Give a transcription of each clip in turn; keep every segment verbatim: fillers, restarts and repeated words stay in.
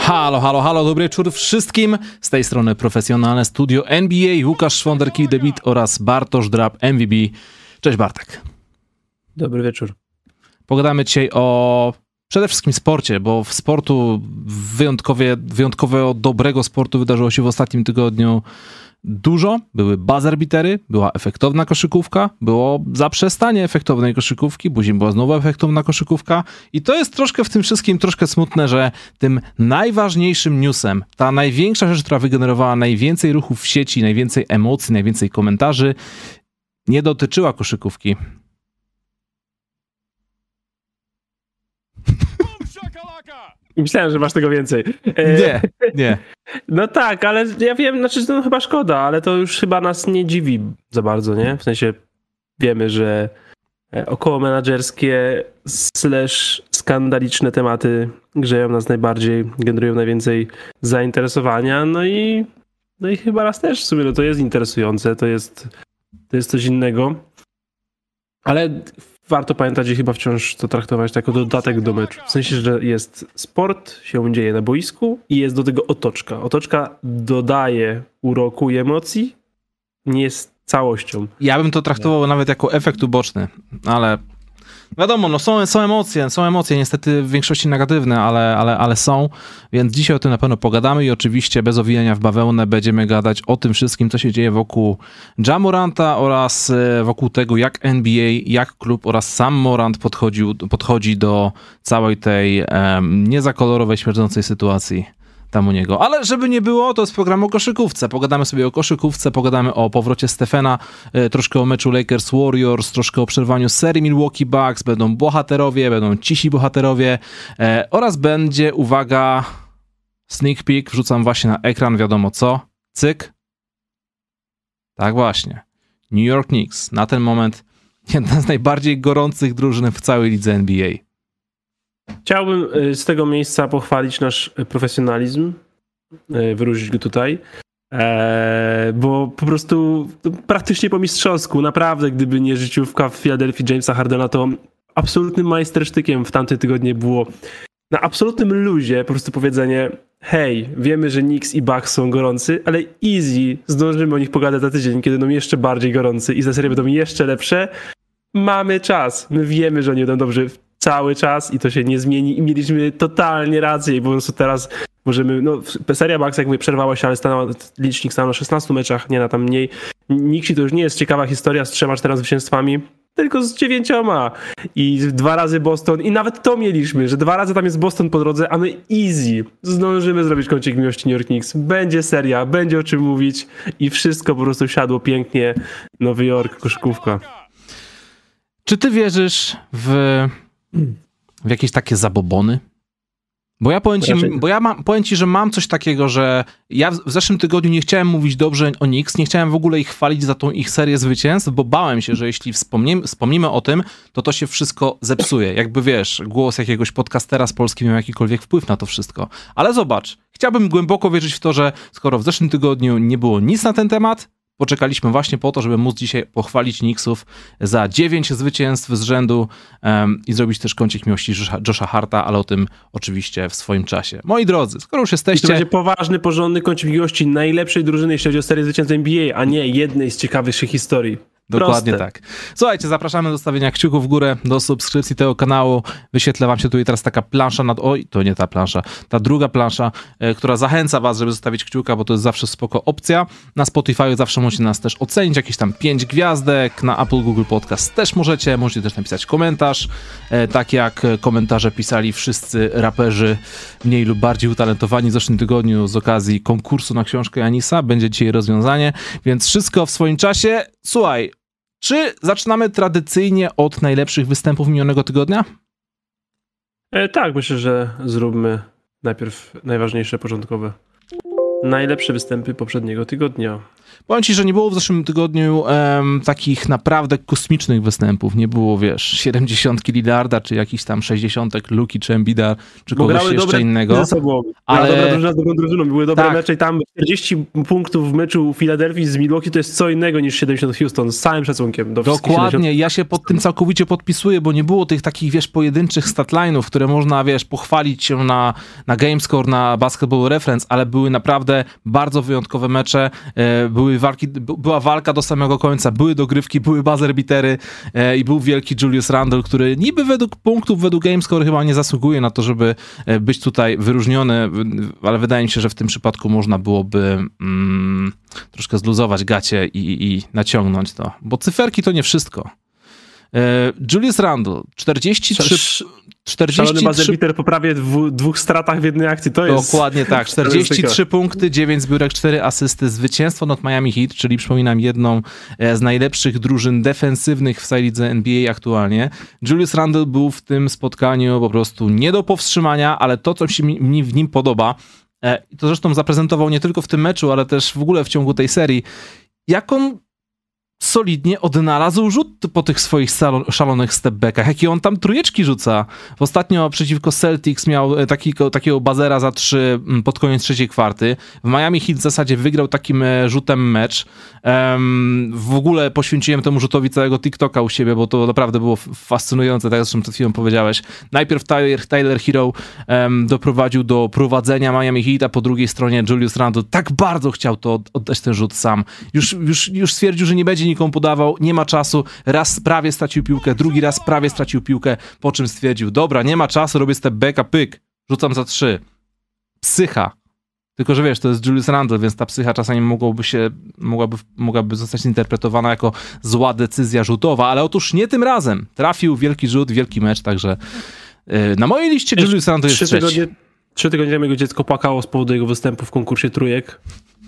Halo, halo, halo, dobry wieczór wszystkim. Z tej strony Profesjonalne Studio N B A, Łukasz Szwonder, Kill the Beat oraz Bartosz Drab, M V B. Cześć Bartek. Dobry wieczór. Pogadamy dzisiaj o przede wszystkim sporcie, bo w sportu wyjątkowie, wyjątkowo dobrego sportu wydarzyło się w ostatnim tygodniu dużo. Były buzzer beatery, była efektowna koszykówka, było zaprzestanie efektownej koszykówki, później była znowu efektowna koszykówka i to jest troszkę w tym wszystkim troszkę smutne, że tym najważniejszym newsem, ta największa rzecz, która wygenerowała najwięcej ruchów w sieci, najwięcej emocji, najwięcej komentarzy, nie dotyczyła koszykówki. Myślałem, że masz tego więcej. Nie, nie. No tak, ale ja wiem, znaczy to chyba szkoda, ale to już chyba nas nie dziwi za bardzo, nie? W sensie wiemy, że około menadżerskie slash skandaliczne tematy grzeją nas najbardziej, generują najwięcej zainteresowania, no i no i chyba raz też w sumie no to jest interesujące, to jest, to jest coś innego, ale warto pamiętać i chyba wciąż to traktować jako dodatek do meczu. W sensie, że jest sport, się dzieje na boisku i jest do tego otoczka. Otoczka dodaje uroku i emocji, nie jest całością. Ja bym to traktował nawet jako efekt uboczny, ale wiadomo, no są, są emocje, są emocje, niestety w większości negatywne, ale, ale, ale są, więc dzisiaj o tym na pewno pogadamy i oczywiście bez owijania w bawełnę będziemy gadać o tym wszystkim, co się dzieje wokół Ja Moranta oraz wokół tego, jak N B A, jak klub oraz sam Morant podchodził, podchodzi do całej tej um, niezakolorowej, śmierdzącej sytuacji tam u niego. Ale żeby nie było, to jest program o koszykówce. Pogadamy sobie o koszykówce, pogadamy o powrocie Stephena, y, troszkę o meczu Lakers Warriors, troszkę o przerwaniu serii Milwaukee Bucks, będą bohaterowie, będą cisi bohaterowie y, oraz będzie, uwaga, sneak peek, wrzucam właśnie na ekran, wiadomo co, cyk. Tak właśnie. New York Knicks, na ten moment jedna z najbardziej gorących drużyn w całej lidze N B A. Chciałbym z tego miejsca pochwalić nasz profesjonalizm, wyróżnić go tutaj, bo po prostu praktycznie po mistrzowsku, naprawdę, gdyby nie życiówka w Filadelfii Jamesa Hardena, to absolutnym majstersztykiem w tamtym tygodniu było na absolutnym luzie po prostu powiedzenie: hej, wiemy, że Knicks i Bucks są gorący, ale easy, zdążymy o nich pogadać za tydzień, kiedy będą jeszcze bardziej gorący i za serie będą jeszcze lepsze. Mamy czas, my wiemy, że oni będą dobrzy cały czas i to się nie zmieni i mieliśmy totalnie rację i po prostu teraz możemy, no seria Bucks jak mówię przerwała się, ale stanęła, licznik stał na szesnastu meczach, nie na tam mniej. Nixi to już nie jest ciekawa historia z trzema, czterema zwycięstwami, tylko z dziewięcioma i dwa razy Boston i nawet to mieliśmy, że dwa razy tam jest Boston po drodze, a my easy zdążymy zrobić kącik miłości New York Knicks, będzie seria, będzie o czym mówić i wszystko po prostu siadło pięknie. Nowy Jork, koszykówka. Czy ty wierzysz w w jakieś takie zabobony? Bo ja powiem ci, bo ja mam, powiem ci, że mam coś takiego, że ja w zeszłym tygodniu nie chciałem mówić dobrze o Knicks, nie chciałem w ogóle ich chwalić za tą ich serię zwycięstw, bo bałem się, że jeśli wspomnimy, wspomnimy o tym, to to się wszystko zepsuje. Jakby wiesz, głos jakiegoś podcastera z Polski miał jakikolwiek wpływ na to wszystko. Ale zobacz, chciałbym głęboko wierzyć w to, że skoro w zeszłym tygodniu nie było nic na ten temat, poczekaliśmy właśnie po to, żeby móc dzisiaj pochwalić Knicksów za dziewięć zwycięstw z rzędu um, i zrobić też kącik miłości Josha Harta, ale o tym oczywiście w swoim czasie. Moi drodzy, skoro już jesteście... I to będzie poważny, porządny kącik miłości najlepszej drużyny, jeśli chodzi o serię zwycięstw N B A, a nie jednej z ciekawszych historii. Dokładnie Proste. Tak. Słuchajcie, zapraszamy do stawienia kciuków w górę, do subskrypcji tego kanału. Wyświetlę wam się tutaj teraz taka plansza nad... Oj, to nie ta plansza, ta druga plansza, e, która zachęca was, żeby zostawić kciuka, bo to jest zawsze spoko opcja. Na Spotify zawsze możecie nas też ocenić, jakieś tam pięć gwiazdek, na Apple, Google Podcast też możecie, możecie też napisać komentarz, e, tak jak komentarze pisali wszyscy raperzy mniej lub bardziej utalentowani w zeszłym tygodniu z okazji konkursu na książkę Janisa. Będzie dzisiaj rozwiązanie, więc wszystko w swoim czasie. Słuchaj, czy zaczynamy tradycyjnie od najlepszych występów minionego tygodnia? E, tak, myślę, że zróbmy najpierw najważniejsze, początkowe. Najlepsze występy poprzedniego tygodnia. Powiem ci, że nie było w zeszłym tygodniu um, takich naprawdę kosmicznych występów. Nie było, wiesz, siedemdziesiątki Lillarda, czy jakiś tam sześćdziesiątek Luki, czy Embida, czy Bo kogoś jeszcze dobre innego. Ze sobą. Ale... Dobra drużyna z dobrą drużyną. Były dobre tak. mecze i tam czterdzieści punktów w meczu Filadelfii z Milwaukee to jest co innego niż siedemdziesiąt Houston, z całym szacunkiem do wszystkich. Dokładnie, siedemdziesiąt... ja się pod tym całkowicie podpisuję, bo nie było tych takich, wiesz, pojedynczych statline'ów, które można, wiesz, pochwalić się na, na Gamescore, na Basketball Reference, ale były naprawdę bardzo wyjątkowe mecze, e, były walki, była walka do samego końca, były dogrywki, były buzzer beatery e, i był wielki Julius Randle, który niby według punktów, według Gamescore chyba nie zasługuje na to, żeby być tutaj wyróżniony, ale wydaje mi się, że w tym przypadku można byłoby mm, troszkę zluzować gacie i, i naciągnąć to, bo cyferki to nie wszystko. E, Julius Randle, czterdzieści trzy... czterdzieści trzy... Szalony buzzer beater po prawie dwu, dwóch stratach w jednej akcji, to jest... Dokładnie tak, czterdzieści trzy punkty, dziewięć zbiórek, cztery asysty, zwycięstwo nad Miami Heat, czyli przypominam jedną z najlepszych drużyn defensywnych w całej lidze N B A aktualnie. Julius Randle był w tym spotkaniu po prostu nie do powstrzymania, ale to, co się mi w nim podoba, to zresztą zaprezentował nie tylko w tym meczu, ale też w ogóle w ciągu tej serii, jak on solidnie odnalazł rzut po tych swoich szalonych stepbackach, jakie on tam trójeczki rzuca. Ostatnio przeciwko Celtics miał taki, takiego bazera za trzy pod koniec trzeciej kwarty. W Miami Heat w zasadzie wygrał takim rzutem mecz. Um, w ogóle poświęciłem temu rzutowi całego TikToka u siebie, bo to naprawdę było fascynujące, tak jak zresztą przed chwilą powiedziałeś. Najpierw Tyler, Tyler Hero um, doprowadził do prowadzenia Miami Heat, a po drugiej stronie Julius Randle tak bardzo chciał to oddać ten rzut sam. Już, już, już stwierdził, że nie będzie nikomu podawał, nie ma czasu, raz prawie stracił piłkę, drugi raz prawie stracił piłkę, po czym stwierdził, dobra, nie ma czasu, robię step backa, pyk, rzucam za trzy. Psycha. Tylko, że wiesz, to jest Julius Randle, więc ta psycha czasami mogłoby się, mogłaby, mogłaby zostać interpretowana jako zła decyzja rzutowa, ale otóż nie tym razem. Trafił, wielki rzut, wielki mecz, także yy, na mojej liście Julius Randle jest trzeci. Tygodnie, trzy tygodnie temu jego dziecko płakało z powodu jego występu w konkursie trójek.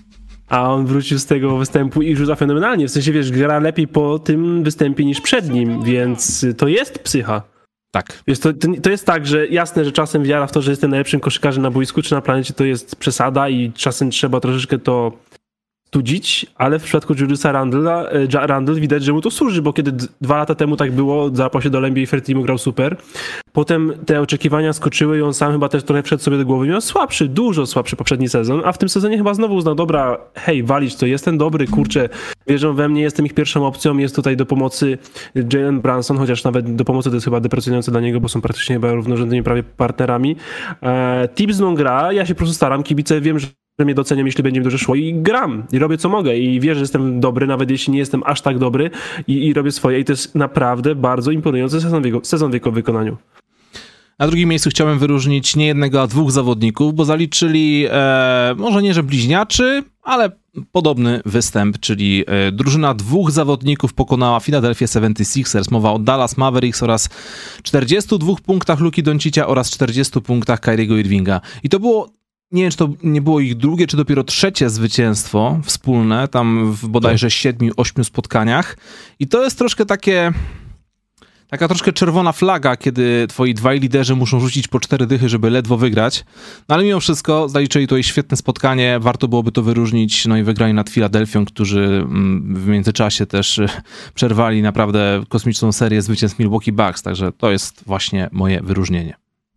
A on wrócił z tego występu i rzuca fenomenalnie. W sensie, wiesz, gra lepiej po tym występie niż przed nim, więc to jest psycha. Tak. Wiesz, to, to jest tak, że jasne, że czasem wiara w to, że jestem najlepszym koszykarzem na boisku czy na planecie, to jest przesada i czasem trzeba troszeczkę to studzić, ale w przypadku Juliusa Randle'a, Randle widać, że mu to służy, bo kiedy d- dwa lata temu tak było, załapał się do N B A Fair Teamu, grał super. Potem te oczekiwania skoczyły i on sam chyba też trochę wszedł sobie do głowy. Miał słabszy, dużo słabszy poprzedni sezon, a w tym sezonie chyba znowu uznał, dobra, hej, walić to, jestem dobry, kurczę, wierzą we mnie, jestem ich pierwszą opcją, jest tutaj do pomocy Jalen Brunson, chociaż nawet do pomocy to jest chyba deprecjonujące dla niego, bo są praktycznie chyba równorzędnymi prawie partnerami. E, Tibbs no gra, ja się po prostu staram, kibice wiem, że że mnie doceniam, jeśli będzie mi dobrze szło i gram i robię co mogę i wierzę, że jestem dobry, nawet jeśli nie jestem aż tak dobry i, i robię swoje i to jest naprawdę bardzo imponujący sezon w jego, sezon w jego wykonaniu. Na drugim miejscu chciałem wyróżnić nie jednego, a dwóch zawodników, bo zaliczyli e, może nie, że bliźniaczy, ale podobny występ, czyli e, drużyna dwóch zawodników pokonała Philadelphia seventy-sixers. Mowa o Dallas Mavericks oraz czterdziestu dwóch punktach Luki Doncicia oraz czterdziestu punktach Kyriego Irvinga. I to było Nie wiem, czy to nie było ich drugie, czy dopiero trzecie zwycięstwo wspólne, tam w bodajże siedmiu, ośmiu spotkaniach. I to jest troszkę takie, taka troszkę czerwona flaga, kiedy twoi dwaj liderzy muszą rzucić po cztery dychy, żeby ledwo wygrać. No ale mimo wszystko zaliczyli tutaj świetne spotkanie, warto byłoby to wyróżnić, no i wygrali nad Filadelfią, którzy w międzyczasie też przerwali naprawdę kosmiczną serię zwycięstw Milwaukee Bucks, także to jest właśnie moje wyróżnienie.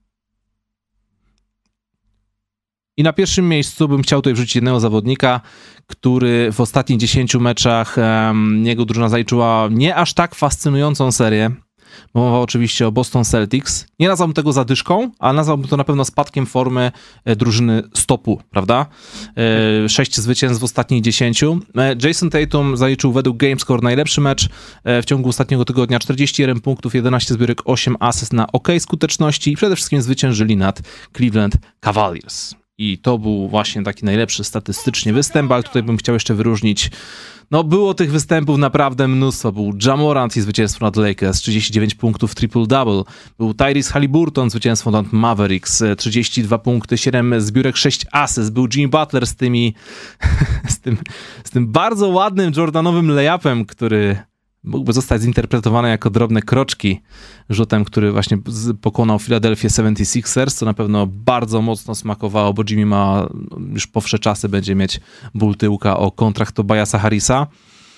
I na pierwszym miejscu bym chciał tutaj wrzucić jednego zawodnika, który w ostatnich dziesięciu meczach um, jego drużyna zaliczyła nie aż tak fascynującą serię. Mowa oczywiście o Boston Celtics. Nie nazwałbym tego zadyszką, ale nazwałbym to na pewno spadkiem formy drużyny stopu, prawda? E, sześć zwycięstw w ostatnich dziesięciu. E, Jason Tatum zaliczył według Gamescore najlepszy mecz e, w ciągu ostatniego tygodnia. czterdzieści jeden punktów, jedenaście zbiórek, osiem asyst na OK skuteczności i przede wszystkim zwyciężyli nad Cleveland Cavaliers. I to był właśnie taki najlepszy statystycznie występ, ale tutaj bym chciał jeszcze wyróżnić, no było tych występów naprawdę mnóstwo. Był Ja Morant i zwycięstwo nad Lakers, trzydzieści dziewięć punktów, triple-double. Był Tyrese Haliburton, zwycięstwo nad Mavericks, trzydzieści dwa punkty, siedem zbiórek, sześć asyst. Był Jimmy Butler z tymi, z tym, z tym bardzo ładnym Jordanowym layupem, który mógłby zostać zinterpretowany jako drobne kroczki rzutem, który właśnie pokonał Philadelphia seventy-sixers, co na pewno bardzo mocno smakowało, bo Jimmy ma już po wsze czasy będzie mieć ból tyłka o kontrakt Tobiasa Harrisa.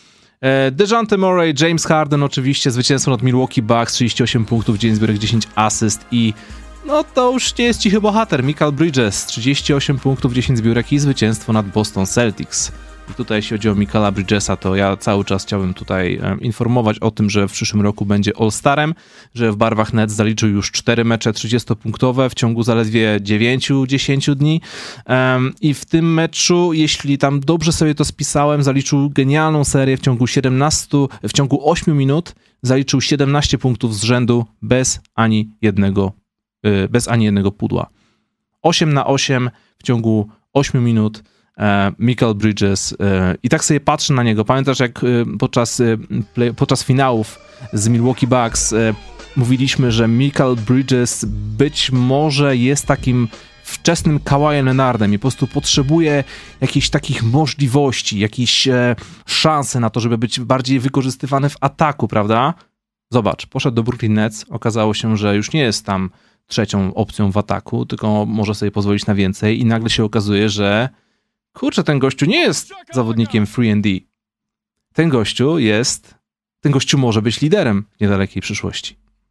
DeJounte Murray, James Harden oczywiście, zwycięstwo nad Milwaukee Bucks, trzydzieści osiem punktów, dziewięć zbiórek, dziesięć asyst i no to już nie jest cichy bohater. Mikal Bridges, trzydzieści osiem punktów, dziesięć zbiórek i zwycięstwo nad Boston Celtics. I tutaj jeśli chodzi o Mikala Bridgesa, to ja cały czas chciałbym tutaj um, informować o tym, że w przyszłym roku będzie All-Starem, że w barwach Nets zaliczył już cztery mecze trzydziestopunktowe w ciągu zaledwie dziewięć dziesięć dni um, i w tym meczu, jeśli tam dobrze sobie to spisałem, zaliczył genialną serię w ciągu siedemnastu, w ciągu ośmiu minut zaliczył siedemnaście punktów z rzędu bez ani jednego, yy, bez ani jednego pudła. osiem na osiem w ciągu ośmiu minut Mikal Bridges i tak sobie patrzę na niego. Pamiętasz, jak podczas, podczas finałów z Milwaukee Bucks mówiliśmy, że Mikal Bridges być może jest takim wczesnym Kawajem Leonardem i po prostu potrzebuje jakichś takich możliwości, jakiejś szansy na to, żeby być bardziej wykorzystywany w ataku, prawda? Zobacz, poszedł do Brooklyn Nets, okazało się, że już nie jest tam trzecią opcją w ataku, tylko może sobie pozwolić na więcej i nagle się okazuje, że kurczę, ten gościu nie jest zawodnikiem trzy and D. Ten gościu jest, ten gościu może być liderem w niedalekiej przyszłości.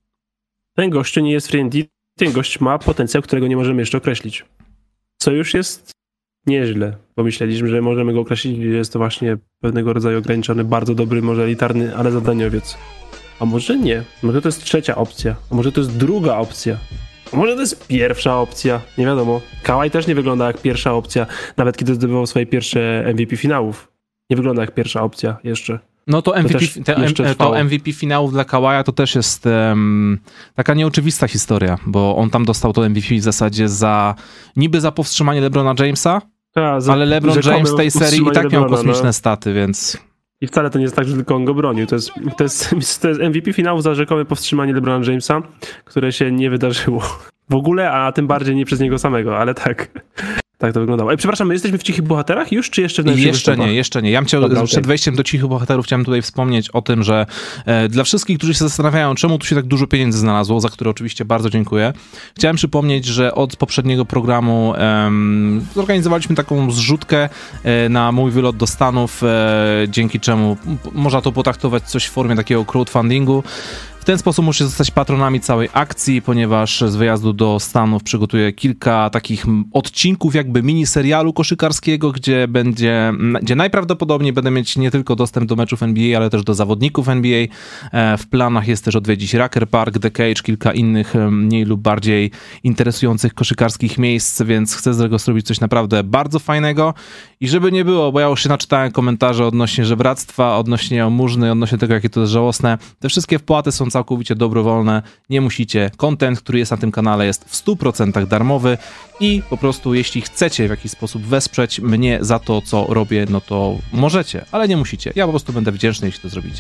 Ten gościu nie jest trzy and D, ten gość ma potencjał, którego nie możemy jeszcze określić. Co już jest nieźle. Pomyśleliśmy, że możemy go określić, że jest to właśnie pewnego rodzaju ograniczony, bardzo dobry, może elitarny, ale zadaniowiec. A może nie. Może to jest trzecia opcja. A może to jest druga opcja. A może to jest pierwsza opcja, nie wiadomo. Kawhi też nie wygląda jak pierwsza opcja, nawet kiedy zdobywał swoje pierwsze M V P finałów. Nie wygląda jak pierwsza opcja jeszcze. No to M V P, to te, to M V P finałów dla Kawaja to też jest um, taka nieoczywista historia, bo on tam dostał to M V P w zasadzie za, niby za powstrzymanie LeBrona Jamesa, Ta, za, ale LeBron James w tej serii i tak LeBrona, miał kosmiczne no. staty, więc... I wcale to nie jest tak, że tylko on go bronił. To jest, to jest, to jest M V P finału za rzekome powstrzymanie LeBrona Jamesa, które się nie wydarzyło w ogóle, a tym bardziej nie przez niego samego, ale tak. Tak to wyglądało. Ej, przepraszam, my jesteśmy w Cichych Bohaterach już, czy jeszcze w najbliższych Jeszcze występach? nie, jeszcze nie. Ja bym chciał, Dobra, przed okay. wejściem do Cichych Bohaterów chciałem tutaj wspomnieć o tym, że e, dla wszystkich, którzy się zastanawiają, czemu tu się tak dużo pieniędzy znalazło, za które oczywiście bardzo dziękuję, chciałem przypomnieć, że od poprzedniego programu e, zorganizowaliśmy taką zrzutkę e, na mój wylot do Stanów, e, dzięki czemu p- można to potraktować coś w formie takiego crowdfundingu. W ten sposób musicie zostać patronami całej akcji, ponieważ z wyjazdu do Stanów przygotuję kilka takich odcinków jakby mini serialu koszykarskiego, gdzie będzie, gdzie najprawdopodobniej będę mieć nie tylko dostęp do meczów N B A, ale też do zawodników N B A. W planach jest też odwiedzić Rucker Park, The Cage, kilka innych mniej lub bardziej interesujących koszykarskich miejsc, więc chcę z tego zrobić coś naprawdę bardzo fajnego. I żeby nie było, bo ja już się naczytałem komentarze odnośnie żebractwa, odnośnie jałmużny, odnośnie tego, jakie to jest żałosne. Te wszystkie wpłaty są całkowicie dobrowolne, nie musicie. Content, który jest na tym kanale, jest w stu procentach darmowy i po prostu jeśli chcecie w jakiś sposób wesprzeć mnie za to, co robię, no to możecie, ale nie musicie. Ja po prostu będę wdzięczny, jeśli to zrobicie.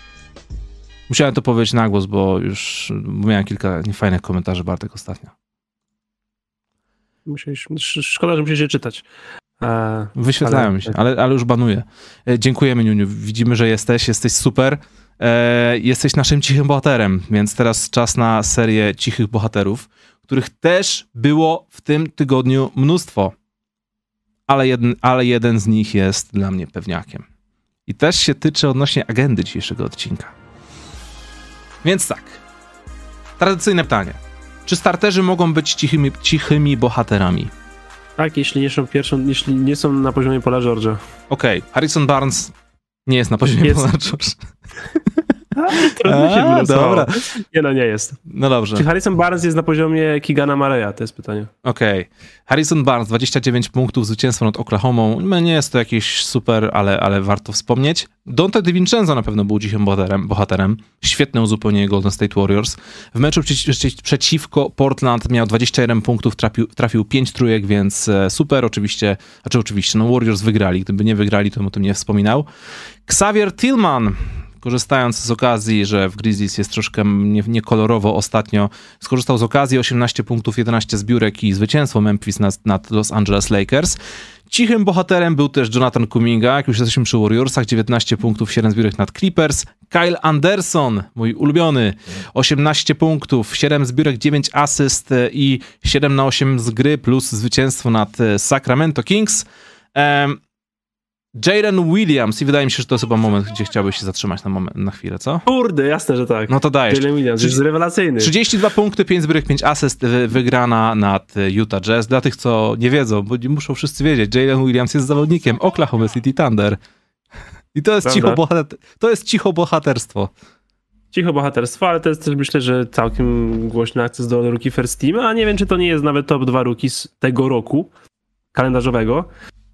Musiałem to powiedzieć na głos, bo już miałem kilka niefajnych komentarzy, Bartek, ostatnio. Musisz, szkoda, że musisz je czytać. Wyświetlają ale... mi się, ale, ale już banuję. Dziękujemy, Niuniu. Widzimy, że jesteś, jesteś super. E, jesteś naszym cichym bohaterem, więc teraz czas na serię cichych bohaterów, których też było w tym tygodniu mnóstwo. Ale jeden, ale jeden z nich jest dla mnie pewniakiem. I też się tyczy odnośnie agendy dzisiejszego odcinka. Więc tak. Tradycyjne pytanie. Czy starterzy mogą być cichymi, cichymi bohaterami? Tak, jeśli nie są pierwszą, jeśli nie są na poziomie Paula George'a. Okej, okay. Harrison Barnes nie jest na poziomie jest. Paula George'a. Trudno się wylosowało. Dobra. Nie no, nie jest. No dobrze. Czy Harrison Barnes jest na poziomie Keegana Murraya? To jest pytanie. Okej. Okay. Harrison Barnes, dwadzieścia dziewięć punktów, zwycięstwo nad Oklahomą. Nie jest to jakieś super, ale, ale warto wspomnieć. Dante DiVincenzo na pewno był cichym bohaterem. bohaterem. Świetne uzupełnienie Golden State Warriors. W meczu przeci- przeciwko Portland miał dwadzieścia jeden punktów, trafił, trafił pięć trójek, więc super. Oczywiście, znaczy oczywiście, no Warriors wygrali. Gdyby nie wygrali, to bym o tym nie wspominał. Xavier Tillman. korzystając z okazji, że w Grizzlies jest troszkę niekolorowo nie ostatnio, skorzystał z okazji, osiemnaście punktów, jedenaście zbiórek i zwycięstwo Memphis nad, nad Los Angeles Lakers. Cichym bohaterem był też Jonathan Kuminga, jak już jesteśmy przy Warriorsach, dziewiętnaście punktów, siedem zbiórek nad Clippers. Kyle Anderson, mój ulubiony, osiemnaście punktów, siedem zbiórek, dziewięć asyst i siedem na osiem z gry, plus zwycięstwo nad Sacramento Kings. Um, Jalen Williams i wydaje mi się, że to jest chyba moment, gdzie chciałbyś się zatrzymać na, moment, na chwilę, co? Kurde, jasne, że tak. No to dajesz. Jalen Williams jest rewelacyjny. trzydzieści dwa punkty, pięć zbiórek, pięć asyst, wygrana nad Utah Jazz. Dla tych, co nie wiedzą, bo muszą wszyscy wiedzieć, Jalen Williams jest zawodnikiem Oklahoma City Thunder. I to jest, cicho, bohater... to jest cicho bohaterstwo. Cicho bohaterstwo, ale to jest też, myślę, że całkiem głośny akces do Rookie First Team, a nie wiem, czy to nie jest nawet top dwa rookie z tego roku kalendarzowego.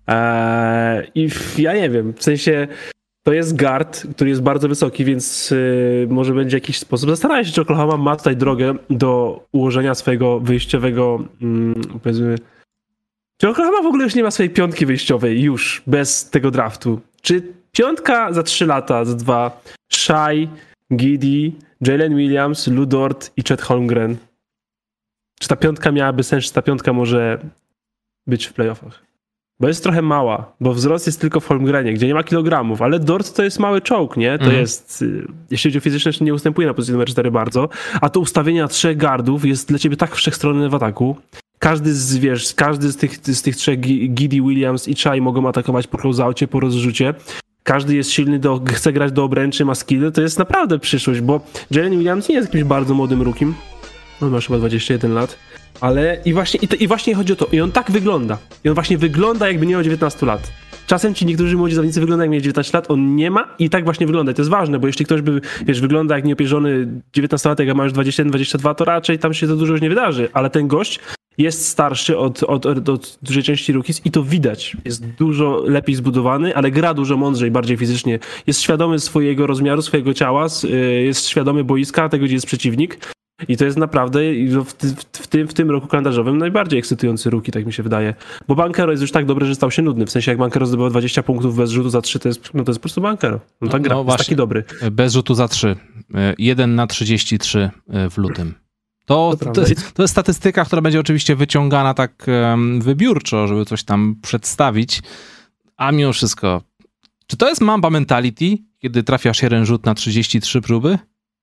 Eee, I ja nie wiem, w sensie to jest guard, który jest bardzo wysoki, więc yy, może będzie jakiś sposób. Zastanawiam się, czy Oklahoma ma tutaj drogę do ułożenia swojego wyjściowego, yy, powiedzmy, czy Oklahoma w ogóle już nie ma swojej piątki wyjściowej już bez tego draftu. Czy piątka za trzy lata, za dwa, Shai, Giddey, Jalen Williams, Lu Dort i Chet Holmgren. Czy ta piątka miałaby sens, czy ta piątka może być w playoffach? Bo jest trochę mała, bo wzrost jest tylko w Holmgrenie, gdzie nie ma kilogramów, ale Dort to jest mały czołg, nie? To mm. jest, jeśli chodzi o fizyczność, nie ustępuje na pozycji numer cztery bardzo, a to ustawienie na trzech gardów jest dla ciebie tak wszechstronne w ataku. Każdy z, wiesz, każdy z tych, z tych trzech, Giddey, Williams i Shai mogą atakować po closeoutie, po rozrzucie. Każdy jest silny, do, chce grać do obręczy, ma skill. To jest naprawdę przyszłość, bo Jalen Williams nie jest jakimś bardzo młodym rookiem. On ma chyba dwadzieścia jeden lat. Ale i właśnie, i, to, i właśnie chodzi o to. I on tak wygląda. I on właśnie wygląda, jakby nie miał dziewiętnastu lat. Czasem ci niektórzy młodzi zawodnicy wyglądają, jak mieli dziewiętnaście lat, on nie ma i tak właśnie wygląda. I to jest ważne, bo jeśli ktoś by, wiesz, wygląda jak nieopierzony dziewiętnastolatek, a ma już dwadzieścia jeden dwadzieścia dwa, to raczej tam się za dużo już nie wydarzy. Ale ten gość jest starszy od, od, od, od dużej części rookies i to widać. Jest dużo lepiej zbudowany, ale gra dużo mądrzej, bardziej fizycznie. Jest świadomy swojego rozmiaru, swojego ciała, jest świadomy boiska, tego, gdzie jest przeciwnik. I to jest naprawdę w, w, w, tym, w tym roku kalendarzowym najbardziej ekscytujący rookie, tak mi się wydaje. Bo Banchero jest już tak dobry, że stał się nudny. W sensie jak Banchero zdobył dwadzieścia punktów bez rzutu za trzy, to jest, no to jest po prostu Banchero. No tak gra, no jest taki dobry. Bez rzutu za trzy. jeden na trzydzieści trzy w lutym. To, to, to, jest, to jest statystyka, która będzie oczywiście wyciągana tak um, wybiórczo, żeby coś tam przedstawić. A mimo wszystko, czy to jest Mamba mentality, kiedy trafiasz jeden rzut na trzydzieści trzy próby?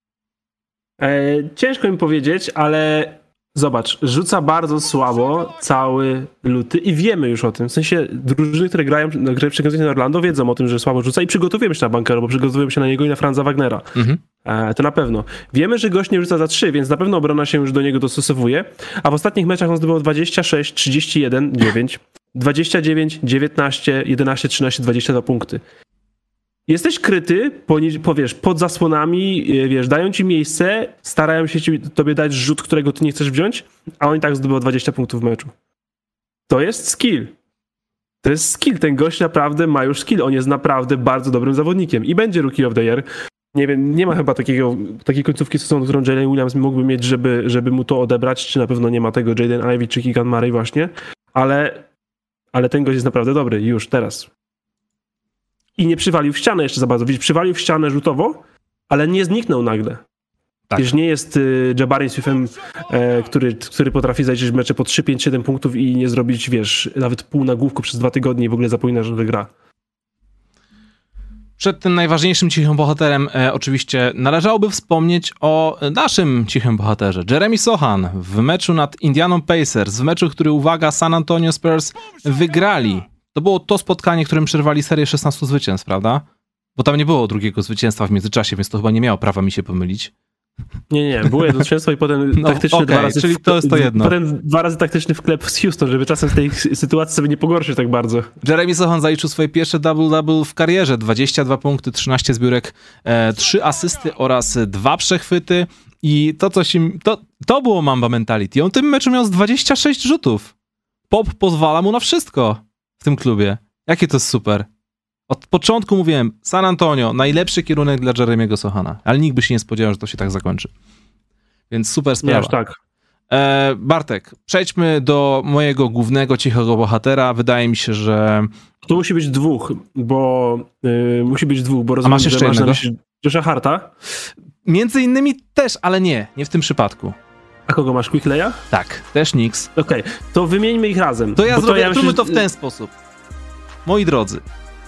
E, ciężko mi powiedzieć, ale zobacz, rzuca bardzo słabo cały luty i wiemy już o tym. W sensie drużyny, które grają, które przygotują się na Orlando, wiedzą o tym, że słabo rzuca i przygotowujemy się na Banchero, bo przygotowujemy się na niego i na Franza Wagnera. Mhm. E, to na pewno. Wiemy, że gość nie rzuca za trzy, więc na pewno obrona się już do niego dostosowuje, a w ostatnich meczach on zdobył dwadzieścia sześć, trzydzieści jeden, dziewięć, dwadzieścia dziewięć, dziewiętnaście, jedenaście, trzynaście, dwadzieścia dwa punkty. Jesteś kryty, poni- powiesz, pod zasłonami, wiesz, dają ci miejsce, starają się ci, tobie dać rzut, którego ty nie chcesz wziąć, a on i tak zdobył dwadzieścia punktów w meczu. To jest skill. To jest skill. Ten gość naprawdę ma już skill. On jest naprawdę bardzo dobrym zawodnikiem i będzie Rookie of the Year. Nie wiem, nie ma chyba takiego, takiej końcówki sezonu, którą Jalen Williams mógłby mieć, żeby, żeby mu to odebrać, czy na pewno nie ma tego Jaden Ivey czy Keegan Murray właśnie, ale, ale ten gość jest naprawdę dobry już teraz. I nie przywalił w ścianę jeszcze za bardzo. Widzisz, przywalił w ścianę rzutowo, ale nie zniknął nagle. Tak. Wiesz, nie jest y, Jabari Swiftem, e, który, który potrafi zajrzeć w mecze po trzy, pięć, siedem punktów i nie zrobić, wiesz, nawet pół nagłówku przez dwa tygodnie i w ogóle zapomina, że wygra. Przed tym najważniejszym cichym bohaterem e, oczywiście należałoby wspomnieć o naszym cichym bohaterze. Jeremy Sochan w meczu nad Indianą Pacers, w meczu, który, uwaga, San Antonio Spurs wygrali. To było to spotkanie, którym przerwali serię szesnastu zwycięstw, prawda? Bo tam nie było drugiego zwycięstwa w międzyczasie, więc to chyba nie miało prawa mi się pomylić. Nie, nie, było jedno zwycięstwo i potem no, taktyczny okay, dwa razy... czyli to jest to jedno. Potem dwa razy taktyczny wklep z Houston, żeby czasem z tej sytuacji sobie nie pogorszyć tak bardzo. Jeremy Sochan zaliczył swoje pierwsze double-double w karierze. dwadzieścia dwa punkty, trzynaście zbiórek, e, trzy asysty oraz dwa przechwyty. I to coś im... To, to było Mamba mentality. On w tym meczu miał z dwadzieścia sześć rzutów. Pop pozwala mu na wszystko w tym klubie. Jakie to jest super. Od początku mówiłem, San Antonio, najlepszy kierunek dla Jeremy'ego Sochana, ale nikt by się nie spodziewał, że to się tak zakończy. Więc super sprawa. Nie aż tak. E, Bartek, przejdźmy do mojego głównego cichego bohatera. Wydaje mi się, że... Tu musi być dwóch, bo yy, musi być dwóch, bo rozumiem, A masz jeszcze że masz jednego? na myśli Josha Harta? Między innymi też, ale nie, nie w tym przypadku. A kogo masz? Quickleya? Tak, też Knicks. Okej, okay, to wymieńmy ich razem. To ja zrobię, to ja zróbmy myślę, to w ten sposób. Moi drodzy.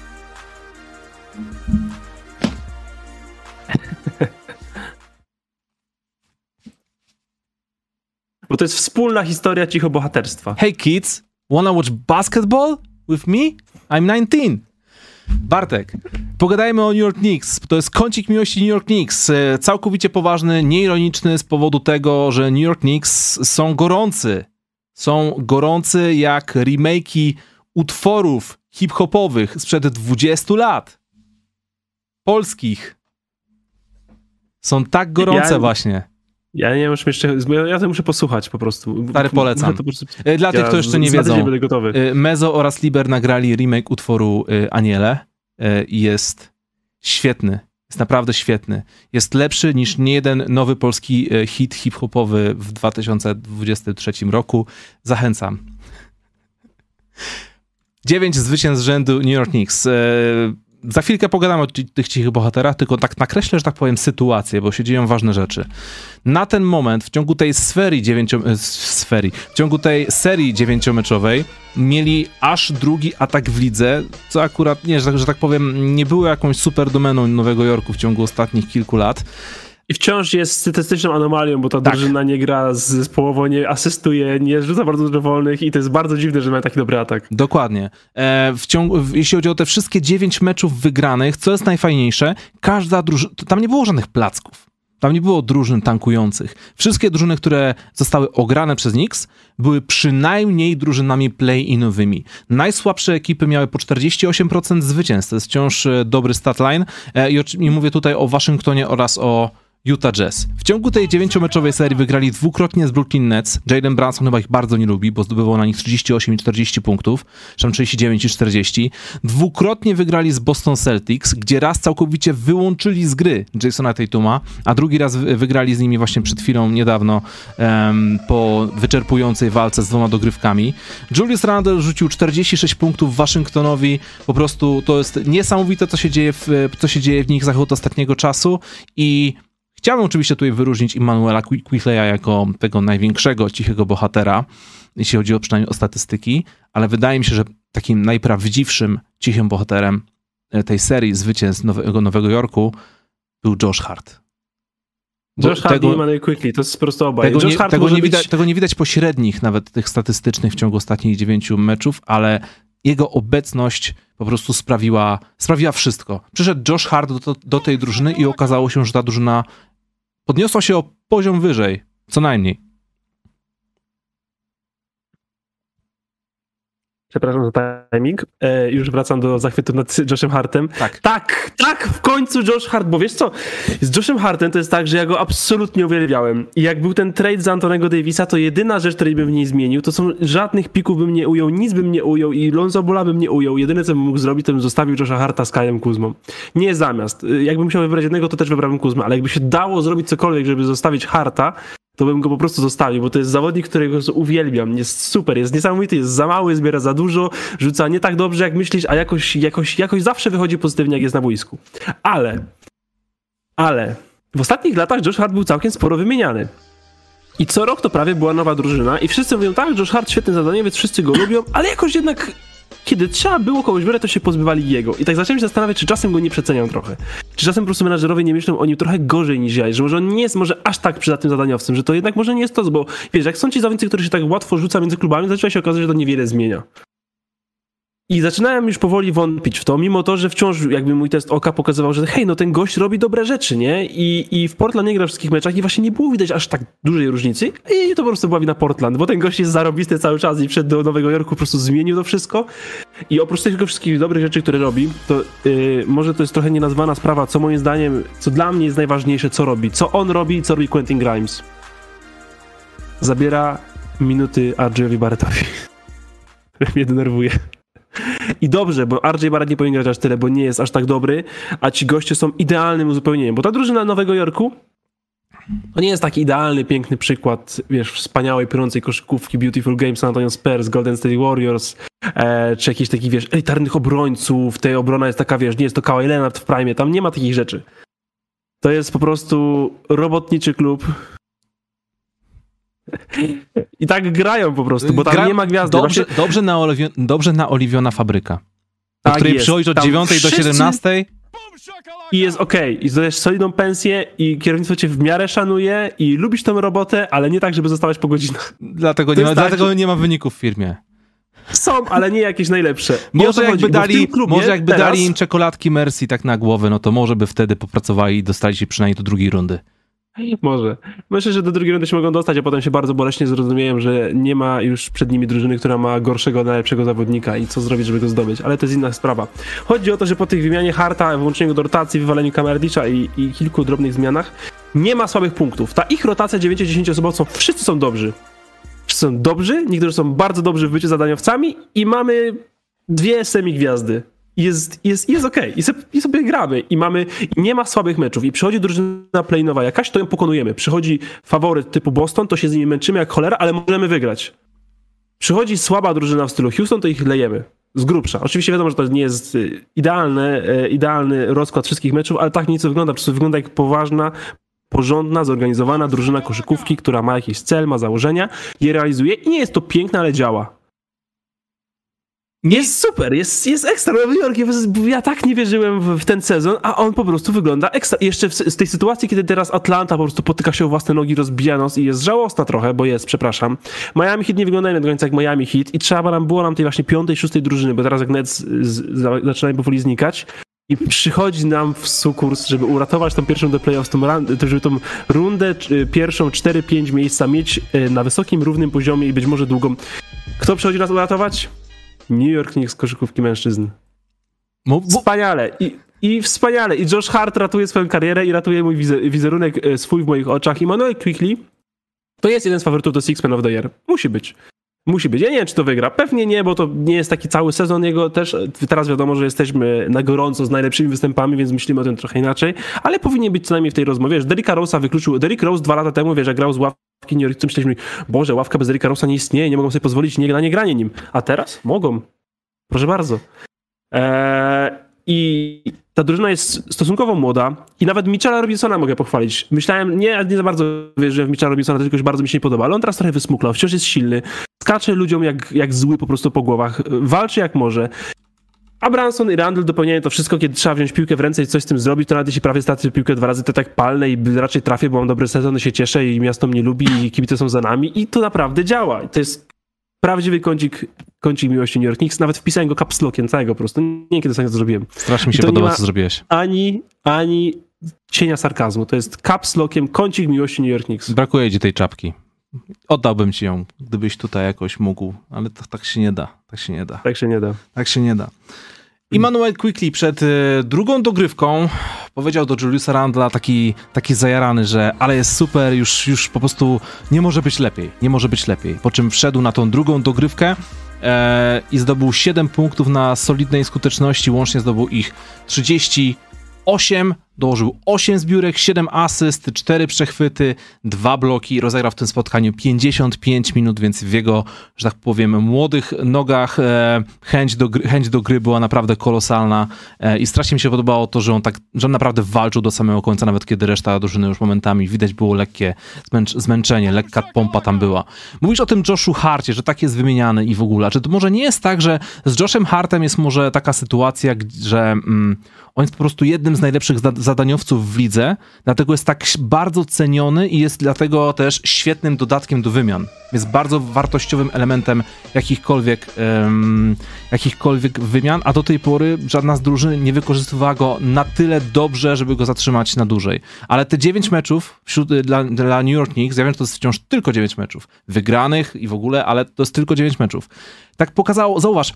Bo to jest wspólna historia cichobohaterstwa. Hey kids, wanna watch basketball with me? I'm nineteen. Bartek, pogadajmy o New York Knicks. To jest kącik miłości New York Knicks. Całkowicie poważny, nieironiczny z powodu tego, że New York Knicks są gorący. Są gorący jak remake'i utworów hip-hopowych sprzed dwudziestu lat. Polskich. Są tak gorące ja, właśnie. Ja nie muszę jeszcze, ja to muszę posłuchać po prostu. Stary, polecam. Po prostu, Dla tych, ja kto jeszcze nie wiedzą, będę gotowy. Mezo oraz Liber nagrali remake utworu Aniele i jest świetny. Jest naprawdę świetny. Jest lepszy niż niejeden nowy polski hit hip-hopowy w dwa tysiące dwudziestym trzecim roku. Zachęcam. Dziewięć zwycięstw z rzędu New York Knicks. Za chwilkę pogadamy o tych cichych bohaterach, tylko tak nakreślę, że tak powiem, sytuację, bo się dzieją ważne rzeczy. Na ten moment, w ciągu tej sfery dziewięcio... sfery, w ciągu tej serii dziewięciomeczowej mieli aż drugi atak w lidze, co akurat, nie, że, że tak powiem, nie było jakąś super domeną Nowego Jorku w ciągu ostatnich kilku lat. I wciąż jest statystyczną anomalią, bo ta tak. drużyna nie gra zespołowo, nie asystuje, nie rzuca bardzo dużo wolnych i to jest bardzo dziwne, że ma taki dobry atak. Dokładnie. E, w ciągu, w, jeśli chodzi o te wszystkie dziewięć meczów wygranych, co jest najfajniejsze, każda drużyna, tam nie było żadnych placków. Tam nie było drużyn tankujących. Wszystkie drużyny, które zostały ograne przez Knicks, były przynajmniej drużynami play-inowymi. Najsłabsze ekipy miały po czterdzieści osiem procent zwycięstw. To jest wciąż dobry statline. E, i, I mówię tutaj o Waszyngtonie oraz o Utah Jazz. W ciągu tej dziewięciomeczowej serii wygrali dwukrotnie z Brooklyn Nets. Jalen Brunson chyba ich bardzo nie lubi, bo zdobywał na nich trzydzieści osiem i czterdzieści punktów, tam trzydzieści dziewięć i czterdzieści. Dwukrotnie wygrali z Boston Celtics, gdzie raz całkowicie wyłączyli z gry Jasona Tatuma, a drugi raz wygrali z nimi właśnie przed chwilą, niedawno, um, po wyczerpującej walce z dwoma dogrywkami. Julius Randle rzucił czterdzieści sześć punktów Waszyngtonowi. Po prostu to jest niesamowite, co się dzieje w, co się dzieje w nich za od ostatniego czasu i chciałbym oczywiście tutaj wyróżnić Immanuela Quickley'a jako tego największego cichego bohatera, jeśli chodzi o przynajmniej o statystyki, ale wydaje mi się, że takim najprawdziwszym cichym bohaterem tej serii zwycięstw Nowego, Nowego Jorku był Josh Hart. Josh Hart i Immanuel Quickley, to jest po prostu obaj. Tego, Josh nie, Hart tego, nie być... widać, tego nie widać po średnich nawet tych statystycznych w ciągu ostatnich dziewięciu meczów, ale jego obecność po prostu sprawiła, sprawiła wszystko. Przyszedł Josh Hart do, do tej drużyny i okazało się, że ta drużyna podniosła się o poziom wyżej, co najmniej. Przepraszam za timing. E, już wracam do zachwytu nad Joshem Hartem. Tak. tak, tak, w końcu Josh Hart, bo wiesz co, z Joshem Hartem to jest tak, że ja go absolutnie uwielbiałem. I jak był ten trade za Antonego Davisa, to jedyna rzecz, której bym w niej zmienił, to są żadnych pików bym nie ujął, nic bym nie ujął i Lonzo Balla bym nie ujął. Jedyne, co bym mógł zrobić, to bym zostawił Josha Harta z Kyle'em Kuzmą. Nie zamiast. Jakbym musiał wybrać jednego, to też wybrałbym Kuzmę, ale jakby się dało zrobić cokolwiek, żeby zostawić Harta, to bym go po prostu zostawił, bo to jest zawodnik, którego uwielbiam, jest super, jest niesamowity, jest za mały, zbiera za dużo, rzuca nie tak dobrze, jak myślisz, a jakoś, jakoś, jakoś zawsze wychodzi pozytywnie, jak jest na boisku. Ale, ale w ostatnich latach Josh Hart był całkiem sporo wymieniany. I co rok to prawie była nowa drużyna i wszyscy mówią, tak, Josh Hart świetne zadanie, więc wszyscy go lubią, ale jakoś jednak kiedy trzeba było kogoś wybrać, to się pozbywali jego. I tak zacząłem się zastanawiać, czy czasem go nie przeceniam trochę. Czy czasem po prostu menadżerowie nie myślą o nim trochę gorzej niż ja, że może on nie jest może aż tak przydatnym zadaniowcem, że to jednak może nie jest to, bo wiesz, jak są ci zawodnicy, którzy się tak łatwo rzuca między klubami, zaczyna się okazać, że to niewiele zmienia. I zaczynałem już powoli wątpić w to, mimo to, że wciąż jakby mój test oka pokazywał, że hej, no ten gość robi dobre rzeczy, nie? I, i w Portland nie gra w wszystkich meczach i właśnie nie było widać aż tak dużej różnicy i to po prostu była wina Portland, bo ten gość jest zarobisty cały czas i przed do Nowego Jorku po prostu zmienił to wszystko i oprócz tego wszystkich dobrych rzeczy, które robi, to yy, może to jest trochę nienazwana sprawa, co moim zdaniem, co dla mnie jest najważniejsze, co robi, co on robi i co robi Quentin Grimes. Zabiera minuty R J-owi Barrettowi. Mnie denerwuje. I dobrze, bo R J Barrett nie powinien grać aż tyle, bo nie jest aż tak dobry, a ci goście są idealnym uzupełnieniem, bo ta drużyna Nowego Jorku to nie jest taki idealny, piękny przykład, wiesz, wspaniałej, piorącej koszykówki, Beautiful Game, San Antonio Spurs, Golden State Warriors, e, czy jakichś takich, wiesz, elitarnych obrońców, tej obrona jest taka, wiesz, nie jest to Kawhi Leonard w prime, tam nie ma takich rzeczy. To jest po prostu robotniczy klub. I tak grają po prostu, bo tam Gra... nie ma gwiazdy. Dobrze, Właśnie... dobrze, naoliwio... dobrze naoliwiona fabryka, do tak której jest. przychodzisz od tam dziewiątej wszyscy... do siedemnastej. I jest okej. Okay. I zdajesz solidną pensję i kierownictwo cię w miarę szanuje i lubisz tę robotę, ale nie tak, żeby zostawać po godzinach. Dlatego, nie ma, tak, dlatego nie ma wyników w firmie. Są, ale nie jakieś najlepsze. Może jakby, chodzi, dali, klubie, może jakby teraz... dali im czekoladki Mercy tak na głowę, no to może by wtedy popracowali i dostali się przynajmniej do drugiej rundy. Może. Myślę, że do drugiej rundy się mogą dostać, a potem się bardzo boleśnie zrozumieją, że nie ma już przed nimi drużyny, która ma gorszego, najlepszego zawodnika i co zrobić, żeby go zdobyć. Ale to jest inna sprawa. Chodzi o to, że po tych wymianie Harta, włączeniu do rotacji, wywaleniu Kamerdicza i, i kilku drobnych zmianach nie ma słabych punktów. Ta ich rotacja dziewięcio-dziesięcio osobowa, wszyscy są dobrzy. Wszyscy są dobrzy, niektórzy są bardzo dobrzy w byciu zadaniowcami i mamy dwie semi-gwiazdy. Jest, jest, jest okej. Okay. I, sobie, I sobie gramy. I mamy, nie ma słabych meczów. I przychodzi drużyna play-inowa jakaś, to ją pokonujemy. Przychodzi faworyt typu Boston, to się z nimi męczymy jak cholera, ale możemy wygrać. Przychodzi słaba drużyna w stylu Houston, to ich lejemy. Z grubsza. Oczywiście wiadomo, że to nie jest idealne, idealny rozkład wszystkich meczów, ale tak nieco wygląda. Po prostu wygląda jak poważna, porządna, zorganizowana drużyna koszykówki, która ma jakiś cel, ma założenia, je realizuje i nie jest to piękne, ale działa. Jest super, jest, jest ekstra. Nowy Jork, ja tak nie wierzyłem w, w ten sezon, a on po prostu wygląda ekstra. I jeszcze w, z tej sytuacji, kiedy teraz Atlanta po prostu potyka się o własne nogi, rozbija nos i jest żałosna trochę, bo jest, przepraszam. Miami Heat nie wyglądają do końca jak Miami Heat i trzeba nam było nam tej właśnie piątej, szóstej drużyny, bo teraz jak Nets zaczynają powoli znikać i przychodzi nam w sukurs, żeby uratować tą pierwszą do playoffs, tą, żeby tą rundę pierwszą, cztery pięć miejsca mieć na wysokim, równym poziomie i być może długą. Kto przychodzi nas uratować? New York Knicks koszykówki mężczyzn. Wspaniale. I, I wspaniale. I Josh Hart ratuje swoją karierę i ratuje mój wizerunek swój w moich oczach. I Immanuel Quickley to jest jeden z faworytów do Six Man of the Year. Musi być. Musi być. Ja nie wiem, czy to wygra. Pewnie nie, bo to nie jest taki cały sezon jego też. Teraz wiadomo, że jesteśmy na gorąco z najlepszymi występami, więc myślimy o tym trochę inaczej, ale powinien być co najmniej w tej rozmowie. Wiesz, Derricka Rose'a wykluczył. Derrick Rose dwa lata temu, wiesz, jak grał z ławki New York, to myśleliśmy, Boże, ławka bez Derricka Rose'a nie istnieje, nie mogą sobie pozwolić nie, na niegranie nim. A teraz? Mogą. Proszę bardzo. Eee, I ta drużyna jest stosunkowo młoda i nawet Mitchella Robinsona mogę pochwalić. Myślałem, nie, nie za bardzo wierzyłem w Mitchella Robinsona, tylko już bardzo mi się nie podoba, ale on teraz trochę wysmuklał, wciąż jest silny, skacze ludziom jak, jak zły po prostu po głowach, walczy jak może. A Brunson i Randle dopełniają to wszystko, kiedy trzeba wziąć piłkę w ręce i coś z tym zrobić, to nawet jeśli prawie stracę piłkę dwa razy, to tak palne i raczej trafię, bo mam dobry sezon i się cieszę i miasto mnie lubi i kibice są za nami i to naprawdę działa. I to jest prawdziwy kącik, kącik miłości New York Knicks. Nawet wpisałem go caps lockiem całego po prostu. Nie wiem, kiedy ostatnio to zrobiłem. Strasznie mi się podoba, co zrobiłeś. Ani, ani cienia sarkazmu. To jest caps lockiem kącik miłości New York Knicks. Brakuje ci tej czapki. Oddałbym ci ją, gdybyś tutaj jakoś mógł, ale to, tak się nie da. Tak się nie da. Tak się nie da. Tak się nie da. Immanuel Quickley przed y, drugą dogrywką powiedział do Juliusa Randla taki, taki zajarany, że ale jest super, już, już po prostu nie może być lepiej, nie może być lepiej. Po czym wszedł na tą drugą dogrywkę e, i zdobył siedem punktów na solidnej skuteczności, łącznie zdobył ich trzydzieści osiem, dołożył osiem zbiórek, siedem asyst, cztery przechwyty, dwa bloki, rozegrał w tym spotkaniu pięćdziesiąt pięć minut, więc w jego, że tak powiem, młodych nogach e, chęć, do gry, chęć do gry była naprawdę kolosalna e, i strasznie mi się podobało to, że on tak, że on naprawdę walczył do samego końca, nawet kiedy reszta drużyny już momentami widać było lekkie zmęcz, zmęczenie, lekka pompa tam była. Mówisz o tym Joshu Harcie, że tak jest wymieniany i w ogóle, czy to może nie jest tak, że z Joshem Hartem jest może taka sytuacja, że mm, on jest po prostu jednym z najlepszych zadaniowców w lidze, dlatego jest tak bardzo ceniony i jest dlatego też świetnym dodatkiem do wymian. Jest bardzo wartościowym elementem jakichkolwiek, um, jakichkolwiek wymian, a do tej pory żadna z drużyn nie wykorzystywała go na tyle dobrze, żeby go zatrzymać na dłużej. Ale te dziewięć meczów wśród, dla, dla New York Knicks, ja wiem, że to jest wciąż tylko dziewięć meczów wygranych i w ogóle, ale to jest tylko dziewięć meczów. Tak pokazało, zauważ,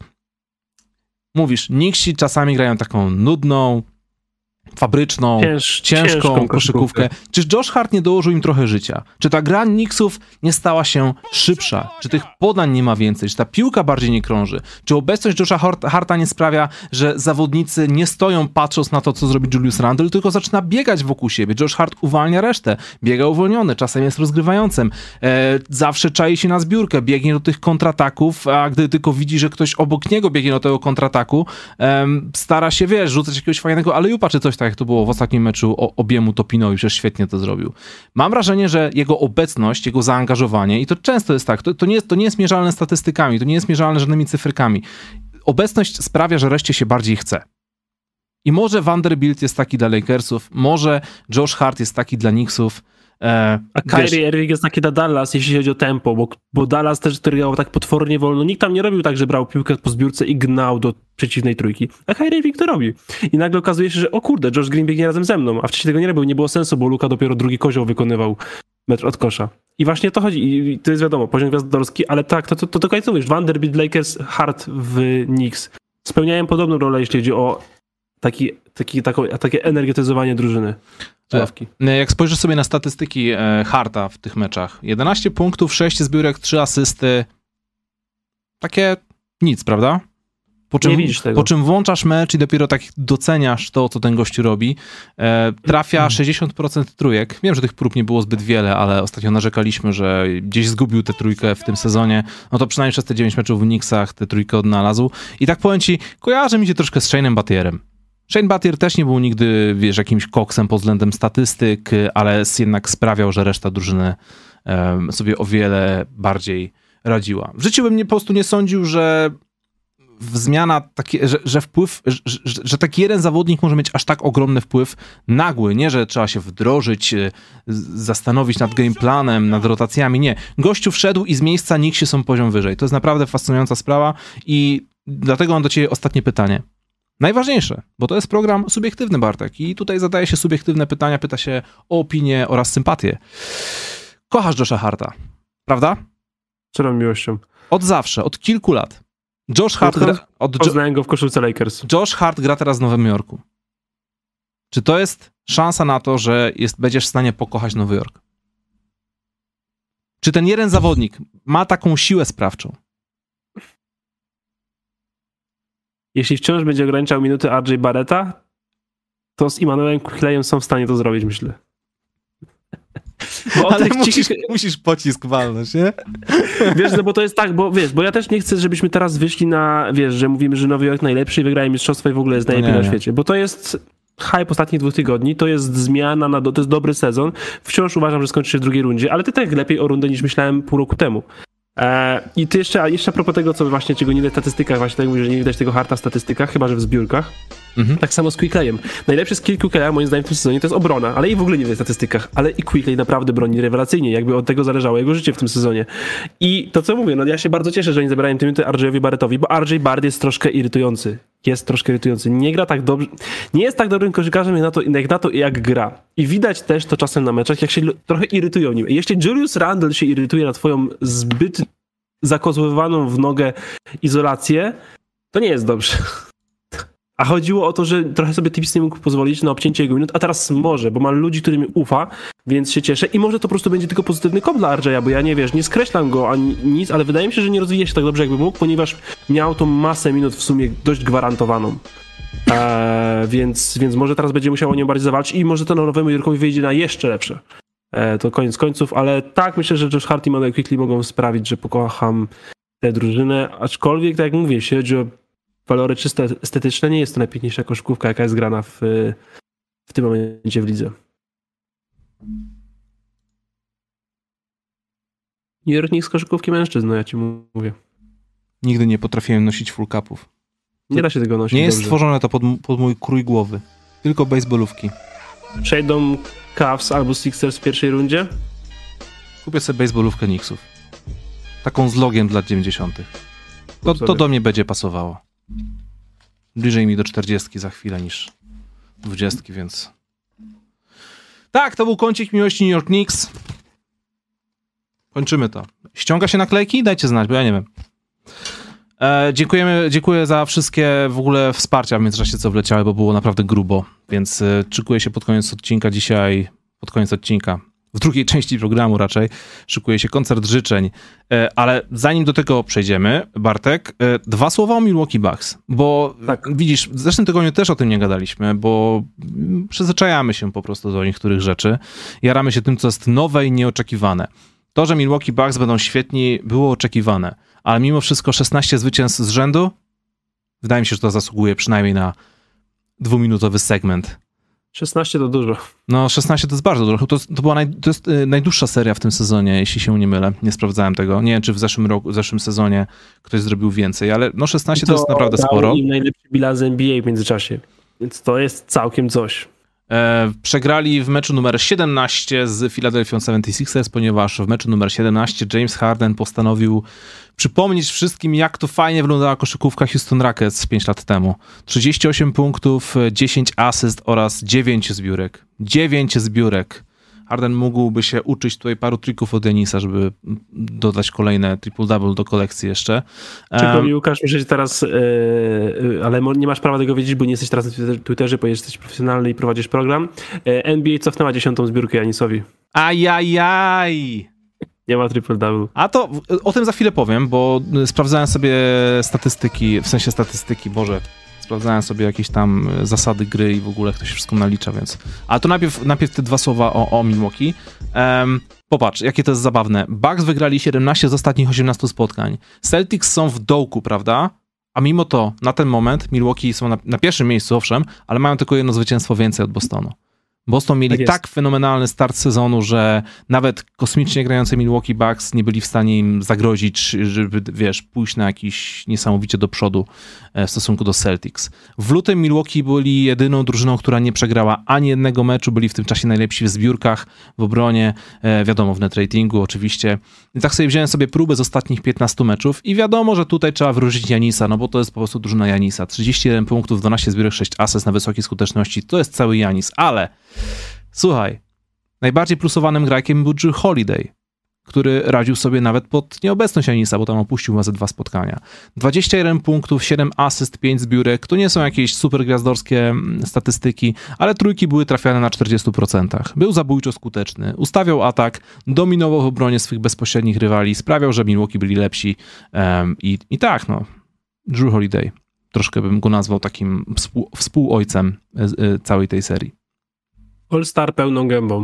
mówisz, Knicksi czasami grają taką nudną, fabryczną, Cięż, ciężką, ciężką koszykówkę. Czy Josh Hart nie dołożył im trochę życia? Czy ta gra Knicksów nie stała się szybsza? Czy tych podań nie ma więcej? Czy ta piłka bardziej nie krąży? Czy obecność Josha Harta nie sprawia, że zawodnicy nie stoją patrząc na to, co zrobi Julius Randle, tylko zaczyna biegać wokół siebie? Josh Hart uwalnia resztę. Biega uwolniony, czasem jest rozgrywającym. E, zawsze czai się na zbiórkę, biegnie do tych kontrataków, a gdy tylko widzi, że ktoś obok niego biegnie do tego kontrataku, e, stara się, wiesz, rzucać jakiegoś fajnego alejupa czy coś coś, tak jak to było w ostatnim meczu o obiemu Topinowi, przecież świetnie to zrobił. Mam wrażenie, że jego obecność, jego zaangażowanie, i to często jest tak, to, to, nie, jest, to nie jest mierzalne statystykami, to nie jest mierzalne żadnymi cyfrykami. Obecność sprawia, że reszcie się bardziej chce. I może Vanderbilt jest taki dla Lakersów, może Josh Hart jest taki dla Knicksów. E, A Kyrie Irving jest taki dla Dallas, jeśli chodzi o tempo, bo, bo Dallas też grał tak potwornie wolno. Nikt tam nie robił tak, że brał piłkę po zbiórce i gnał do przeciwnej trójki. A Kyrie Irving to robi. I nagle okazuje się, że o kurde, Josh Green biegnie razem ze mną, a wcześniej tego nie robił, nie było sensu, bo Luka dopiero drugi kozioł wykonywał metr od kosza. I właśnie to chodzi, i to jest wiadomo, poziom gwiazdorski, ale tak, to, to, to do końca mówisz, Vanderbilt, Lakers, Hart w Knicks spełniają podobną rolę, jeśli chodzi o taki, taki, taką, takie energetyzowanie drużyny. Jak spojrzysz sobie na statystyki Harta w tych meczach, jedenaście punktów, sześć zbiórek, trzy asysty, takie nic, prawda? Po czym, nie widzisz tego. Po czym włączasz mecz i dopiero tak doceniasz to, co ten gościu robi. E, trafia sześćdziesiąt procent trójek. Wiem, że tych prób nie było zbyt wiele, ale ostatnio narzekaliśmy, że gdzieś zgubił tę trójkę w tym sezonie. No to przynajmniej przez te dziewięć meczów w Knicksach tę trójkę odnalazł. I tak powiem ci, kojarzy mi się troszkę z Shane'em Battierem. Shane Battier też nie był nigdy, wiesz, jakimś koksem pod względem statystyk, ale jednak sprawiał, że reszta drużyny um, sobie o wiele bardziej radziła. W życiu bym nie, po prostu nie sądził, że zmiana, takie, że, że wpływ, że, że, że taki jeden zawodnik może mieć aż tak ogromny wpływ nagły, nie, że trzeba się wdrożyć, zastanowić nad gameplanem, nad rotacjami, nie. Gościu wszedł i z miejsca nikt się są poziom wyżej. To jest naprawdę fascynująca sprawa i dlatego mam do ciebie ostatnie pytanie. Najważniejsze, bo to jest program subiektywny, Bartek, i tutaj zadaje się subiektywne pytania, pyta się o opinię oraz sympatię. Kochasz Josha Harta, prawda? Szczerą miłością. Od zawsze, od kilku lat. Josh Hart gra, od Poznałem go w koszulce Lakers. Josh Hart gra teraz w Nowym Jorku. Czy to jest szansa na to, że jest, będziesz w stanie pokochać Nowy Jork? Czy ten jeden zawodnik ma taką siłę sprawczą? Jeśli wciąż będzie ograniczał minuty R J Barretta, to z Immanuelem Quickleyem są w stanie to zrobić, myślę. Bo ale musisz, cichych... musisz pocisk walnąć, nie? Wiesz, no bo to jest tak, bo wiesz, bo ja też nie chcę, żebyśmy teraz wyszli na, wiesz, że mówimy, że Nowy Jork najlepszy i wygraje mistrzostwo i w ogóle jest najlepiej na świecie, bo to jest hype ostatnich dwóch tygodni, to jest zmiana, na do... to jest dobry sezon. Wciąż uważam, że skończy się w drugiej rundzie, ale ty tak lepiej o rundę niż myślałem pół roku temu. E, I ty jeszcze, a jeszcze a propos tego, co właśnie czego nie widać w statystykach, właśnie tak mówisz, że nie widać tego Harta w statystykach, chyba że w zbiórkach. Mhm. Tak samo z Quickleyem. Najlepszy skill Quickleya moim zdaniem w tym sezonie to jest obrona, ale i w ogóle nie widać w statystykach, ale i Quickley naprawdę broni rewelacyjnie, jakby od tego zależało jego życie w tym sezonie. I to co mówię, no ja się bardzo cieszę, że oni zabierają te minuty R J-owi Barrettowi, bo R J Barrett jest troszkę irytujący. Jest troszkę irytujący. Nie gra tak dobrze, nie jest tak dobrym koszykarzem jak na to, jak, na to, jak gra. I widać też to czasem na meczach, jak się trochę irytują nim. Jeśli Julius Randle się irytuje na twoją zbyt zakozłowaną w nogę izolację, to nie jest dobrze. A chodziło o to, że trochę sobie Tibbs nie mógł pozwolić na obcięcie jego minut, a teraz może, bo ma ludzi, którym ufa, więc się cieszę i może to po prostu będzie tylko pozytywny kop dla R J a, bo ja nie wiesz, nie skreślam go ani nic, ale wydaje mi się, że nie rozwija się tak dobrze, jakby mógł, ponieważ miał tą masę minut w sumie dość gwarantowaną. Eee, więc, więc może teraz będzie musiał o nią bardziej zawalczyć i może to nowemu Jorkowi wyjdzie na jeszcze lepsze. Eee, to koniec końców, ale tak, myślę, że Josh Hart i Immanuel Quickley mogą sprawić, że pokocham tę drużynę, aczkolwiek, tak jak mówię, jeśli chodzi o walory czysto estetyczne, nie jest to najpiękniejsza koszykówka, jaka jest grana w, w tym momencie w lidze. New York Knicks koszykówki mężczyzn, no ja ci mówię. Nigdy nie potrafiłem nosić full cupów. Nie da się tego nosić. Nie jest dobrze. stworzone to pod, pod mój krój głowy. Tylko baseballówki. Przejdą Cavs albo Sixers w pierwszej rundzie? Kupię sobie baseballówkę Knicksów. Taką z logiem dla lat dziewięćdziesiątych. To, to do mnie będzie pasowało. Bliżej mi do czterdziestki za chwilę niż dwudziestki, więc... Tak, to był kącik miłości New York Knicks. Kończymy to. Ściąga się naklejki? Dajcie znać, bo ja nie wiem. E, dziękujemy, dziękuję za wszystkie w ogóle wsparcia w międzyczasie, co wleciały, bo było naprawdę grubo, więc e, szykuję się pod koniec odcinka dzisiaj, pod koniec odcinka, w drugiej części programu raczej, szykuje się koncert życzeń, e, ale zanim do tego przejdziemy, Bartek, e, dwa słowa o Milwaukee Bucks, bo tak. Widzisz, w zeszłym tygodniu też o tym nie gadaliśmy, bo przyzwyczajamy się po prostu do niektórych rzeczy, jaramy się tym, co jest nowe i nieoczekiwane. To, że Milwaukee Bucks będą świetni, było oczekiwane, ale mimo wszystko szesnaście zwycięstw z rzędu, wydaje mi się, że to zasługuje przynajmniej na dwuminutowy segment szesnaście to dużo. No szesnaście to jest bardzo dużo. To, to była naj, to jest y, najdłuższa seria w tym sezonie, jeśli się nie mylę. Nie sprawdzałem tego. Nie wiem, czy w zeszłym roku, w zeszłym sezonie ktoś zrobił więcej, ale no szesnaście to, to jest naprawdę sporo. I najlepszy bilans N B A w międzyczasie, więc to jest całkiem coś. E, przegrali w meczu numer siedemnaście z Philadelphia seventy-sixers, ponieważ w meczu numer siedemnaście James Harden postanowił przypomnieć wszystkim, jak to fajnie wyglądała koszykówka Houston Rockets pięć lat temu. trzydzieści osiem punktów, dziesięć asyst oraz dziewięć zbiórek. dziewięć zbiórek. Harden mógłby się uczyć tutaj paru trików od Janisa, żeby dodać kolejne triple-double do kolekcji jeszcze. Czego mi, Łukasz, myślę, że teraz, yy, ale nie masz prawa tego wiedzieć, bo nie jesteś teraz na Twitterze, bo jesteś profesjonalny i prowadzisz program. Yy, N B A cofnęła dziesiątą zbiórkę Janisowi. Ajajaj! Nie ma triple-double. A to o tym za chwilę powiem, bo sprawdzałem sobie statystyki, w sensie statystyki, Boże, sprawdzałem sobie jakieś tam zasady gry i w ogóle ktoś wszystko nalicza, więc... Ale to najpierw, najpierw te dwa słowa o, o Milwaukee. Um, popatrz, jakie to jest zabawne. Bucks wygrali siedemnaście z ostatnich osiemnastu spotkań. Celtics są w dołku, prawda? A mimo to, na ten moment Milwaukee są na, na pierwszym miejscu, owszem, ale mają tylko jedno zwycięstwo więcej od Bostonu. Boston mieli tak, tak fenomenalny start sezonu, że nawet kosmicznie grający Milwaukee Bucks nie byli w stanie im zagrozić, żeby, wiesz, pójść na jakiś niesamowicie do przodu w stosunku do Celtics. W lutym Milwaukee byli jedyną drużyną, która nie przegrała ani jednego meczu, byli w tym czasie najlepsi w zbiórkach, w obronie, wiadomo, w net ratingu oczywiście. I tak sobie wziąłem sobie próbę z ostatnich piętnastu meczów i wiadomo, że tutaj trzeba wyróżnić Janisa, no bo to jest po prostu drużyna Janisa. trzydzieści jeden punktów, dwanaście zbiórek, sześć asyst na wysokiej skuteczności, to jest cały Janis, ale słuchaj, najbardziej plusowanym grajkiem był Jrue Holiday, który radził sobie nawet pod nieobecność Janisa, bo tam opuścił ma ze dwa spotkania. dwadzieścia jeden punktów, siedem asyst, pięć zbiórek. To nie są jakieś super gwiazdowskie statystyki, ale trójki były trafiane na czterdzieści procent. Był zabójczo skuteczny, ustawiał atak, dominował w obronie swych bezpośrednich rywali, sprawiał, że Milwaukee byli lepsi. Um, i, I tak, no, Jrue Holiday. Troszkę bym go nazwał takim współ, współojcem całej tej serii. All-Star pełną gębą.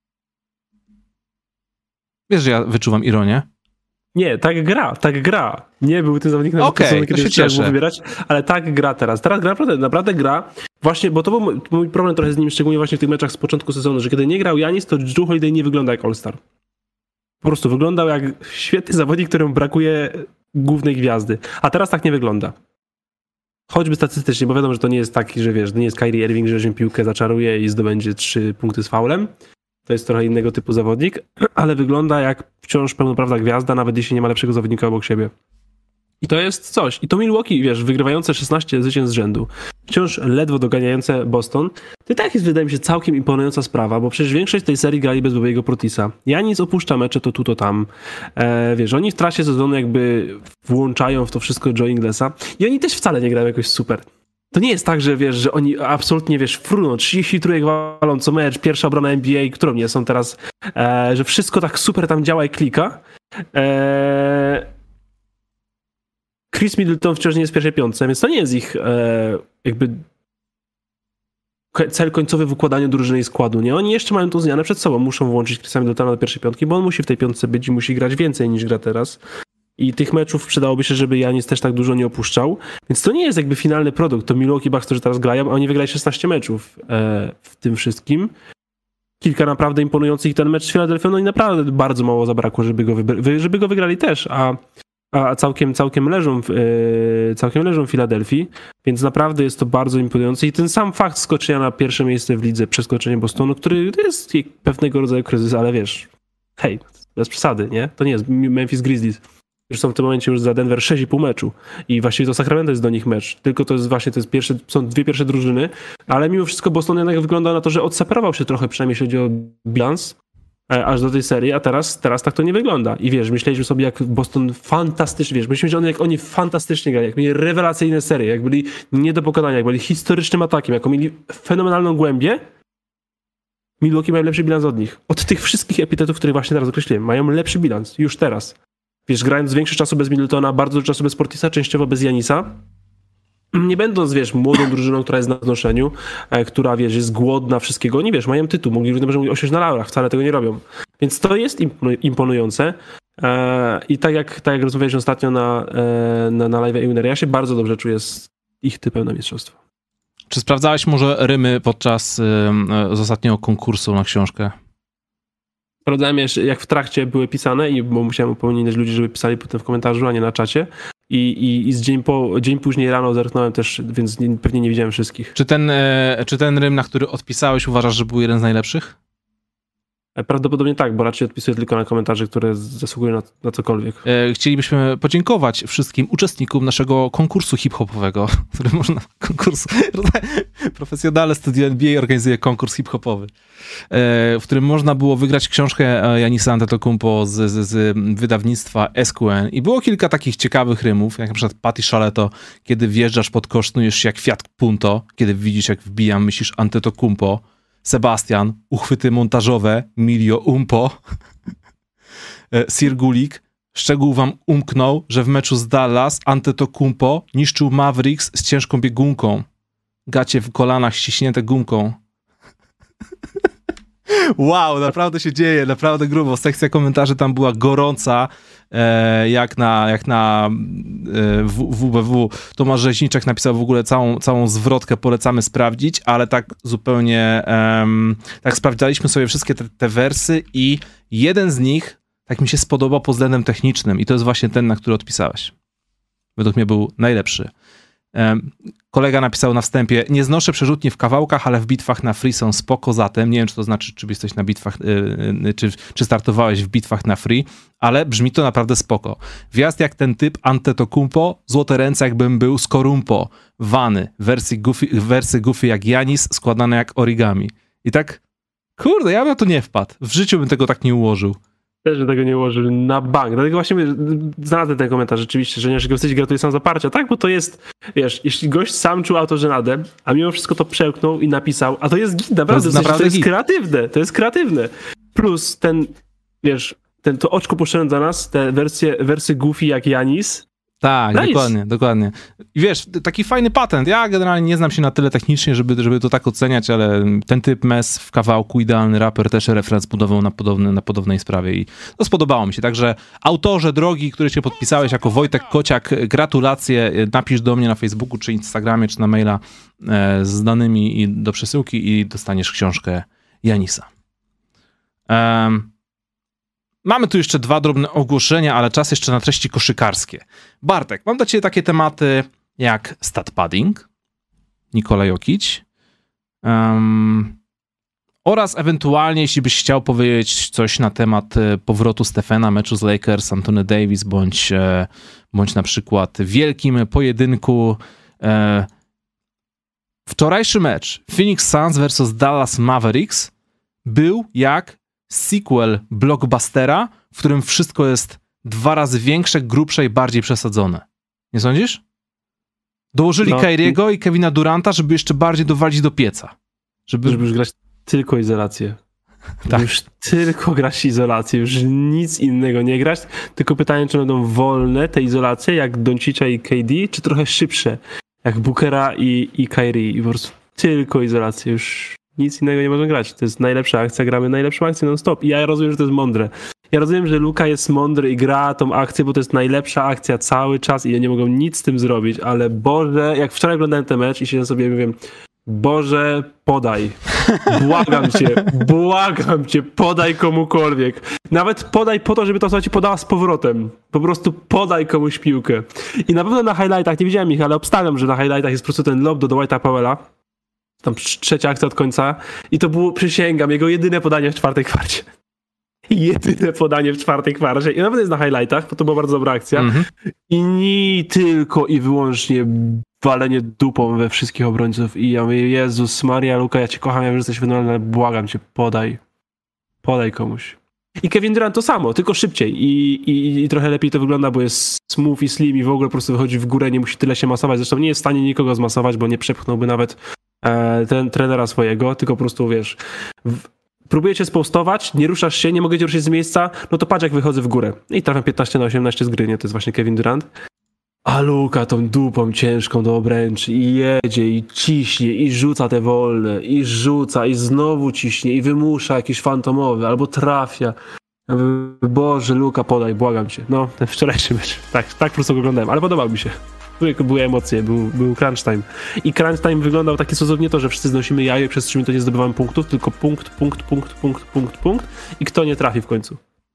Wiesz, że ja wyczuwam ironię? Nie, tak gra, tak gra. Nie był tym zawodnikiem, okay, kiedy trzeba było wybierać, ale tak gra teraz. Teraz gra naprawdę, naprawdę gra. Właśnie, bo to był mój, mój problem trochę z nim, szczególnie właśnie w tych meczach z początku sezonu, że kiedy nie grał Janis, to Jrue Holiday nie wygląda jak All-Star. Po prostu wyglądał jak świetny zawodnik, któremu brakuje głównej gwiazdy. A teraz tak nie wygląda. Choćby statystycznie, bo wiadomo, że to nie jest taki, że wiesz, to nie jest Kyrie Irving, że weźmie piłkę, zaczaruje i zdobędzie trzy punkty z faulem. To jest trochę innego typu zawodnik, ale wygląda jak wciąż pełnoprawna gwiazda, nawet jeśli nie ma lepszego zawodnika obok siebie. I to jest coś. I to Milwaukee, wiesz, wygrywające szesnaście zwycięstw z rzędu, wciąż ledwo doganiające Boston, to i tak jest, wydaje mi się, całkiem imponująca sprawa, bo przecież większość tej serii grali bez Bobiego Portisa. Janis opuszcza mecze to tu, to tam. E, wiesz, oni w trasie sezonu jakby włączają w to wszystko Joe Inglesa i oni też wcale nie grają jakoś super. To nie jest tak, że wiesz, że oni absolutnie, wiesz, fruną, trzydzieści trójek walą co mecz, pierwsza obrona N B A, którą nie są teraz, e, że wszystko tak super tam działa i klika. E, Chris Middleton wciąż nie jest w pierwszej piątce, więc to nie jest ich e, jakby cel końcowy w układaniu drużyny i składu, nie? Oni jeszcze mają tą zmianę przed sobą, muszą włączyć Chrisa Middletona do pierwszej piątki, bo on musi w tej piątce być i musi grać więcej niż gra teraz. I tych meczów przydałoby się, żeby Janis też tak dużo nie opuszczał. Więc to nie jest jakby finalny produkt. To Milwaukee Bucks, którzy teraz grają, a oni wygrali szesnaście meczów e, w tym wszystkim. Kilka naprawdę imponujących i ten mecz z Philadelphia, no i naprawdę bardzo mało zabrakło, żeby go, wy, żeby go wygrali też, a, a całkiem, całkiem leżą w, e, całkiem leżą w Filadelfii, więc naprawdę jest to bardzo imponujące i ten sam fakt skoczenia na pierwsze miejsce w lidze, przeskoczenie Bostonu, który to jest pewnego rodzaju kryzys, ale wiesz, hej, bez przesady, nie? To nie jest Memphis Grizzlies. Już są w tym momencie już za Denver sześć i pół meczu i właściwie to Sacramento jest do nich mecz, tylko to jest właśnie, to jest pierwsze, są dwie pierwsze drużyny, ale mimo wszystko Boston jednak wygląda na to, że odseparował się trochę, przynajmniej jeśli chodzi o bilans, aż do tej serii, a teraz, teraz tak to nie wygląda. I wiesz, myśleliśmy sobie, jak Boston fantastycznie, wiesz, myśleliśmy, że oni, jak oni fantastycznie grali, jak mieli rewelacyjne serie, jak byli nie do pokonania, jak byli historycznym atakiem, jak mieli fenomenalną głębię. Milwaukee mają lepszy bilans od nich. Od tych wszystkich epitetów, które właśnie teraz określiłem, mają lepszy bilans, już teraz. Wiesz, grając większość czasu bez Middletona, bardzo dużo czasu bez Portisa, częściowo bez Janisa, nie będąc, wiesz, młodą drużyną, która jest na znoszeniu, e, która, wiesz, jest głodna wszystkiego, oni, wiesz, mają tytuł, mogli równie dobrze osiąść na laurach, wcale tego nie robią. Więc to jest imponujące e, i tak jak, tak jak rozmawialiśmy ostatnio na, e, na, na live Ewner, ja się bardzo dobrze czuję z ich typem na mistrzostwo. Czy sprawdzałeś może rymy podczas y, y, z ostatniego konkursu na książkę? Sprawdzałem jeszcze, jak w trakcie były pisane, i bo musiałem upominać ludzi, żeby pisali potem w komentarzu, a nie na czacie. I, i, i z dzień, po, dzień później rano zerknąłem też, więc nie, pewnie nie widziałem wszystkich. Czy ten, y, czy ten rym, na który odpisałeś, uważasz, że był jeden z najlepszych? Prawdopodobnie tak, bo raczej odpisuję tylko na komentarze, które zasługują na, na cokolwiek. Chcielibyśmy podziękować wszystkim uczestnikom naszego konkursu hip-hopowego, który można... Konkurs... Profesjonalne Studio N B A organizuje konkurs hip-hopowy, w którym można było wygrać książkę Janisa Antetokounmpo z, z, z wydawnictwa S Q N. I było kilka takich ciekawych rymów, jak na przykład Patti Szaleto, kiedy wjeżdżasz pod kosz, snujesz się jak Fiat Punto, kiedy widzisz, jak wbijam, myślisz Antetokounmpo. Sebastian, uchwyty montażowe, Milio Umpo. Sir Gulik, szczegół wam umknął, że w meczu z Dallas Antetokounmpo niszczył Mavericks z ciężką biegunką. Gacie w kolanach ściśnięte gumką. Wow, naprawdę się dzieje, naprawdę grubo. Sekcja komentarzy tam była gorąca, e, jak na, jak na e, W B W. Tomasz Rzeźniczek napisał w ogóle całą, całą zwrotkę, polecamy sprawdzić, ale tak zupełnie, e, tak sprawdzaliśmy sobie wszystkie te, te wersy i jeden z nich tak mi się spodobał pod względem technicznym i to jest właśnie ten, na który odpisałeś. Według mnie był najlepszy. Kolega napisał na wstępie: nie znoszę przerzutni w kawałkach, ale w bitwach na free są spoko, zatem nie wiem, czy to znaczy, czy jesteś na bitwach, yy, czy, czy startowałeś w bitwach na free, ale brzmi to naprawdę spoko. Wjazd jak ten typ Antetokounmpo, złote ręce jakbym był z Korumpo, wany, wersy goofy, wersy goofy jak Janis, składane jak origami. I tak, kurde, ja bym na to nie wpadł. W życiu bym tego tak nie ułożył. Też bym tego nie ułożył na bank. Dlatego właśnie znalazłem ten komentarz rzeczywiście, że nie, że gościć gratuluję sam zaparcia. Tak, bo to jest, wiesz, jeśli gość sam czuł autożenadę, a mimo wszystko to przełknął i napisał, a to jest git, naprawdę, to jest, w sensie, naprawdę to jest git. kreatywne, to jest kreatywne. Plus ten, wiesz, ten, to oczko puszczone dla nas, te wersje, wersy goofy jak Janis. Tak, nice. dokładnie, dokładnie. I wiesz, taki fajny patent. Ja generalnie nie znam się na tyle technicznie, żeby, żeby to tak oceniać, ale ten typ Mes w kawałku, idealny raper, też referenc budował na, podobny, na podobnej sprawie i to spodobało mi się. Także autorze drogi, który się podpisałeś jako Wojtek Kociak, gratulacje. Napisz do mnie na Facebooku, czy Instagramie, czy na maila e, z danymi i do przesyłki i dostaniesz książkę Janisa. Um, Mamy tu jeszcze dwa drobne ogłoszenia, ale czas jeszcze na treści koszykarskie. Bartek, mam dla ciebie takie tematy jak stat padding, Nikola Jokic, um, oraz ewentualnie, jeśli byś chciał powiedzieć coś na temat powrotu Stephena, meczu z Lakers, Anthony Davis, bądź, bądź na przykład wielkim pojedynku. E, wczorajszy mecz Phoenix Suns versus Dallas Mavericks był jak sequel blockbustera, w którym wszystko jest dwa razy większe, grubsze i bardziej przesadzone. Nie sądzisz? Dołożyli no, Kyriego i Kevina Duranta, żeby jeszcze bardziej dowalić do pieca. Żeby, żeby już grać tylko izolację. Tak. Już tylko grać izolację, już nic innego nie grać. Tylko pytanie, czy będą wolne te izolacje, jak Doncicza i K D, czy trochę szybsze, jak Bookera i, i Kyrie. I po prostu tylko izolację, już nic innego nie można grać. To jest najlepsza akcja, gramy najlepszą akcję non-stop. I ja rozumiem, że to jest mądre. Ja rozumiem, że Luka jest mądry i gra tą akcję, bo to jest najlepsza akcja cały czas i ja nie mogą nic z tym zrobić, ale Boże, jak wczoraj oglądałem ten mecz i się sobie mówię, Boże, podaj. Błagam cię, błagam cię, podaj komukolwiek. Nawet podaj po to, żeby ta osoba ci podała z powrotem. Po prostu podaj komuś piłkę. I na pewno na highlightach, nie widziałem ich, ale obstawiam, że na highlightach jest po prostu ten lob do Dwighta Powella. Tam trzecia akcja od końca. I to było, przysięgam, jego jedyne podanie w czwartej kwarcie. Jedyne podanie w czwartej kwarcie. I nawet jest na highlightach, bo to była bardzo dobra akcja. Mm-hmm. I nie tylko i wyłącznie walenie dupą we wszystkich obrońców. I ja mówię, Jezus Maria, Luka, ja cię kocham, ja wiem, że jesteś fenomenalny, ale błagam cię, podaj. Podaj komuś. I Kevin Durant to samo, tylko szybciej. I, i, i trochę lepiej to wygląda, bo jest smooth i slim i w ogóle po prostu wychodzi w górę, nie musi tyle się masować. Zresztą nie jest w stanie nikogo zmasować, bo nie przepchnąłby nawet e, ten trenera swojego, tylko po prostu, wiesz... W, próbuję cię spostować, nie ruszasz się, nie mogę cię ruszyć z miejsca, no to patrz jak wychodzę w górę. I trafiam piętnaście na osiemnaście z gry, nie? To jest właśnie Kevin Durant. A Luka tą dupą ciężką do obręczy i jedzie, i ciśnie, i rzuca te wolne, i rzuca, i znowu ciśnie, i wymusza jakiś fantomowy, albo trafia. Boże, Luka, podaj, błagam cię. No, ten wczorajszy mecz. Tak, tak po prostu go oglądałem, ale podobał mi się. Były emocje, był, był crunch time. I crunch time wyglądał w taki sposób nie to, że wszyscy znosimy jajo i przez trzy minuty nie zdobywamy punktów, tylko punkt, punkt, punkt, punkt, punkt, punkt i kto nie trafi w końcu.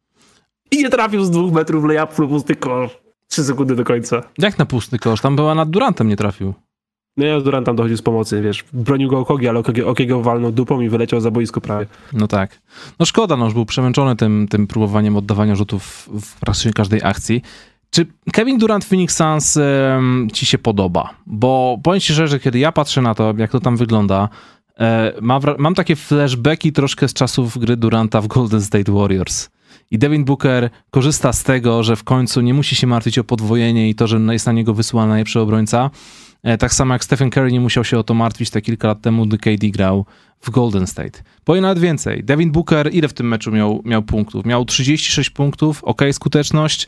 I nie trafił z dwóch metrów layup na pusty kosz. Trzy sekundy do końca. Jak na pusty kosz? Tam była nad Durantem, nie trafił. No ja Durant tam dochodził z pomocy, wiesz. Bronił go Okogi, ale Okogi, Okiego walnął dupą i wyleciał za boisko prawie. No tak. No szkoda, no już był przemęczony tym, tym próbowaniem oddawania rzutów w praktycznie każdej akcji. Czy Kevin Durant Phoenix Suns um, ci się podoba? Bo powiem ci szczerze, kiedy ja patrzę na to, jak to tam wygląda, e, mam, mam takie flashbacki troszkę z czasów gry Duranta w Golden State Warriors. I Devin Booker korzysta z tego, że w końcu nie musi się martwić o podwojenie i to, że jest na niego wysyłany najlepszy obrońca. E, tak samo jak Stephen Curry nie musiał się o to martwić te kilka lat temu, gdy K D grał w Golden State. Powiem nawet więcej. Devin Booker ile w tym meczu miał, miał punktów? Miał trzydzieści sześć punktów, ok, skuteczność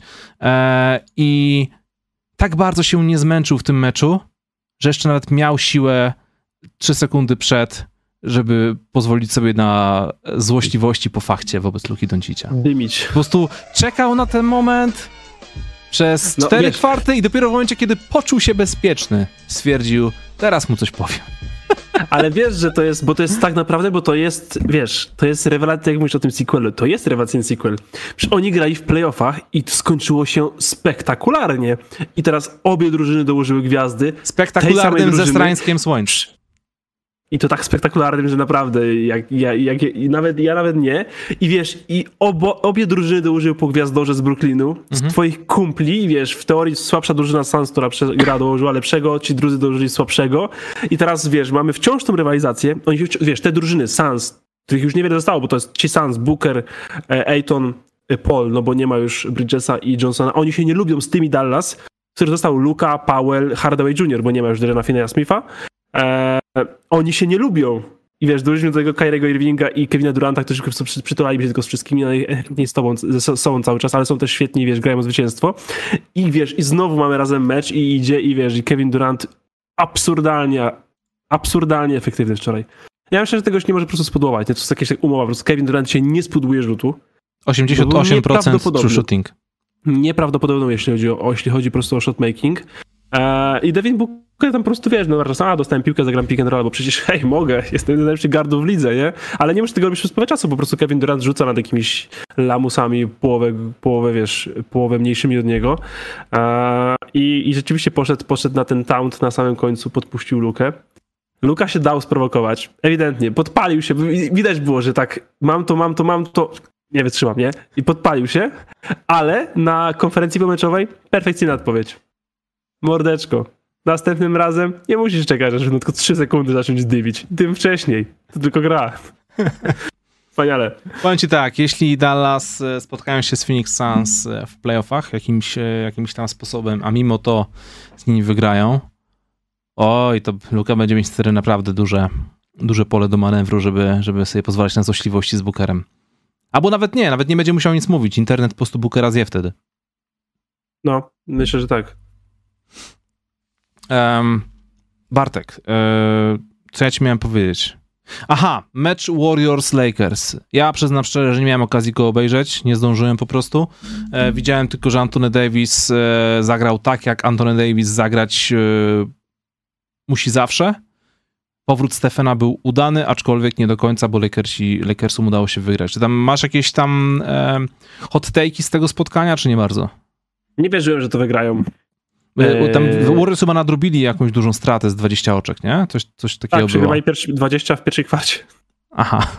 e, i tak bardzo się nie zmęczył w tym meczu, że jeszcze nawet miał siłę trzy sekundy przed, żeby pozwolić sobie na złośliwości po fakcie wobec Luki Doncicia. Dymić. Po prostu czekał na ten moment przez cztery no, kwarty i dopiero w momencie, kiedy poczuł się bezpieczny, stwierdził, teraz mu coś powiem. Ale wiesz, że to jest, bo to jest tak naprawdę, bo to jest, wiesz, to jest rewelacja, jak mówisz o tym sequelu, to jest rewelacyjny sequel. Przecież oni grali w playoffach i skończyło się spektakularnie. I teraz obie drużyny dołożyły gwiazdy. Spektakularnym ze strańskiem słońca. I to tak spektakularnym, że naprawdę, jak, jak, jak, i nawet, ja nawet nie. I wiesz, i obo, obie drużyny dołożyły po gwiazdorze z Brooklynu, z mhm. twoich kumpli, wiesz, w teorii słabsza drużyna Suns, która gra dołożyła lepszego, ci drudzy dołożyli słabszego. I teraz, wiesz, mamy wciąż tą rywalizację. Oni, wiesz, te drużyny Suns, których już niewiele zostało, bo to jest ci Suns, Booker, Ayton, Paul, no bo nie ma już Bridgesa i Johnsona. Oni się nie lubią z tymi Dallas, który został Luka, Powell, Hardaway junior, bo nie ma już Derena Finney-Smitha. Eee, oni się nie lubią. I wiesz, dołożyliśmy do tego Kyriego Irvinga i Kevina Duranta, którzy przy, przytulali się tylko z wszystkimi, no nie z tobą, z sobą cały czas, ale są też świetni, wiesz, grają o zwycięstwo. I wiesz, i znowu mamy razem mecz i idzie, i wiesz, i Kevin Durant absurdalnie, absurdalnie efektywny wczoraj. Ja myślę, że tego już nie może po prostu spodobać. To jest jakaś tak umowa, po prostu Kevin Durant się nie spuduje rzutu. osiemdziesiąt osiem procent true shooting. Nieprawdopodobną, jeśli chodzi o, jeśli chodzi po prostu o shotmaking. Eee, I Devin Booker tam po prostu, wiesz, no a dostałem piłkę, zagram pick and roll, bo przecież hej, mogę, jestem jeden z najlepszych gardów w lidze, nie? Ale nie muszę tego robić przez połowę czasu, po prostu Kevin Durant rzuca nad jakimiś lamusami połowę, połowę wiesz, połowę mniejszymi od niego. Eee, i, I rzeczywiście poszedł, poszedł na ten taunt na samym końcu, podpuścił Lukę. Luka się dał sprowokować, ewidentnie, podpalił się, widać było, że tak, mam to, mam to, mam to, nie wytrzymam, nie? I podpalił się, ale na konferencji pomeczowej perfekcyjna odpowiedź. Mordeczko, następnym razem nie musisz czekać, aż tylko trzy sekundy zacząć dymić. Tym wcześniej. To tylko gra. Wspaniale. Powiem ci tak, jeśli Dallas spotkają się z Phoenix Suns w playoffach jakimś, jakimś tam sposobem, a mimo to z nimi wygrają, oj, to Luka będzie mieć wtedy naprawdę duże, duże pole do manewru, żeby, żeby sobie pozwalać na złośliwości z Bookerem. Albo nawet nie, nawet nie będzie musiał nic mówić. Internet po prostu Bookera zje wtedy. No, myślę, że tak. Um, Bartek, yy, co ja ci miałem powiedzieć? Aha, mecz Warriors-Lakers. Ja przyznam szczerze, że nie miałem okazji go obejrzeć, nie zdążyłem po prostu. E, widziałem tylko, że Anthony Davis e, zagrał tak, jak Anthony Davis zagrać e, musi zawsze. Powrót Stephena był udany, aczkolwiek nie do końca, bo Lakersi, Lakersom udało się wygrać. Czy tam masz jakieś tam e, hot take'i z tego spotkania, czy nie bardzo? Nie wierzyłem, że to wygrają. Tam Warriors chyba nadrobili jakąś dużą stratę z dwudziestu oczek, nie? Coś, coś takiego tak, przegrywali pierwszy, dwadzieścia w pierwszej kwarcie. Aha.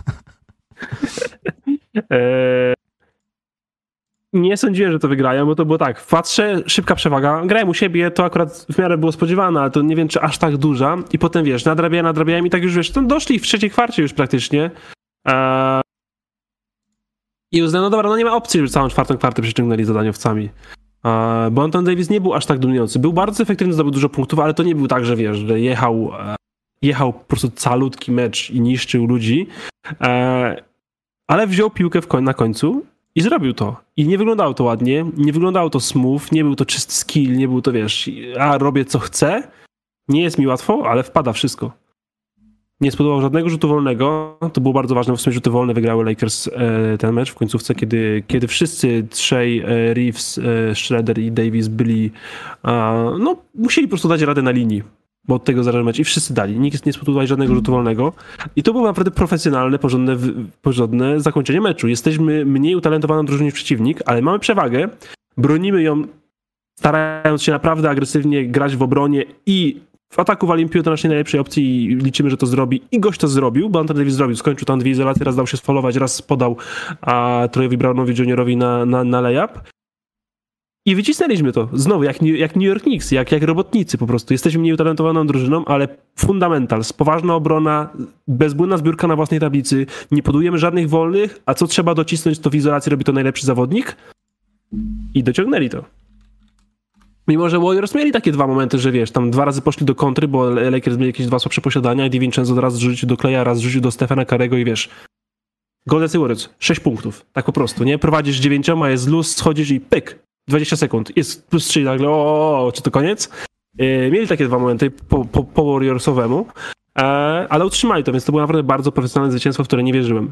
e... Nie sądziłem, że to wygrają, bo to było tak, patrzę, szybka przewaga, grałem u siebie, to akurat w miarę było spodziewane, ale to nie wiem, czy aż tak duża i potem, wiesz, nadrabiałem, nadrabiałem i tak już, wiesz, tam doszli w trzeciej kwarcie już praktycznie. E... I uznałem, no dobra, no nie ma opcji, żeby całą czwartą kwartę przeciągnęli zadaniowcami. Bo Anthony Davis nie był aż tak dominujący. Był bardzo efektywny, zdobył dużo punktów, ale to nie był tak, że wiesz, że jechał, jechał po prostu calutki mecz i niszczył ludzi, ale wziął piłkę w koń, na końcu i zrobił to. I nie wyglądało to ładnie, nie wyglądało to smooth, nie był to czysty skill, nie był to, wiesz, a robię co chcę. Nie jest mi łatwo, ale wpada wszystko. nie spodował żadnego rzutu wolnego. To było bardzo ważne, w sumie rzuty wolne wygrały Lakers e, ten mecz w końcówce, kiedy, kiedy wszyscy trzej, e, Reeves, e, Schroeder i Davis byli, e, no musieli po prostu dać radę na linii, bo od tego zależy mecz i wszyscy dali. Nikt nie spodował żadnego rzutu wolnego i to było naprawdę profesjonalne, porządne, porządne zakończenie meczu. Jesteśmy mniej utalentowaną drużyną niż przeciwnik, ale mamy przewagę, bronimy ją, starając się naprawdę agresywnie grać w obronie i w ataku walimy piłkę do naszej najlepszej opcji i liczymy, że to zrobi. I gość to zrobił, bo Anthony Davis zrobił. Skończył tam dwie izolacje, raz dał się sfolować, raz podał a Troyowi Brownowi juniorowi na, na, na layup. I wycisnęliśmy to. Znowu, jak, jak New York Knicks, jak, jak robotnicy po prostu. Jesteśmy mniej utalentowaną drużyną, ale fundamentals, poważna obrona, bezbłędna zbiórka na własnej tablicy, nie podujemy żadnych wolnych, a co trzeba docisnąć, to w izolacji robi to najlepszy zawodnik. I dociągnęli to. Mimo, że Warriors mieli takie dwa momenty, że wiesz, tam dwa razy poszli do kontry, bo Lakers mieli jakieś dwa słabsze posiadania i DiVincenzo raz rzucił do Kleja, raz rzucił do Stephena Curry'ego i wiesz, Golden State Warriors, sześć punktów, tak po prostu, nie? Prowadzisz dziewięcioma, jest luz, schodzisz i pyk, dwadzieścia sekund, jest plus trzy, nagle o, czy to koniec? Yy, mieli takie dwa momenty po, po, po Warriorsowemu, e, ale utrzymali to, więc to było naprawdę bardzo profesjonalne zwycięstwo, w które nie wierzyłem.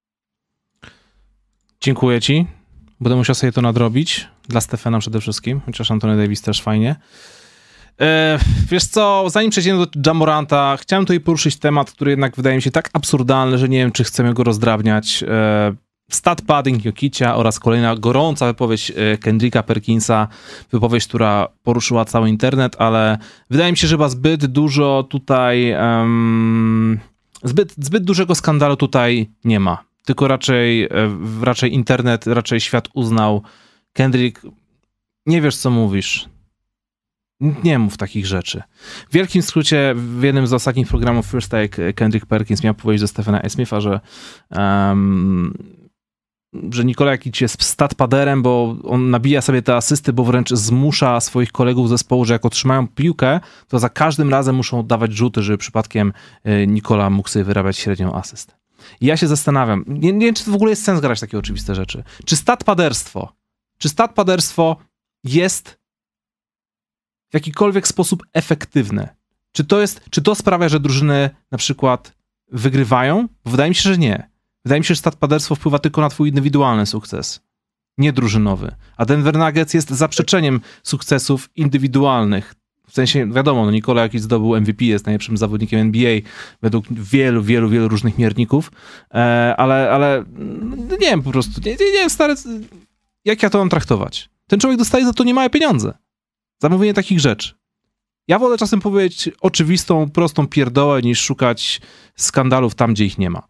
Dziękuję ci. Będę musiał sobie to nadrobić. Dla Stephena przede wszystkim, chociaż Anthony Davis też fajnie. E, wiesz co, zanim przejdziemy do Ja Moranta, chciałem tutaj poruszyć temat, który jednak wydaje mi się tak absurdalny, że nie wiem, czy chcemy go rozdrabniać. E, stat padding Jokicia oraz kolejna gorąca wypowiedź Kendricka Perkinsa, wypowiedź, która poruszyła cały internet, ale wydaje mi się, że chyba zbyt dużo tutaj, um, zbyt, zbyt dużego skandalu tutaj nie ma. Tylko raczej, raczej internet, raczej świat uznał, Kendrick, nie wiesz, co mówisz. Nie mów takich rzeczy. W wielkim skrócie, w jednym z ostatnich programów First Take Kendrick Perkins miał powiedzieć do Stephena A. Smitha, że, um, że Nikola Jokic jest statpaderem, bo on nabija sobie te asysty, bo wręcz zmusza swoich kolegów z zespołu, że jak otrzymają piłkę, to za każdym razem muszą dawać rzuty, żeby przypadkiem Nikola mógł sobie wyrabiać średnią asyst. I ja się zastanawiam, nie, nie wiem, czy to w ogóle jest sens grać takie oczywiste rzeczy. Czy statpaderstwo, czy statpaderstwo jest w jakikolwiek sposób efektywne? Czy to jest, czy to sprawia, że drużyny na przykład wygrywają? Wydaje mi się, że nie. Wydaje mi się, że statpaderstwo wpływa tylko na twój indywidualny sukces, nie drużynowy. A Denver Nuggets jest zaprzeczeniem sukcesów indywidualnych. W sensie, wiadomo, no Nikola Jokic zdobył M V P, jest najlepszym zawodnikiem N B A według wielu, wielu, wielu różnych mierników, ale, ale nie wiem po prostu, nie, nie, nie wiem, stary, jak ja to mam traktować? Ten człowiek dostaje za to niemałe pieniądze. Za mówienie takich rzeczy. Ja wolę czasem powiedzieć oczywistą, prostą pierdołę, niż szukać skandalów tam, gdzie ich nie ma.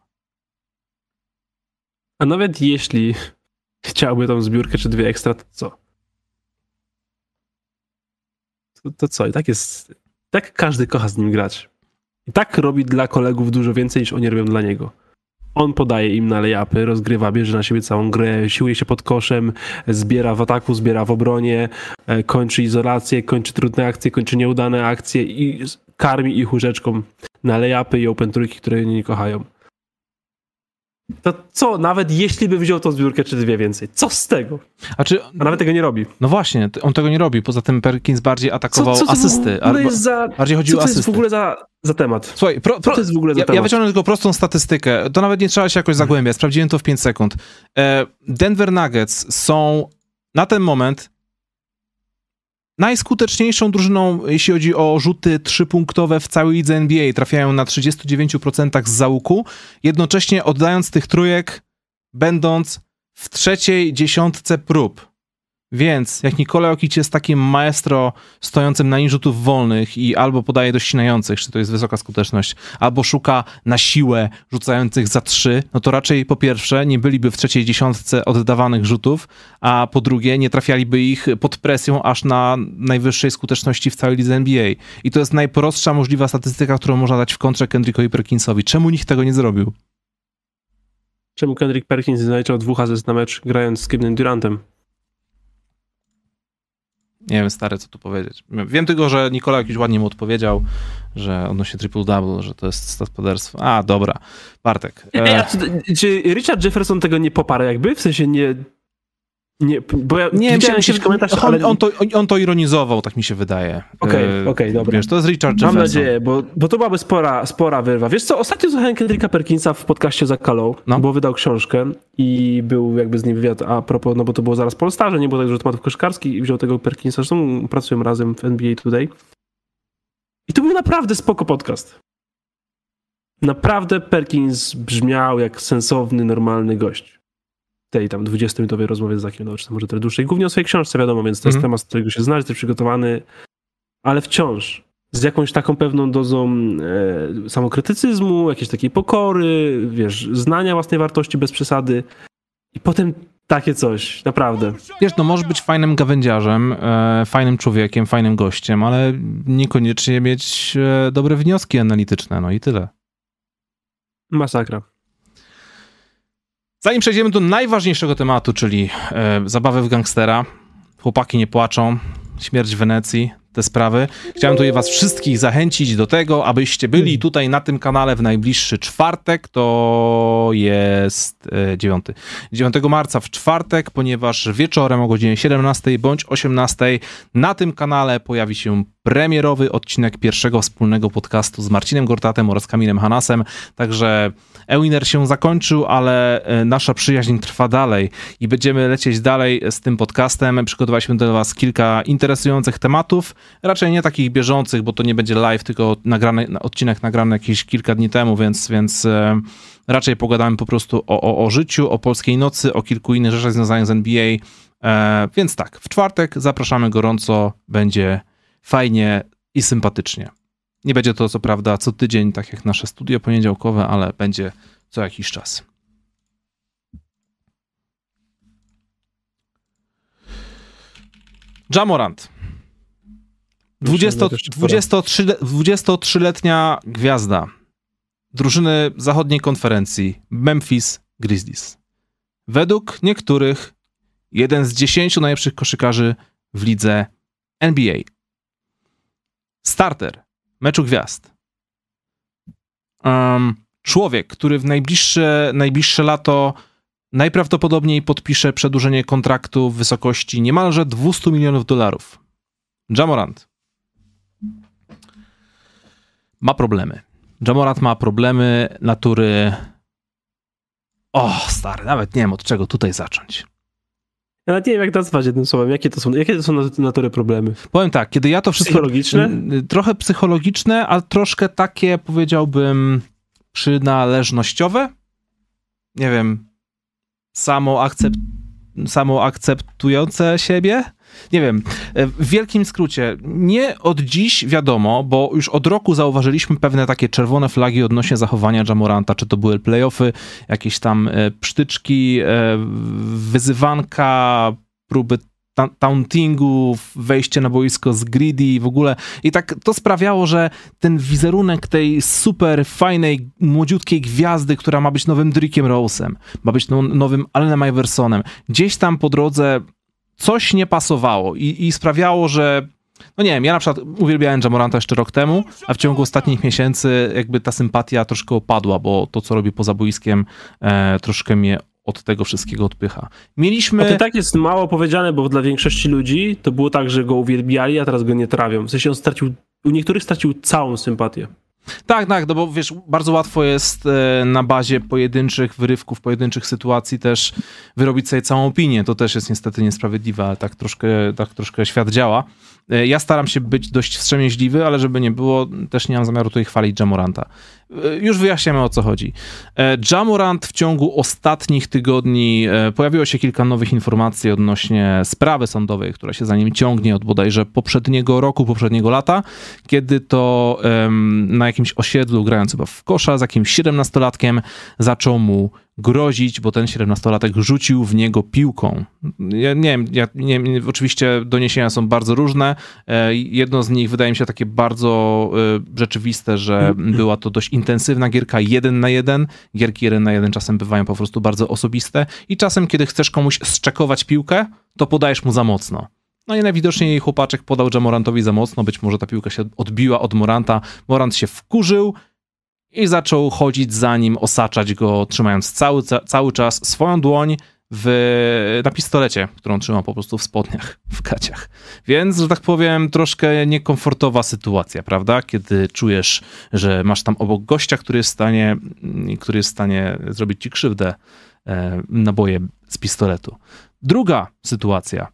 A nawet jeśli chciałby tą zbiórkę czy dwie ekstra, to co? To, to co? I tak jest... Tak każdy kocha z nim grać. I tak robi dla kolegów dużo więcej, niż oni robią dla niego. On podaje im na layupy, rozgrywa, bierze na siebie całą grę, siłuje się pod koszem, zbiera w ataku, zbiera w obronie, kończy izolację, kończy trudne akcje, kończy nieudane akcje i karmi ich łyżeczką na layupy i open trójki, które oni nie kochają. To co, nawet jeśli by wziął tą zbiórkę czy dwie więcej, co z tego? A, czy, a nawet tego nie robi. No właśnie, on tego nie robi. Poza tym Perkins bardziej atakował co, co asysty. Co jest za, bardziej chodziło o asysty. Co to jest w ogóle za, za temat? Słuchaj, pro, pro, co to jest w ogóle za ja, temat? Ja wyciągnę tylko prostą statystykę. To nawet nie trzeba się jakoś zagłębiać. Sprawdziłem to w pięć sekund. Denver Nuggets są na ten moment najskuteczniejszą drużyną, jeśli chodzi o rzuty trzypunktowe w całej lidze N B A. Trafiają na trzydzieści dziewięć procent z załuku, jednocześnie oddając tych trójek, będąc w trzeciej dziesiątce prób. Więc jak Nikola Jokic jest takim maestro stojącym na linii rzutów wolnych i albo podaje do ścinających, czy to jest wysoka skuteczność, albo szuka na siłę rzucających za trzy, no to raczej po pierwsze nie byliby w trzeciej dziesiątce oddawanych rzutów, a po drugie nie trafialiby ich pod presją aż na najwyższej skuteczności w całej lidze N B A. I to jest najprostsza możliwa statystyka, którą można dać w kontrze Kendrickowi Perkinsowi. Czemu nikt tego nie zrobił? Czemu Kendrick Perkins nie zaliczał dwóch asyst na mecz grając z Kevinem Durantem? Nie wiem, stary, co tu powiedzieć. Wiem tylko, że Nikola jakiś ładnie mu odpowiedział, że odnośnie triple-double, że to jest statpaderstwo. A, dobra. Bartek. E... Ej, a czy, czy Richard Jefferson tego nie poparł jakby? W sensie nie... Nie, bo ja nie widziałem wiem, się, jakiś komentarz, on, ale... on, to, on to ironizował, tak mi się wydaje. Okej, okay, okej, okay, dobra. Wiesz, to jest Richard Mam Jefferson. nadzieję, bo, bo to byłaby spora, spora wyrwa. Wiesz co, ostatnio słuchałem Kendricka Perkinsa w podcaście za Kalą, no. bo wydał książkę i był jakby z nim wywiad a propos, no bo to było zaraz po All-Starze, nie było tak dużo tematów koszkarskich i wziął tego Perkinsa, zresztą pracują razem w N B A Today. I to był naprawdę spoko podcast. Naprawdę Perkins brzmiał jak sensowny, normalny gość. Tej tam dwudziestominutowej rozmowie z Zakiem Naocznym, może trochę dłuższej. Głównie o swojej książce, wiadomo, więc to jest mm. temat, z którego się znasz, jesteś przygotowany, ale wciąż z jakąś taką pewną dozą e, samokrytycyzmu, jakiejś takiej pokory, wiesz, znania własnej wartości bez przesady i potem takie coś, naprawdę. Wiesz, no możesz być fajnym gawędziarzem, e, fajnym człowiekiem, fajnym gościem, ale niekoniecznie mieć e, dobre wnioski analityczne, no i tyle. Masakra. Zanim przejdziemy do najważniejszego tematu, czyli e, zabawy w gangstera, chłopaki nie płaczą, śmierć w Wenecji, te sprawy. Chciałem tutaj was wszystkich zachęcić do tego, abyście byli tutaj na tym kanale w najbliższy czwartek, to jest e, dziewiąty. dziewiątego marca w czwartek, ponieważ wieczorem o godzinie siedemnastej bądź osiemnastej na tym kanale pojawi się premierowy odcinek pierwszego wspólnego podcastu z Marcinem Gortatem oraz Kamilem Hanasem, także E-Winner się zakończył, ale nasza przyjaźń trwa dalej i będziemy lecieć dalej z tym podcastem. Przygotowaliśmy dla was kilka interesujących tematów, raczej nie takich bieżących, bo to nie będzie live, tylko nagrany, odcinek nagrany jakieś kilka dni temu, więc, więc raczej pogadamy po prostu o, o, o życiu, o polskiej nocy, o kilku innych rzeczach związanych z N B A, e, więc tak, w czwartek zapraszamy gorąco, będzie fajnie i sympatycznie. Nie będzie to co prawda co tydzień, tak jak nasze studio poniedziałkowe, ale będzie co jakiś czas. Ja Morant. dwudziestotrzyletnia gwiazda drużyny zachodniej konferencji Memphis Grizzlies. Według niektórych jeden z dziesięciu najlepszych koszykarzy w lidze N B A. Starter meczu gwiazd. Um, człowiek, który w najbliższe, najbliższe lato najprawdopodobniej podpisze przedłużenie kontraktu w wysokości niemalże dwieście milionów dolarów. Ja Morant ma problemy. Ja Morant ma problemy natury... O, stary, nawet nie wiem od czego tutaj zacząć. Ja nawet nie wiem, jak nazwać jednym słowem. Jakie to są, jakie to są natury problemy? Powiem tak, kiedy ja to wszystko... Psychologiczne? Trochę psychologiczne, ale troszkę takie, powiedziałbym, przynależnościowe. Nie wiem, samoakcept, samoakceptujące siebie. Nie wiem, w wielkim skrócie, nie od dziś wiadomo, bo już od roku zauważyliśmy pewne takie czerwone flagi odnośnie zachowania Ja Moranta, czy to były playoffy, jakieś tam psztyczki, wyzywanka, próby ta- tauntingu, wejście na boisko z greedy w ogóle. I tak to sprawiało, że ten wizerunek tej super fajnej, młodziutkiej gwiazdy, która ma być nowym Derrickiem Rose'em, ma być no, nowym Allenem Iversonem, gdzieś tam po drodze coś nie pasowało i, i sprawiało, że no nie wiem, ja na przykład uwielbiałem Ja Moranta jeszcze rok temu, a w ciągu ostatnich miesięcy jakby ta sympatia troszkę opadła, bo to, co robi poza boiskiem, e, troszkę mnie od tego wszystkiego odpycha. Mieliśmy... A to tak jest mało powiedziane, bo dla większości ludzi to było tak, że go uwielbiali, a teraz go nie trawią. W sensie on stracił, u niektórych stracił całą sympatię. Tak, tak, no bo wiesz, bardzo łatwo jest na bazie pojedynczych wyrywków, pojedynczych sytuacji też wyrobić sobie całą opinię. To też jest niestety niesprawiedliwe, ale tak troszkę, tak troszkę świat działa. Ja staram się być dość wstrzemięźliwy, ale żeby nie było, też nie mam zamiaru tutaj chwalić Ja Moranta. Już wyjaśniamy, o co chodzi. Ja Morant w ciągu ostatnich tygodni pojawiło się kilka nowych informacji odnośnie sprawy sądowej, która się za nim ciągnie od bodajże poprzedniego roku, poprzedniego lata, kiedy to um, na jakimś osiedlu, grając chyba w kosza z jakimś siedemnastolatkiem, zaczął mu grozić, bo ten siedemnastolatek rzucił w niego piłką. Ja nie wiem, ja, nie, oczywiście doniesienia są bardzo różne. Jedno z nich wydaje mi się takie bardzo rzeczywiste, że była to dość intensywna gierka jeden na jeden. Gierki jeden na jeden czasem bywają po prostu bardzo osobiste i czasem, kiedy chcesz komuś zczekować piłkę, to podajesz mu za mocno. No i najwidoczniej chłopaczek podał Ja Morantowi za mocno, być może ta piłka się odbiła od Moranta. Morant się wkurzył i zaczął chodzić za nim, osaczać go, trzymając cały, cały czas swoją dłoń w, na pistolecie, którą trzymał po prostu w spodniach, w gaciach. Więc, że tak powiem, troszkę niekomfortowa sytuacja, prawda? Kiedy czujesz, że masz tam obok gościa, który jest w stanie, który jest w stanie zrobić ci krzywdę, e, naboje z pistoletu. Druga sytuacja.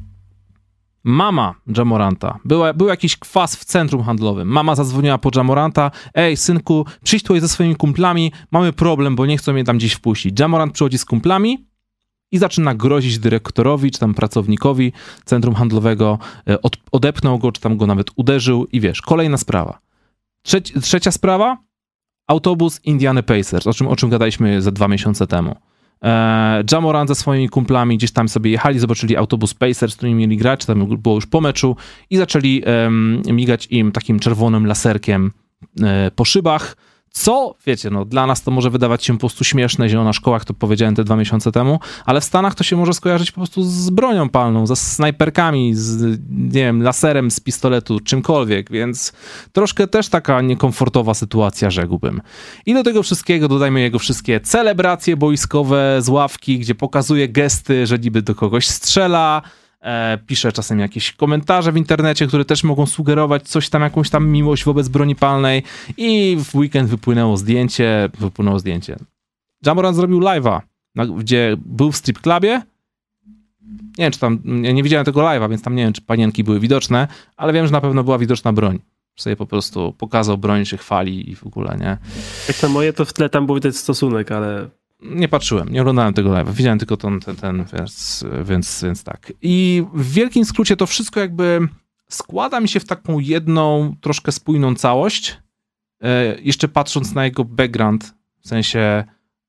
Mama Ja Moranta. Była, był jakiś kwas w centrum handlowym. Mama zadzwoniła po Ja Moranta. Ej, synku, przyjdź tutaj ze swoimi kumplami. Mamy problem, bo nie chcą mnie tam gdzieś wpuścić. Ja Morant przychodzi z kumplami i zaczyna grozić dyrektorowi, czy tam pracownikowi centrum handlowego. Od, odepnął go, czy tam go nawet uderzył. I wiesz, kolejna sprawa. Trzeci, trzecia sprawa. Autobus Indiana Pacers, o czym, o czym gadaliśmy ze dwa miesiące temu. Ja Morant ze swoimi kumplami gdzieś tam sobie jechali, zobaczyli autobus Pacers, z którymi mieli grać, czy tam było już po meczu i zaczęli um, migać im takim czerwonym laserkiem e, po szybach, co, wiecie, no dla nas to może wydawać się po prostu śmieszne, zielona szkoła, jak to powiedziałem te dwa miesiące temu, ale w Stanach to się może skojarzyć po prostu z bronią palną, ze snajperkami, z, nie wiem, laserem z pistoletu, czymkolwiek, więc troszkę też taka niekomfortowa sytuacja, rzekłbym. I do tego wszystkiego dodajmy jego wszystkie celebracje boiskowe z ławki, gdzie pokazuje gesty, że niby do kogoś strzela, E, pisze czasem jakieś komentarze w internecie, które też mogą sugerować coś tam, jakąś tam miłość wobec broni palnej i w weekend wypłynęło zdjęcie, wypłynęło zdjęcie. Ja Morant zrobił live'a, gdzie był w strip clubie. Nie wiem, czy tam, ja nie widziałem tego live'a, więc tam nie wiem, czy panienki były widoczne, ale wiem, że na pewno była widoczna broń. Sobie po prostu pokazał broń, się chwali i w ogóle, nie? Jak na moje, to w tle tam był widać stosunek, ale... Nie patrzyłem, nie oglądałem tego live'a, widziałem tylko ten, ten, ten więc, więc, więc tak. I w wielkim skrócie to wszystko jakby składa mi się w taką jedną, troszkę spójną całość, e, jeszcze patrząc na jego background, w sensie e,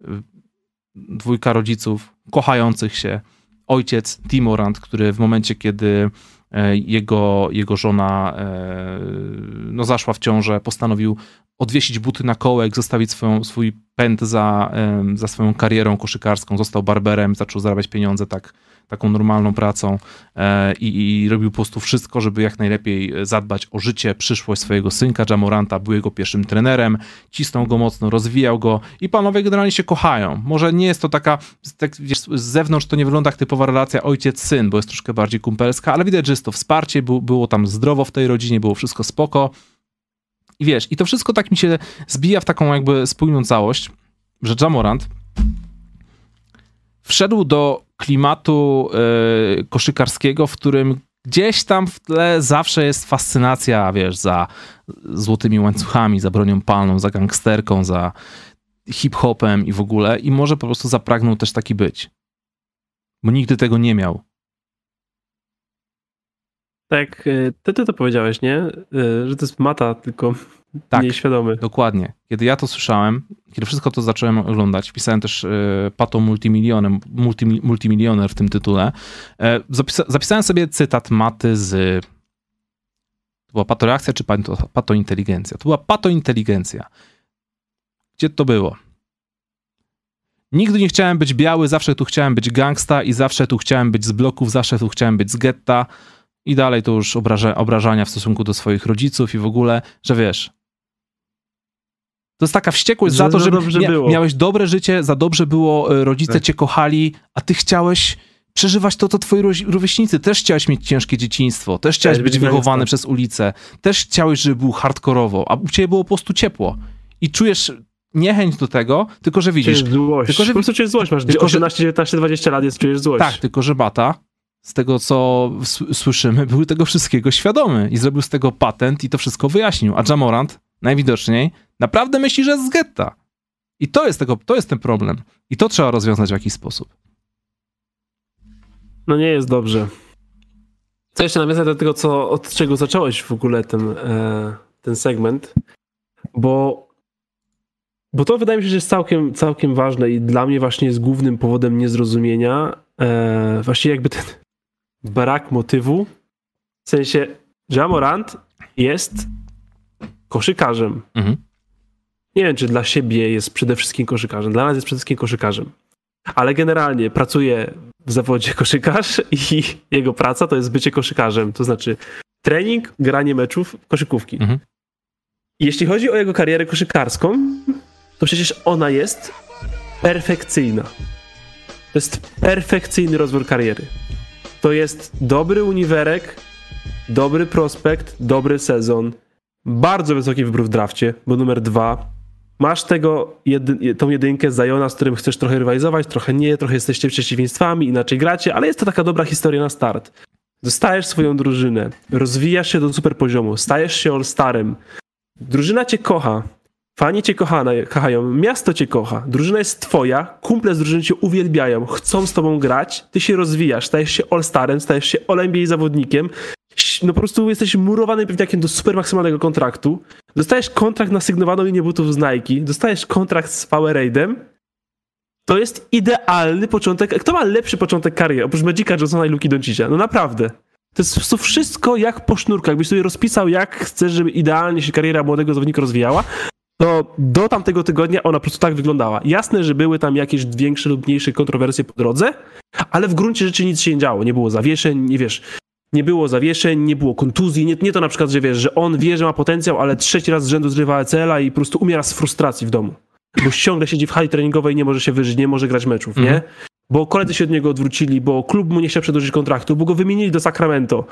dwójka rodziców kochających się, ojciec Ja Morant, który w momencie, kiedy e, jego, jego żona e, no, zaszła w ciążę, postanowił odwiesić buty na kołek, zostawić swoją, swój pęd za, za swoją karierą koszykarską, został barberem, zaczął zarabiać pieniądze tak, taką normalną pracą i, i robił po prostu wszystko, żeby jak najlepiej zadbać o życie, przyszłość swojego synka. Ja Moranta był jego pierwszym trenerem, cisnął go mocno, rozwijał go i panowie generalnie się kochają. Może nie jest to taka, tak, wiesz, z zewnątrz to nie wygląda jak typowa relacja ojciec-syn, bo jest troszkę bardziej kumpelska, ale widać, że jest to wsparcie, było, było tam zdrowo w tej rodzinie, było wszystko spoko. I wiesz, i to wszystko tak mi się zbija w taką jakby spójną całość, że Ja Morant wszedł do klimatu yy, koszykarskiego, w którym gdzieś tam w tle zawsze jest fascynacja, wiesz, za złotymi łańcuchami, za bronią palną, za gangsterką, za hip-hopem i w ogóle. I może po prostu zapragnął też taki być. Bo nigdy tego nie miał. Tak, ty, ty to powiedziałeś, nie? Że to jest mata, tylko tak, nieświadomy. Dokładnie. Kiedy ja to słyszałem, kiedy wszystko to zacząłem oglądać, wpisałem też y, Pato Multimilioner, multi, multimilioner w tym tytule, y, zapisa, zapisałem sobie cytat Maty z... To była patoreakcja czy pato, patointeligencja? To była patointeligencja. Gdzie to było? Nigdy nie chciałem być biały, zawsze tu chciałem być gangsta i zawsze tu chciałem być z bloków, zawsze tu chciałem być z getta. I dalej to już obraża, obrażania w stosunku do swoich rodziców i w ogóle, że wiesz, to jest taka wściekłość za to, że mia, miałeś dobre życie, za dobrze było, rodzice tak. cię kochali, a ty chciałeś przeżywać to, co twoi rówieśnicy. Też chciałeś mieć ciężkie dzieciństwo, też chciałeś być wychowany przez ulicę, też chciałeś, żeby był hardkorowo, a u ciebie było po prostu ciepło. I czujesz niechęć do tego, tylko że widzisz... Czujesz złość. Tylko, że, po prostu czujesz złość, masz osiemnaście, dziewiętnaście, dwadzieścia lat, jest czujesz złość. Tak, tylko że Bata, z tego co słyszymy, był tego wszystkiego świadomy i zrobił z tego patent i to wszystko wyjaśnił. A Ja Morant najwidoczniej naprawdę myśli, że jest z getta. I to jest, tego, to jest ten problem. I to trzeba rozwiązać w jakiś sposób. No nie jest dobrze. Co jeszcze nawiązać do tego, co, od czego zacząłeś w ogóle ten, e, ten segment, bo, bo to wydaje mi się, że jest całkiem, całkiem ważne i dla mnie właśnie jest głównym powodem niezrozumienia e, właśnie jakby ten brak motywu. W sensie Ja Morant jest koszykarzem. Mhm. Nie wiem, czy dla siebie jest przede wszystkim koszykarzem. Dla nas jest przede wszystkim koszykarzem. Ale generalnie pracuje w zawodzie koszykarz i jego praca to jest bycie koszykarzem. To znaczy trening, granie meczów, koszykówki. Mhm. Jeśli chodzi o jego karierę koszykarską, to przecież ona jest perfekcyjna. To jest perfekcyjny rozwój kariery. To jest dobry uniwerek, dobry prospekt, dobry sezon, bardzo wysoki wybór w drafcie, bo numer dwa. Masz tego, jedy, tą jedynkę z Ziona, z którym chcesz trochę rywalizować, trochę nie, trochę jesteście przeciwieństwami, inaczej gracie, ale jest to taka dobra historia na start. Dostajesz swoją drużynę, rozwijasz się do super poziomu, stajesz się all-starem, drużyna cię kocha, fani cię kochane, kochają, miasto cię kocha, drużyna jest twoja, kumple z drużyny cię uwielbiają, chcą z tobą grać, ty się rozwijasz, stajesz się all-starem, stajesz się all-N B A zawodnikiem, no po prostu jesteś murowanym pewniakiem do super maksymalnego kontraktu, dostajesz kontrakt na sygnowaną linię butów z Nike, dostajesz kontrakt z Powerade'em, to jest idealny początek. Kto ma lepszy początek kariery, oprócz Magica Johnsona i Luki Doncicia? No naprawdę. To jest to wszystko jak po sznurkach. Jakbyś sobie rozpisał, jak chcesz, żeby idealnie się kariera młodego zawodnika rozwijała, to do tamtego tygodnia ona po prostu tak wyglądała. Jasne, że były tam jakieś większe lub mniejsze kontrowersje po drodze, ale w gruncie rzeczy nic się nie działo. Nie było zawieszeń, nie wiesz, nie było zawieszeń, nie było kontuzji. Nie, nie to na przykład, że wiesz, że on wie, że ma potencjał, ale trzeci raz z rzędu zrywa A C L a i po prostu umiera z frustracji w domu. Bo ciągle siedzi w hali treningowej i nie może się wyżyć, nie może grać meczów, nie? Mm. Bo koledzy się od niego odwrócili, bo klub mu nie chciał przedłużyć kontraktu, bo go wymienili do Sacramento.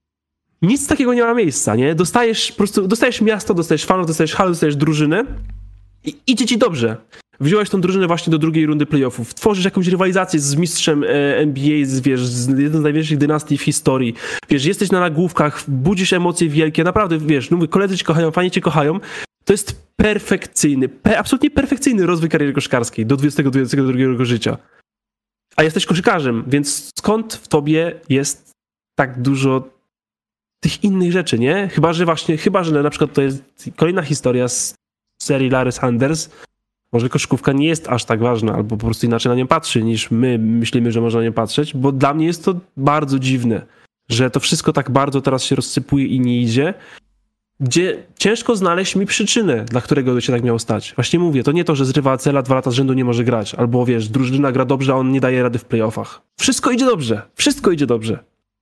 Nic takiego nie ma miejsca, nie? Dostajesz po prostu, dostajesz miasto, dostajesz fanów, dostajesz halę, dostajesz drużynę i idzie ci dobrze. Wziąłeś tą drużynę właśnie do drugiej rundy playoffów, tworzysz jakąś rywalizację z mistrzem N B A, z, wiesz, z jedną z największych dynastii w historii. Wiesz, jesteś na nagłówkach, budzisz emocje wielkie, naprawdę, wiesz, no mówię, koledzy cię kochają, fani cię kochają. To jest perfekcyjny, pe, absolutnie perfekcyjny rozwój kariery koszykarskiej do dwudziestego dwudziestego drugiego roku życia. A jesteś koszykarzem, więc skąd w tobie jest tak dużo tych innych rzeczy, nie? Chyba, że właśnie, chyba, że na przykład to jest kolejna historia z serii Larry Sanders. Może koszykówka nie jest aż tak ważna, albo po prostu inaczej na nią patrzy, niż my myślimy, że można na nią patrzeć, bo dla mnie jest to bardzo dziwne, że to wszystko tak bardzo teraz się rozsypuje i nie idzie, gdzie ciężko znaleźć mi przyczynę, dla którego to się tak miało stać. Właśnie mówię, to nie to, że zrywa A C L a dwa lata z rzędu nie może grać, albo wiesz, drużyna gra dobrze, a on nie daje rady w playoffach. Wszystko idzie dobrze, wszystko idzie dobrze.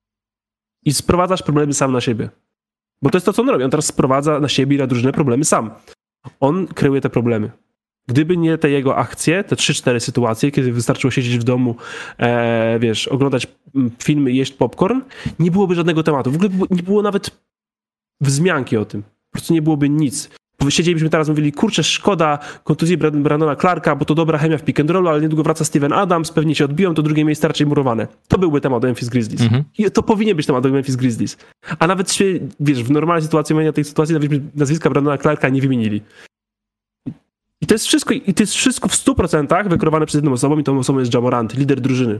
I sprowadzasz problemy sam na siebie. Bo to jest to, co on robi. On teraz sprowadza na siebie i na drużynę problemy sam. On kreuje te problemy. Gdyby nie te jego akcje, te trzy cztery sytuacje, kiedy wystarczyło siedzieć w domu, e, wiesz, oglądać filmy i jeść popcorn, nie byłoby żadnego tematu. W ogóle nie było nawet wzmianki o tym. Po prostu nie byłoby nic. Siedzielibyśmy teraz, mówili, kurczę, szkoda kontuzji Brandona Clarka, bo to dobra chemia w pick and rollu, ale niedługo wraca Steven Adams, pewnie się odbiją, to drugie miejsce raczej murowane. To byłby temat do Memphis Grizzlies. Mhm. I to powinien być temat do Memphis Grizzlies. A nawet się, wiesz, w normalnej sytuacji, w tej sytuacji nawet nazwiska Brandona Clarka nie wymienili. I to jest wszystko, i to jest wszystko w stu procentach wykreowane przez jedną osobą i tą osobą jest Ja Morant, lider drużyny.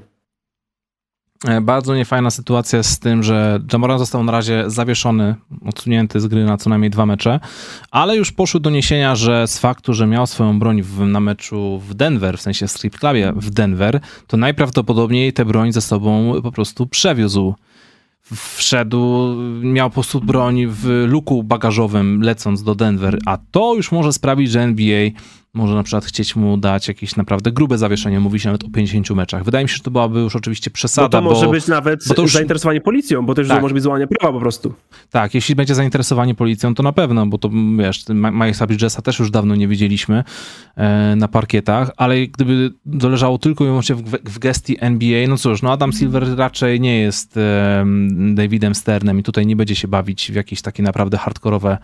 Bardzo niefajna sytuacja z tym, że Ja Morant został na razie zawieszony, odsunięty z gry na co najmniej dwa mecze, ale już poszły doniesienia, że z faktu, że miał swoją broń w, na meczu w Denver, w sensie strip clubie w Denver, to najprawdopodobniej tę broń ze sobą po prostu przewiózł. Wszedł, miał po prostu broń w luku bagażowym lecąc do Denver, a to już może sprawić, że N B A może na przykład chcieć mu dać jakieś naprawdę grube zawieszenie, mówi się nawet o pięćdziesięciu meczach. Wydaje mi się, że to byłaby już oczywiście przesada. Bo to może bo, być nawet bo to już, zainteresowanie policją, bo to już tak. może być złamanie prawa po prostu. Tak, jeśli będzie zainteresowanie policją, to na pewno, bo to wiesz, Milesa Bridgesa też już dawno nie widzieliśmy e, na parkietach, ale gdyby zależało tylko i wyłącznie w, w gestii N B A, no cóż, no Adam Silver raczej nie jest e, Davidem Sternem i tutaj nie będzie się bawić w jakieś takie naprawdę hardkorowe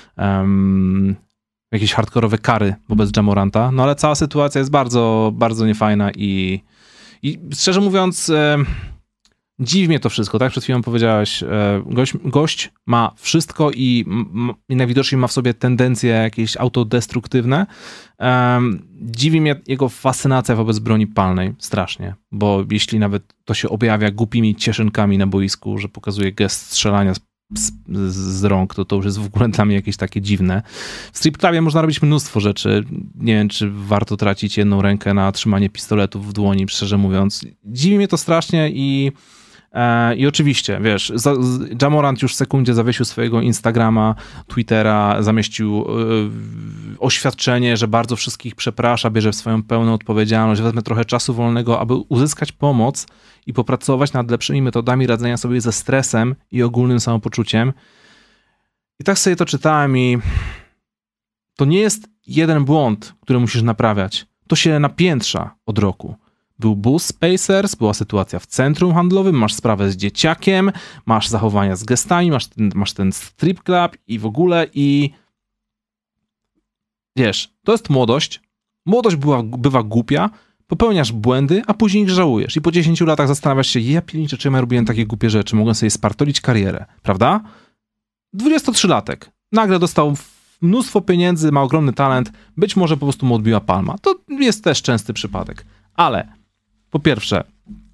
um, jakieś hardkorowe kary wobec Ja Moranta, no ale cała sytuacja jest bardzo, bardzo niefajna i, i szczerze mówiąc e, dziwi mnie to wszystko, tak? Przed chwilą powiedziałeś, e, gość, gość ma wszystko i, m, i najwidoczniej ma w sobie tendencje jakieś autodestruktywne. E, dziwi mnie jego fascynacja wobec broni palnej, strasznie, bo jeśli nawet to się objawia głupimi cieszynkami na boisku, że pokazuje gest strzelania z Z, z rąk, to to już jest w ogóle dla mnie jakieś takie dziwne. W strip clubie można robić mnóstwo rzeczy. Nie wiem, czy warto tracić jedną rękę na trzymanie pistoletów w dłoni, szczerze mówiąc. Dziwi mnie to strasznie i e, i oczywiście, wiesz, za, Ja Morant już w sekundzie zawiesił swojego Instagrama, Twittera, zamieścił e, oświadczenie, że bardzo wszystkich przeprasza, bierze w swoją pełną odpowiedzialność, wezmę trochę czasu wolnego, aby uzyskać pomoc i popracować nad lepszymi metodami radzenia sobie ze stresem i ogólnym samopoczuciem. I tak sobie to czytałem i to nie jest jeden błąd, który musisz naprawiać. To się napiętrza od roku. Był bus Pacers, była sytuacja w centrum handlowym, masz sprawę z dzieciakiem, masz zachowania z gestami, masz ten, masz ten strip club i w ogóle i wiesz, to jest młodość. Młodość była, bywa głupia, popełniasz błędy, a później ich żałujesz i po dziesięciu latach zastanawiasz się, ja pilniczę, czym ja robiłem takie głupie rzeczy, mogłem sobie spartolić karierę, prawda? dwudziestotrzylatek. Nagle dostał mnóstwo pieniędzy, ma ogromny talent, być może po prostu mu odbiła palma. To jest też częsty przypadek. Ale po pierwsze,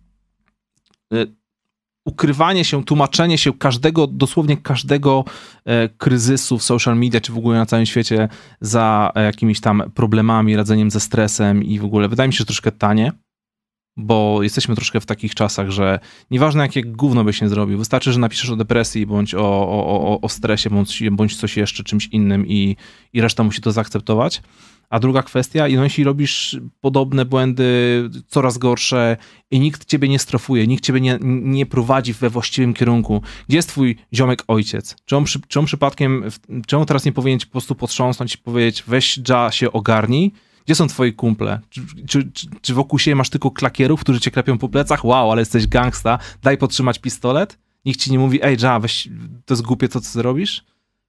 y, ukrywanie się, tłumaczenie się każdego, dosłownie każdego e, kryzysu w social media, czy w ogóle na całym świecie za e, jakimiś tam problemami, radzeniem ze stresem i w ogóle, wydaje mi się, że troszkę tanie, bo jesteśmy troszkę w takich czasach, że nieważne jakie gówno byś nie zrobił, wystarczy, że napiszesz o depresji, bądź o, o, o, o stresie, bądź, bądź coś jeszcze, czymś innym i, i reszta musi to zaakceptować. A druga kwestia, no jeśli robisz podobne błędy, coraz gorsze i nikt ciebie nie strofuje, nikt ciebie nie, nie prowadzi we właściwym kierunku, gdzie jest twój ziomek ojciec? Czy on, przy, czy on przypadkiem, czy on teraz nie powinien ci po prostu potrząsnąć i powiedzieć, weź Ja, się ogarnij? Gdzie są twoi kumple? Czy, czy, czy, czy wokół siebie masz tylko klakierów, którzy cię klepią po plecach? Wow, ale jesteś gangsta, daj podtrzymać pistolet? Nikt ci nie mówi, ej Ja, weź, to jest głupie to, co ty robisz?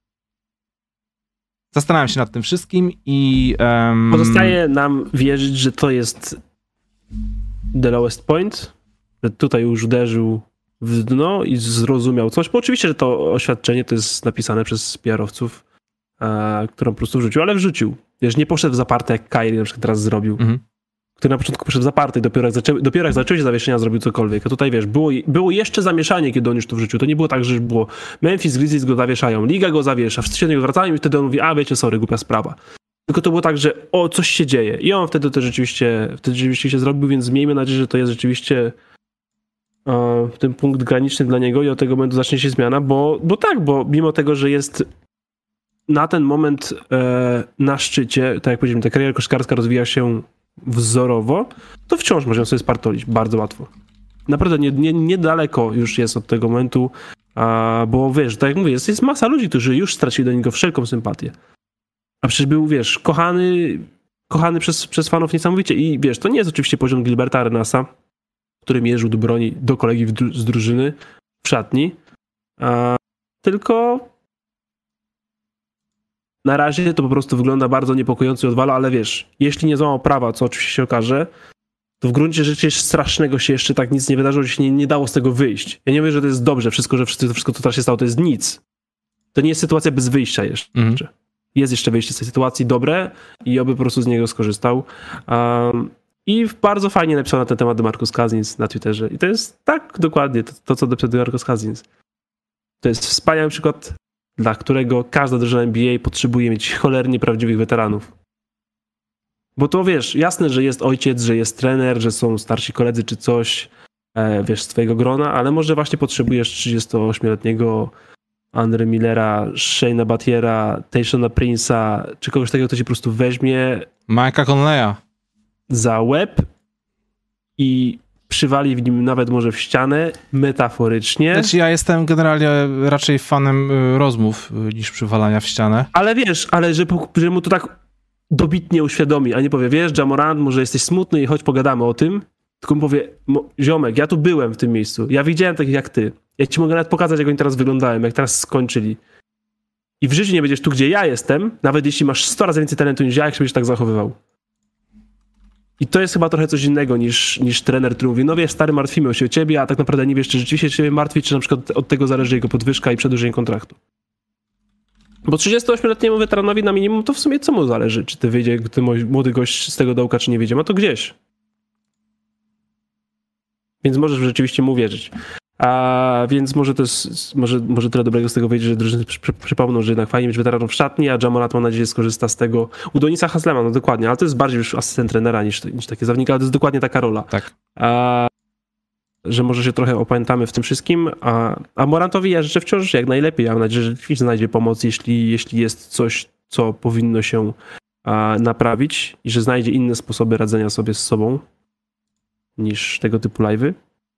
Zastanawiam się nad tym wszystkim i... Um... Pozostaje nam wierzyć, że to jest the lowest point, że tutaj już uderzył w dno i zrozumiał coś, bo oczywiście, że to oświadczenie to jest napisane przez P R-owców, e, którą po prostu wrzucił, ale wrzucił. Wiesz, nie poszedł w zaparte jak Kyrie na przykład teraz zrobił, mhm. który na początku poszedł w zaparte i dopiero jak, zaczęły, dopiero jak zaczęły się zawieszenia zrobił cokolwiek. A tutaj wiesz, było, było jeszcze zamieszanie, kiedy on już to wrzucił. To nie było tak, że było Memphis Grizzlies go zawieszają, liga go zawiesza, wszyscy się do niego zwracają i wtedy on mówi, a wiecie, sorry, głupia sprawa. Tylko to było tak, że o, coś się dzieje. I on wtedy to rzeczywiście, wtedy rzeczywiście się zrobił, więc miejmy nadzieję, że to jest rzeczywiście e, ten punkt graniczny dla niego i od tego momentu zacznie się zmiana, bo, bo tak, bo mimo tego, że jest na ten moment e, na szczycie, tak jak powiedziałem, ta kariera koszykarska rozwija się wzorowo, to wciąż można sobie spartolić bardzo łatwo. Naprawdę nie, nie, niedaleko już jest od tego momentu, a, bo wiesz, tak jak mówię, jest, jest masa ludzi, którzy już stracili do niego wszelką sympatię. A przecież był, wiesz, kochany, kochany przez, przez fanów niesamowicie i wiesz, to nie jest oczywiście poziom Gilberta Arenasa, który mierzył do broni do kolegi w, z drużyny w szatni, a, tylko na razie to po prostu wygląda bardzo niepokojąco i odwala, ale wiesz, jeśli nie złamał prawa, co oczywiście się okaże, to w gruncie rzeczy strasznego się jeszcze tak nic nie wydarzyło, że się nie, nie dało z tego wyjść. Ja nie mówię, że to jest dobrze, wszystko, że wszystko, wszystko co teraz się stało, to jest nic. To nie jest sytuacja bez wyjścia jeszcze. Mhm. Jest jeszcze wyjście z tej sytuacji dobre i oby po prostu z niego skorzystał. Um, I bardzo fajnie napisał na ten temat DeMarcus Cousins na Twitterze. I to jest tak dokładnie to, to co napisał DeMarcus Cousins. To jest wspaniały przykład, dla którego każda drużyna N B A potrzebuje mieć cholernie prawdziwych weteranów. Bo to wiesz, jasne, że jest ojciec, że jest trener, że są starsi koledzy czy coś, e, wiesz, z twojego grona, ale może właśnie potrzebujesz trzydziestoośmioletniego Andre Millera, Shane'a Battiera, Tayshona Prince'a, czy kogoś takiego, kto ci po prostu weźmie Mike'a Conleya za łeb i przywali w nim nawet może w ścianę, metaforycznie. Znaczy ja jestem generalnie raczej fanem rozmów niż przywalania w ścianę. Ale wiesz, ale że, że mu to tak dobitnie uświadomi, a nie powie, wiesz, Ja Morant, może jesteś smutny i chodź pogadamy o tym, tylko mu powie, ziomek, ja tu byłem w tym miejscu, ja widziałem takich jak ty, ja ci mogę nawet pokazać, jak oni teraz wyglądają, jak teraz skończyli. I w życiu nie będziesz tu, gdzie ja jestem, nawet jeśli masz sto razy więcej talentu niż ja, jak się będziesz tak zachowywał. I to jest chyba trochę coś innego niż, niż trener, który mówi, no wiesz, stary, martwimy się o ciebie, a tak naprawdę nie wiesz, czy rzeczywiście się ciebie martwi, czy na przykład od tego zależy jego podwyżka i przedłużenie kontraktu. Bo trzydziestoośmioletniemu weteranowi na minimum to w sumie co mu zależy, czy ty wyjdzie ten młody gość z tego dołka, czy nie wyjdzie, ma to gdzieś. Więc możesz rzeczywiście mu wierzyć. A więc może to jest, może, może tyle dobrego z tego wyjdzie, że drużyny przy, przypomną, że jednak fajnie mieć weteranów w szatni, a Ja Morant, mam nadzieję, skorzysta z tego u Donisa Haslema, no dokładnie, ale to jest bardziej już asystent trenera niż, niż taki zawodnik, ale to jest dokładnie taka rola. Tak. A, że może się trochę opamiętamy w tym wszystkim, a, a Morantowi ja życzę wciąż jak najlepiej. Ja mam nadzieję, że rzeczywiście znajdzie pomoc, jeśli, jeśli jest coś, co powinno się a, naprawić i że znajdzie inne sposoby radzenia sobie z sobą niż tego typu live'y.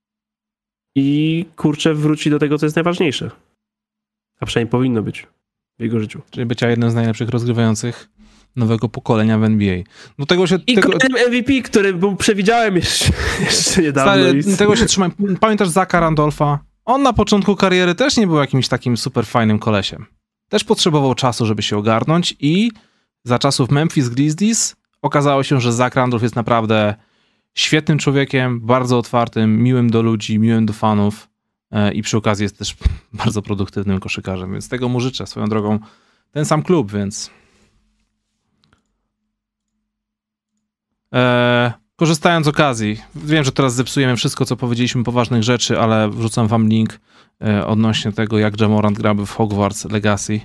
I kurczę, wróci do tego, co jest najważniejsze. A przynajmniej powinno być w jego życiu. Czyli bycia jednym z najlepszych rozgrywających nowego pokolenia w N B A. No tego się... I tego... kolejnym M V P, który był, przewidziałem jeszcze, jeszcze niedawno. Stary, i... tego się trzymaj. Pamiętasz Zacka Randolpha? On na początku kariery też nie był jakimś takim super fajnym kolesiem. Też potrzebował czasu, żeby się ogarnąć i za czasów Memphis Grizzlies okazało się, że Zach Randolph jest naprawdę świetnym człowiekiem, bardzo otwartym, miłym do ludzi, miłym do fanów i przy okazji jest też bardzo produktywnym koszykarzem, więc tego mu życzę. Swoją drogą ten sam klub, więc... Eee, korzystając z okazji, wiem, że teraz zepsujemy wszystko, co powiedzieliśmy poważnych rzeczy, ale wrzucam wam link e, odnośnie tego, jak Ja Morant grałby w Hogwarts Legacy.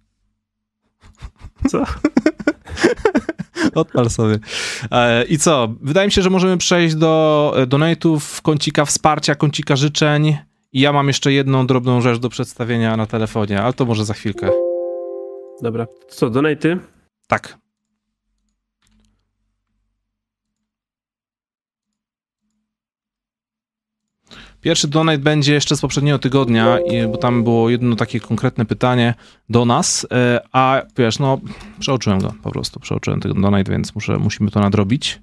Co? Odpal sobie. E, I co? Wydaje mi się, że możemy przejść do donate'ów, kącika wsparcia, kącika życzeń. I ja mam jeszcze jedną drobną rzecz do przedstawienia na telefonie, ale to może za chwilkę. Dobra. Co, donate'y? Tak. Pierwszy donate będzie jeszcze z poprzedniego tygodnia, bo tam było jedno takie konkretne pytanie do nas, a wiesz, no przeoczyłem go po prostu, przeoczyłem ten donate, więc muszę, musimy to nadrobić.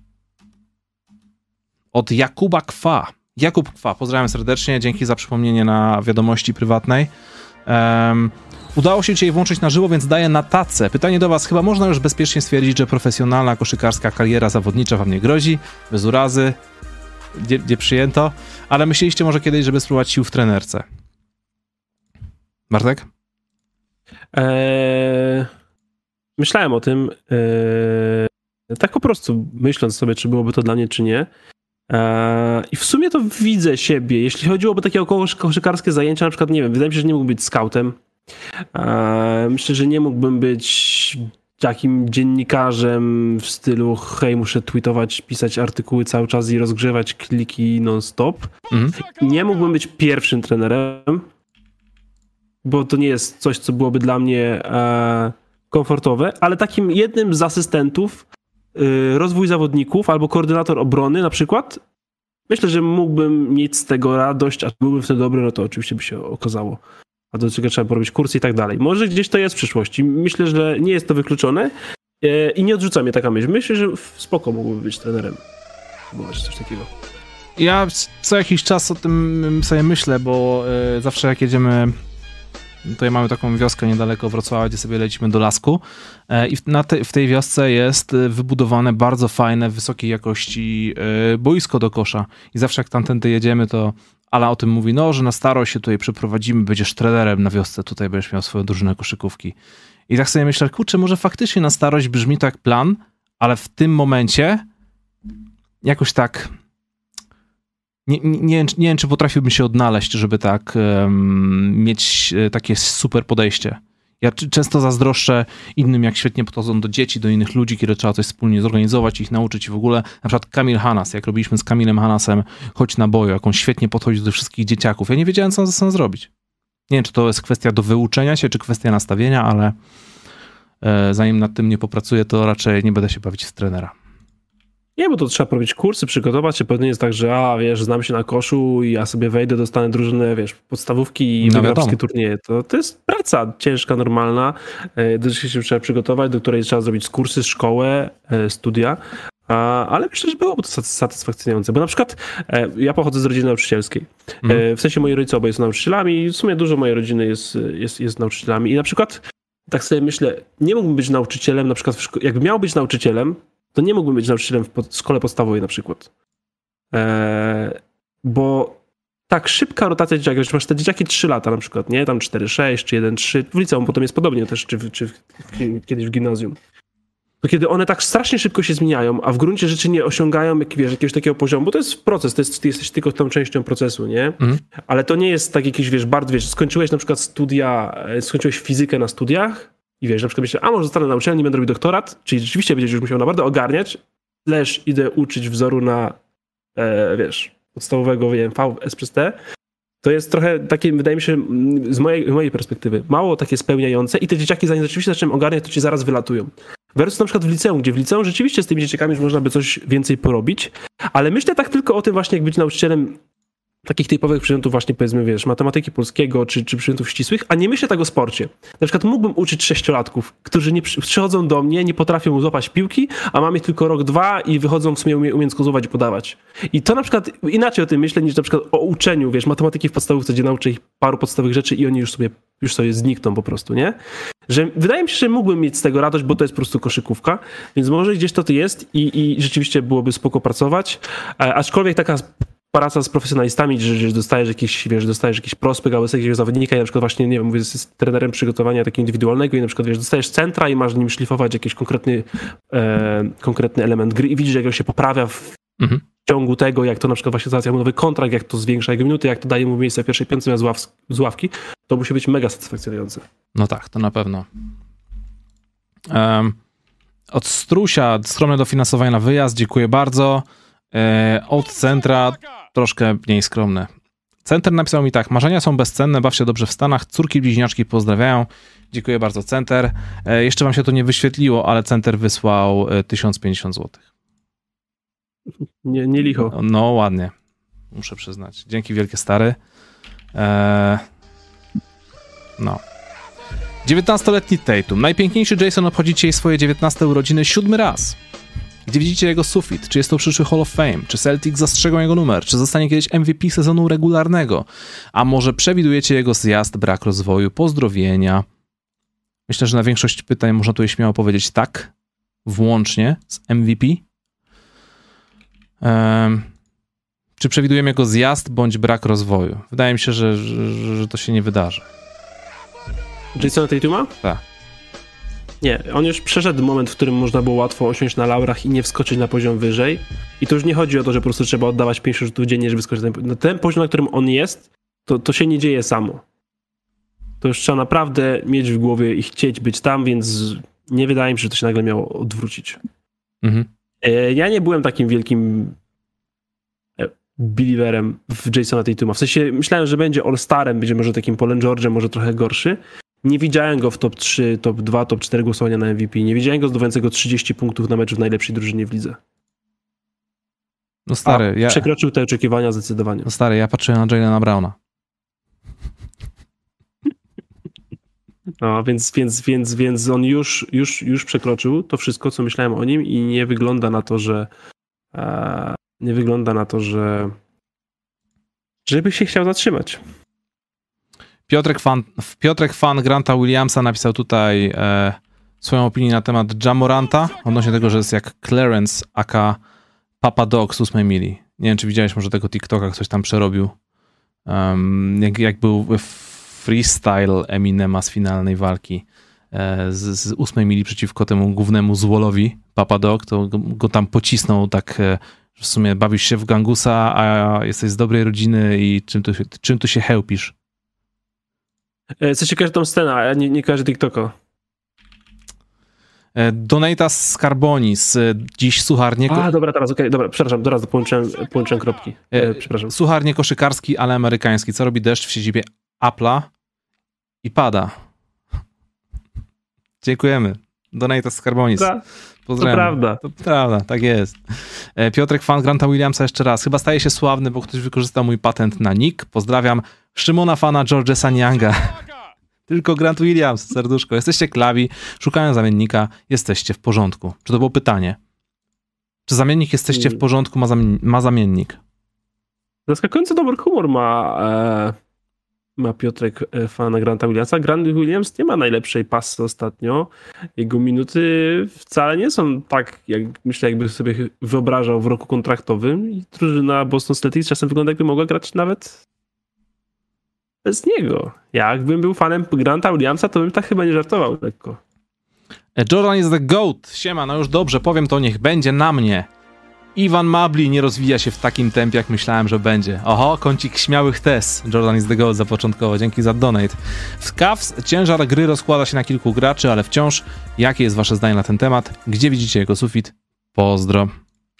Od Jakuba Kwa. Jakub Kwa, pozdrawiam serdecznie, dzięki za przypomnienie na wiadomości prywatnej. Um, udało się dzisiaj włączyć na żywo, więc daję na tacę. Pytanie do was, chyba można już bezpiecznie stwierdzić, że profesjonalna koszykarska kariera zawodnicza wam nie grozi, bez urazy. Nie, nie przyjęto, ale myśleliście może kiedyś, żeby spróbować sił w trenerce. Bartek? Eee, myślałem o tym, eee, tak po prostu myśląc sobie, czy byłoby to dla mnie, czy nie. Eee, I w sumie to widzę siebie, jeśli chodziłoby o takie koszykarskie zajęcia, na przykład, nie wiem, wydaje mi się, że nie mógłbym być scoutem. Eee, myślę, że nie mógłbym być takim dziennikarzem w stylu hej, muszę tweetować, pisać artykuły cały czas i rozgrzewać kliki non-stop. Mhm. Nie mógłbym być pierwszym trenerem, bo to nie jest coś, co byłoby dla mnie e, komfortowe, ale takim jednym z asystentów, y, rozwój zawodników albo koordynator obrony na przykład, myślę, że mógłbym mieć z tego radość, a byłbym wtedy dobry, no to oczywiście by się okazało. A do czego trzeba porobić kursy i tak dalej. Może gdzieś to jest w przyszłości. Myślę, że nie jest to wykluczone e, i nie odrzuca mnie taka myśl. Myślę, że spoko mógłby być trenerem. Bo coś takiego. Ja co jakiś czas o tym sobie myślę, bo y, zawsze jak jedziemy, tutaj mamy taką wioskę niedaleko Wrocławia, gdzie sobie lecimy do lasku y, i w, na te, w tej wiosce jest wybudowane bardzo fajne, wysokiej jakości y, boisko do kosza. I zawsze jak tamtędy jedziemy, to Ala o tym mówi, no, że na starość się tutaj przeprowadzimy, będziesz trenerem na wiosce, tutaj będziesz miał swoją drużynę koszykówki. I tak sobie myślę, kurczę, może faktycznie na starość brzmi to jak plan, ale w tym momencie jakoś tak nie, nie, nie, nie wiem, czy potrafiłbym się odnaleźć, żeby tak um, mieć takie super podejście. Ja często zazdroszczę innym, jak świetnie podchodzą do dzieci, do innych ludzi, kiedy trzeba coś wspólnie zorganizować, ich nauczyć i w ogóle. Na przykład Kamil Hanas, jak robiliśmy z Kamilem Hanasem Chodź na boju, jak on świetnie podchodzi do wszystkich dzieciaków. Ja nie wiedziałem, co ze sobą zrobić. Nie wiem, czy to jest kwestia do wyuczenia się, czy kwestia nastawienia, ale e, zanim nad tym nie popracuję, to raczej nie będę się bawić z trenera. Nie, bo to trzeba robić kursy, przygotować się. Pewnie jest tak, że a, wiesz, znam się na koszu i ja sobie wejdę, dostanę drużynę, wiesz, podstawówki i no wygram wszystkie turnieje. To, to jest praca ciężka, normalna, do której się trzeba przygotować, do której trzeba zrobić kursy, szkołę, studia. Ale myślę, że byłoby to satysfakcjonujące, bo na przykład ja pochodzę z rodziny nauczycielskiej. Mhm. W sensie moi rodzice obaj są nauczycielami i w sumie dużo mojej rodziny jest, jest, jest nauczycielami. I na przykład tak sobie myślę, nie mógłbym być nauczycielem, na przykład w szko- jakby miał być nauczycielem, to nie mógłbym być nauczycielem w pod- szkole podstawowej na przykład. Eee, bo tak szybka rotacja dzieciaków, że masz te dzieciaki trzy lata na przykład, nie? Tam cztery sześć, czy jeden trzy, w liceum potem jest podobnie też, czy, w, czy w, w, kiedyś w gimnazjum. To kiedy one tak strasznie szybko się zmieniają, a w gruncie rzeczy nie osiągają jak, wiesz, jakiegoś takiego poziomu, bo to jest proces, to jest, ty jesteś tylko tą częścią procesu, nie? Mhm. Ale to nie jest tak jakiś, wiesz, bardzo, wiesz, skończyłeś na przykład studia, skończyłeś fizykę na studiach i wiesz, na przykład myślę, a może zostanę nauczycielem, nie będę robił doktorat, czyli rzeczywiście będziesz już musiał naprawdę ogarniać, lecz idę uczyć wzoru na, e, wiesz, podstawowego, wiem, V, S przez T. To jest trochę takie, wydaje mi się, z mojej, mojej perspektywy, mało takie spełniające i te dzieciaki, zanim rzeczywiście zaczną ogarniać, to ci zaraz wylatują. Versus na przykład w liceum, gdzie w liceum rzeczywiście z tymi dzieciakami już można by coś więcej porobić, ale myślę tak tylko o tym właśnie, jak być nauczycielem takich typowych przedmiotów właśnie, powiedzmy, wiesz, matematyki polskiego, czy, czy przedmiotów ścisłych, a nie myślę tak o sporcie. Na przykład mógłbym uczyć sześciolatków, którzy nie przy, przychodzą do mnie, nie potrafią złapać piłki, a mamy tylko rok, dwa i wychodzą w sumie umie, umiejąc kozować i podawać. I to na przykład inaczej o tym myślę, niż na przykład o uczeniu, wiesz, matematyki w podstawówce, gdzie nauczę ich paru podstawowych rzeczy i oni już sobie, już sobie znikną po prostu, nie? Że wydaje mi się, że mógłbym mieć z tego radość, bo to jest po prostu koszykówka, więc może gdzieś to tu jest i, i rzeczywiście byłoby spoko pracować, a, aczkolwiek taka praca z profesjonalistami, że, że dostajesz jakiś, wiesz, dostajesz jakiś prospekt albo jakiegoś zawodnika i na przykład właśnie, nie wiem, mówię z trenerem przygotowania takiego indywidualnego i na przykład, wiesz, dostajesz centra i masz nim szlifować jakiś konkretny, e, konkretny element gry i widzisz, jak on się poprawia w mhm. ciągu tego, jak to na przykład właśnie załatwia mu nowy kontrakt, jak to zwiększa jego minuty, jak to daje mu miejsce w pierwszej piątce z, ław, z ławki, to musi być mega satysfakcjonujące. No tak, to na pewno. Um, od Strusia skromne dofinansowanie na wyjazd, dziękuję bardzo. E, od Centra troszkę mniej skromne. Center napisał mi tak: marzenia są bezcenne, baw się dobrze w Stanach, córki bliźniaczki pozdrawiają. Dziękuję bardzo, Center. E, jeszcze wam się to nie wyświetliło, ale Center wysłał e, tysiąc pięćdziesiąt złotych. Nie, nie licho. No, no ładnie, muszę przyznać. Dzięki wielkie, stary. E, no. dziewiętnastoletni Tatum. Najpiękniejszy Jason obchodzi dzisiaj swoje dziewiętnaste urodziny siódmy raz. Gdzie widzicie jego sufit? Czy jest to przyszły Hall of Fame? Czy Celtics zastrzegą jego numer? Czy zostanie kiedyś M V P sezonu regularnego? A może przewidujecie jego zjazd, brak rozwoju? Pozdrowienia. Myślę, że na większość pytań można tutaj śmiało powiedzieć tak, włącznie z M V P. Um, czy przewidujemy jego zjazd bądź brak rozwoju? Wydaje mi się, że, że, że to się nie wydarzy. Jasona Tatuma? Tak. Nie, on już przeszedł moment, w którym można było łatwo osiąść na laurach i nie wskoczyć na poziom wyżej. I to już nie chodzi o to, że po prostu trzeba oddawać pięć rzutów dziennie, żeby skoczyć na ten, na ten poziom, na którym on jest, to, to się nie dzieje samo. To już trzeba naprawdę mieć w głowie i chcieć być tam, więc nie wydaje mi się, że to się nagle miało odwrócić. Mhm. Ja nie byłem takim wielkim believerem w Jasona Tatuma. W sensie myślałem, że będzie All-Starem, będzie może takim Paulem George'em, może trochę gorszy. Nie widziałem go w top trzy, top dwa, top cztery głosowania na M V P. Nie widziałem go zdobywającego trzydzieści punktów na meczu w najlepszej drużynie w lidze. No stary, A ja... przekroczył te oczekiwania zdecydowanie. No stary, ja patrzyłem na Jaylena Browna. No, więc, więc, więc, więc on już, już, już przekroczył to wszystko, co myślałem o nim i nie wygląda na to, że e, nie wygląda na to, że żeby się chciał zatrzymać. Piotrek fan, Piotrek fan Granta Williamsa napisał tutaj e, swoją opinię na temat Ja Moranta, odnośnie tego, że jest jak Clarence aka Papa Dog z ósmej mili. Nie wiem, czy widziałeś może tego TikToka, ktoś tam przerobił. Um, jak, jak był freestyle Eminema z finalnej walki e, z, z ósmej mili przeciwko temu głównemu złolowi Papa Dog, to go, go tam pocisnął tak, e, że w sumie bawisz się w gangusa, a jesteś z dobrej rodziny i czym tu, czym tu się chełpisz? Co się kojarzy tą scenę, a ja nie, nie kojarzę TikToka. Donata Scarbonis. Dziś sucharnie... A, dobra, teraz, okej, okay, dobra, przepraszam, teraz połączyłem, połączyłem kropki. E, przepraszam. Sucharnie koszykarski, ale amerykański. Co robi deszcz w siedzibie Apple'a i pada? Dziękujemy. Donata Scarbonis. Pozdrawiam. To prawda. To prawda, tak jest. Piotrek fan Granta Williamsa jeszcze raz. Chyba staje się sławny, bo ktoś wykorzystał mój patent na nick. Pozdrawiam. Szymona fana George'a Nianga. Tylko Grant Williams, serduszko. Jesteście klawi, szukają zamiennika, jesteście w porządku. Czy to było pytanie? Czy zamiennik jesteście w porządku, ma, zamien- ma zamiennik? Zaskakujący dobry humor ma, e, ma Piotrek, e, fan Granta Williamsa. Grant Williams nie ma najlepszej pasy ostatnio. Jego minuty wcale nie są tak, jak myślę, jakby sobie wyobrażał w roku kontraktowym. I drużyna Boston Celtics czasem wygląda, jakby mogła grać nawet bez niego. Jakbym był fanem Granta Williamsa, to bym tak chyba nie żartował lekko. Jordan is the GOAT. Siema, no już dobrze, powiem to, niech będzie na mnie. Iwan Mabli nie rozwija się w takim tempie, jak myślałem, że będzie. Oho, kącik śmiałych tez. Jordan is the GOAT zapoczątkowo. Dzięki za donate. W Cavs ciężar gry rozkłada się na kilku graczy, ale wciąż, jakie jest wasze zdanie na ten temat? Gdzie widzicie jego sufit? Pozdro.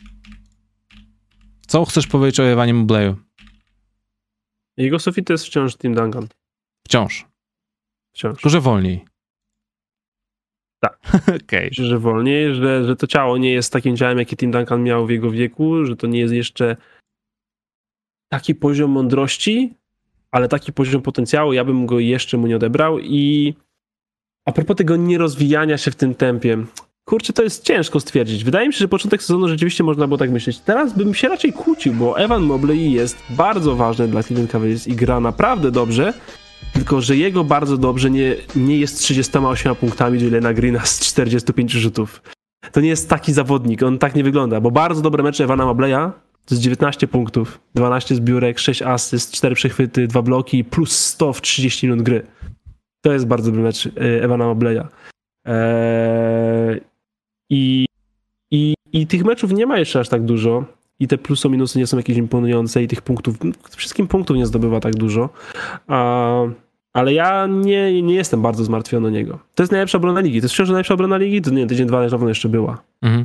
Co chcesz powiedzieć o Ewanie Mobleyu? Jego sufit to jest wciąż Tim Duncan. Wciąż. Wciąż. Tylko, że wolniej. Tak. Okay. Że wolniej, że, że to ciało nie jest takim ciałem, jakie Tim Duncan miał w jego wieku, że to nie jest jeszcze taki poziom mądrości, ale taki poziom potencjału, ja bym go jeszcze mu nie odebrał. I a propos tego nierozwijania się w tym tempie, kurczę, to jest ciężko stwierdzić. Wydaje mi się, że początek sezonu rzeczywiście można było tak myśleć. Teraz bym się raczej kłócił, bo Evan Mobley jest bardzo ważny dla Cleveland Cavaliers i gra naprawdę dobrze, tylko że jego bardzo dobrze nie, nie jest trzydziestoma ośmioma punktami Jalena Greena z czterdziestu pięciu rzutów. To nie jest taki zawodnik, on tak nie wygląda, bo bardzo dobre mecze Evana Mobleya to jest dziewiętnaście punktów, dwanaście zbiórek, sześć asyst, cztery przechwyty, dwa bloki, plus sto w trzydzieści minut gry. To jest bardzo dobry mecz Evana Mobleya. Eee, i, i, I tych meczów nie ma jeszcze aż tak dużo. I te plusy, minusy nie są jakieś imponujące i tych punktów, wszystkim punktów nie zdobywa tak dużo. A, ale ja nie, nie jestem bardzo zmartwiony o niego. To jest najlepsza obrona ligi. To jest wciąż najlepsza obrona ligi? To nie, tydzień dwa dawno jeszcze była. Mhm.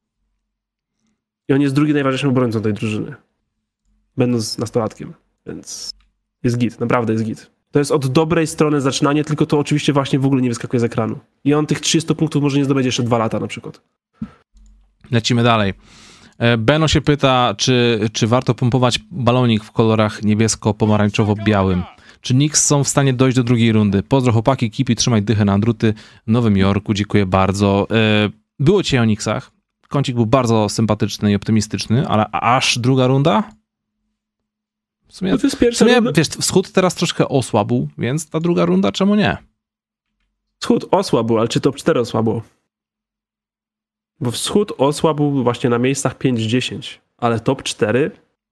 I on jest drugi najważniejszym obrońcą tej drużyny. Będąc nastolatkiem. Więc jest git, naprawdę jest git. To jest od dobrej strony zaczynanie, tylko to oczywiście właśnie w ogóle nie wyskakuje z ekranu. I on tych trzydziestu punktów może nie zdobędzie jeszcze dwa lata na przykład. Lecimy dalej. Beno się pyta, czy, czy warto pompować balonik w kolorach niebiesko-pomarańczowo-białym. Czy Knicks są w stanie dojść do drugiej rundy? Pozdro chłopaki, kipi, trzymaj dychę na druty w Nowym Jorku. Dziękuję bardzo. Było dzisiaj o Knicksach. Kącik był bardzo sympatyczny i optymistyczny, ale aż druga runda? W sumie, no to jest pierwsza w sumie runda. Wiesz, wschód teraz troszkę osłabł, więc ta druga runda czemu nie? Wschód osłabł, ale czy top cztery osłabło? Bo wschód osłabł właśnie na miejscach pięć dziesięć, ale top cztery?